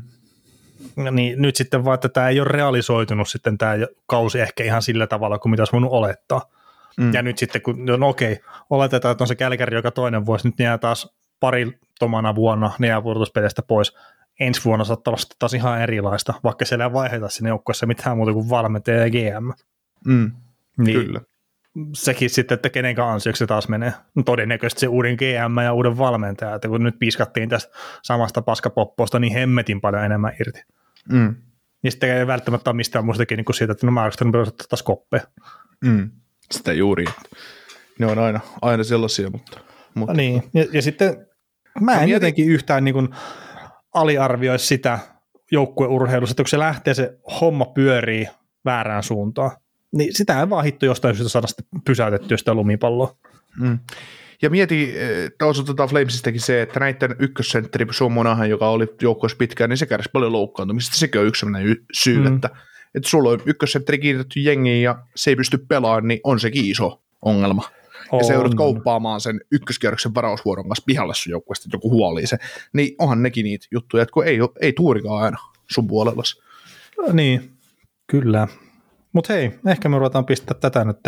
Niin nyt sitten vaan, että tämä ei ole realisoitunut sitten tämä kausi ehkä ihan sillä tavalla, kuin mitä olisi voinut olettaa. Mm. Ja nyt sitten, kun no okei, oletetaan, että on se Kälkäri joka toinen vuosi, nyt ne jää taas paritomana vuonna, ne jää pudotuspeleistä pois. Ensi vuonna saattaa olla taas ihan erilaista, vaikka siellä ei vaiheta sinne joukkueessa mitään muuta kuin valmentaja ja G M. Mm. Niin Kyllä. Sekin sitten, että kenenkaan ansioksi se taas menee. No todennäköisesti se uuden G M ja uuden valmentaja, että kun nyt piskattiin tästä samasta paskapopposta, niin hemmetin paljon enemmän irti. Mm. Niin sitten ei välttämättä ole mistään muustakin niin kuin siitä, että no mä oikeastaan perustaa taas koppeja. Mm. Sitä juuri. Ne on aina, aina sellaisia, mutta... mutta. Niin, ja, ja sitten mä en no, jotenkin yhtään niin kuin aliarvioi sitä joukkueurheilussa, että kun se lähtee, se homma pyörii väärään suuntaan, niin sitä ei vaan hitto jostain syystä saada pysäytettyä sitä lumipalloa. Mm. Ja mieti, taas otetaan Flamesistäkin se, että näiden ykkössentteri Suomonahan, joka oli joukkueessa pitkään, niin se kärsi paljon loukkaantumista. Sekin on yksi sellainen syy, mm. että, että sulla on ykkössentteri kiinnitetty jengiin ja se ei pysty pelaamaan, niin on sekin iso ongelma. On. Ja se joudut kauppaamaan sen ykköskierroksen varausvuoron kanssa pihalle sun joukkueesta, että joku huolii se. Niin onhan nekin niitä juttuja, että kun ei, ei tuurikaan aina sun puolellasi. No niin, kyllä. Mutta hei, ehkä me ruvetaan pistää tätä nyt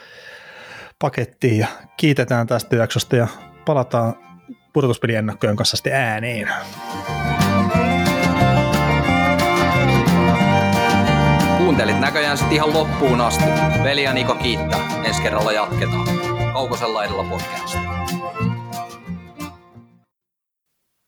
pakettiin ja kiitetään tästä jaksosta ja palataan pudotuspeliennakkojen kanssa sitten ääneen. Kuuntelit näköjään sitten ihan loppuun asti. Veli ja Niko kiittää. Ensi kerralla jatketaan. Kaukosella edellä podcast.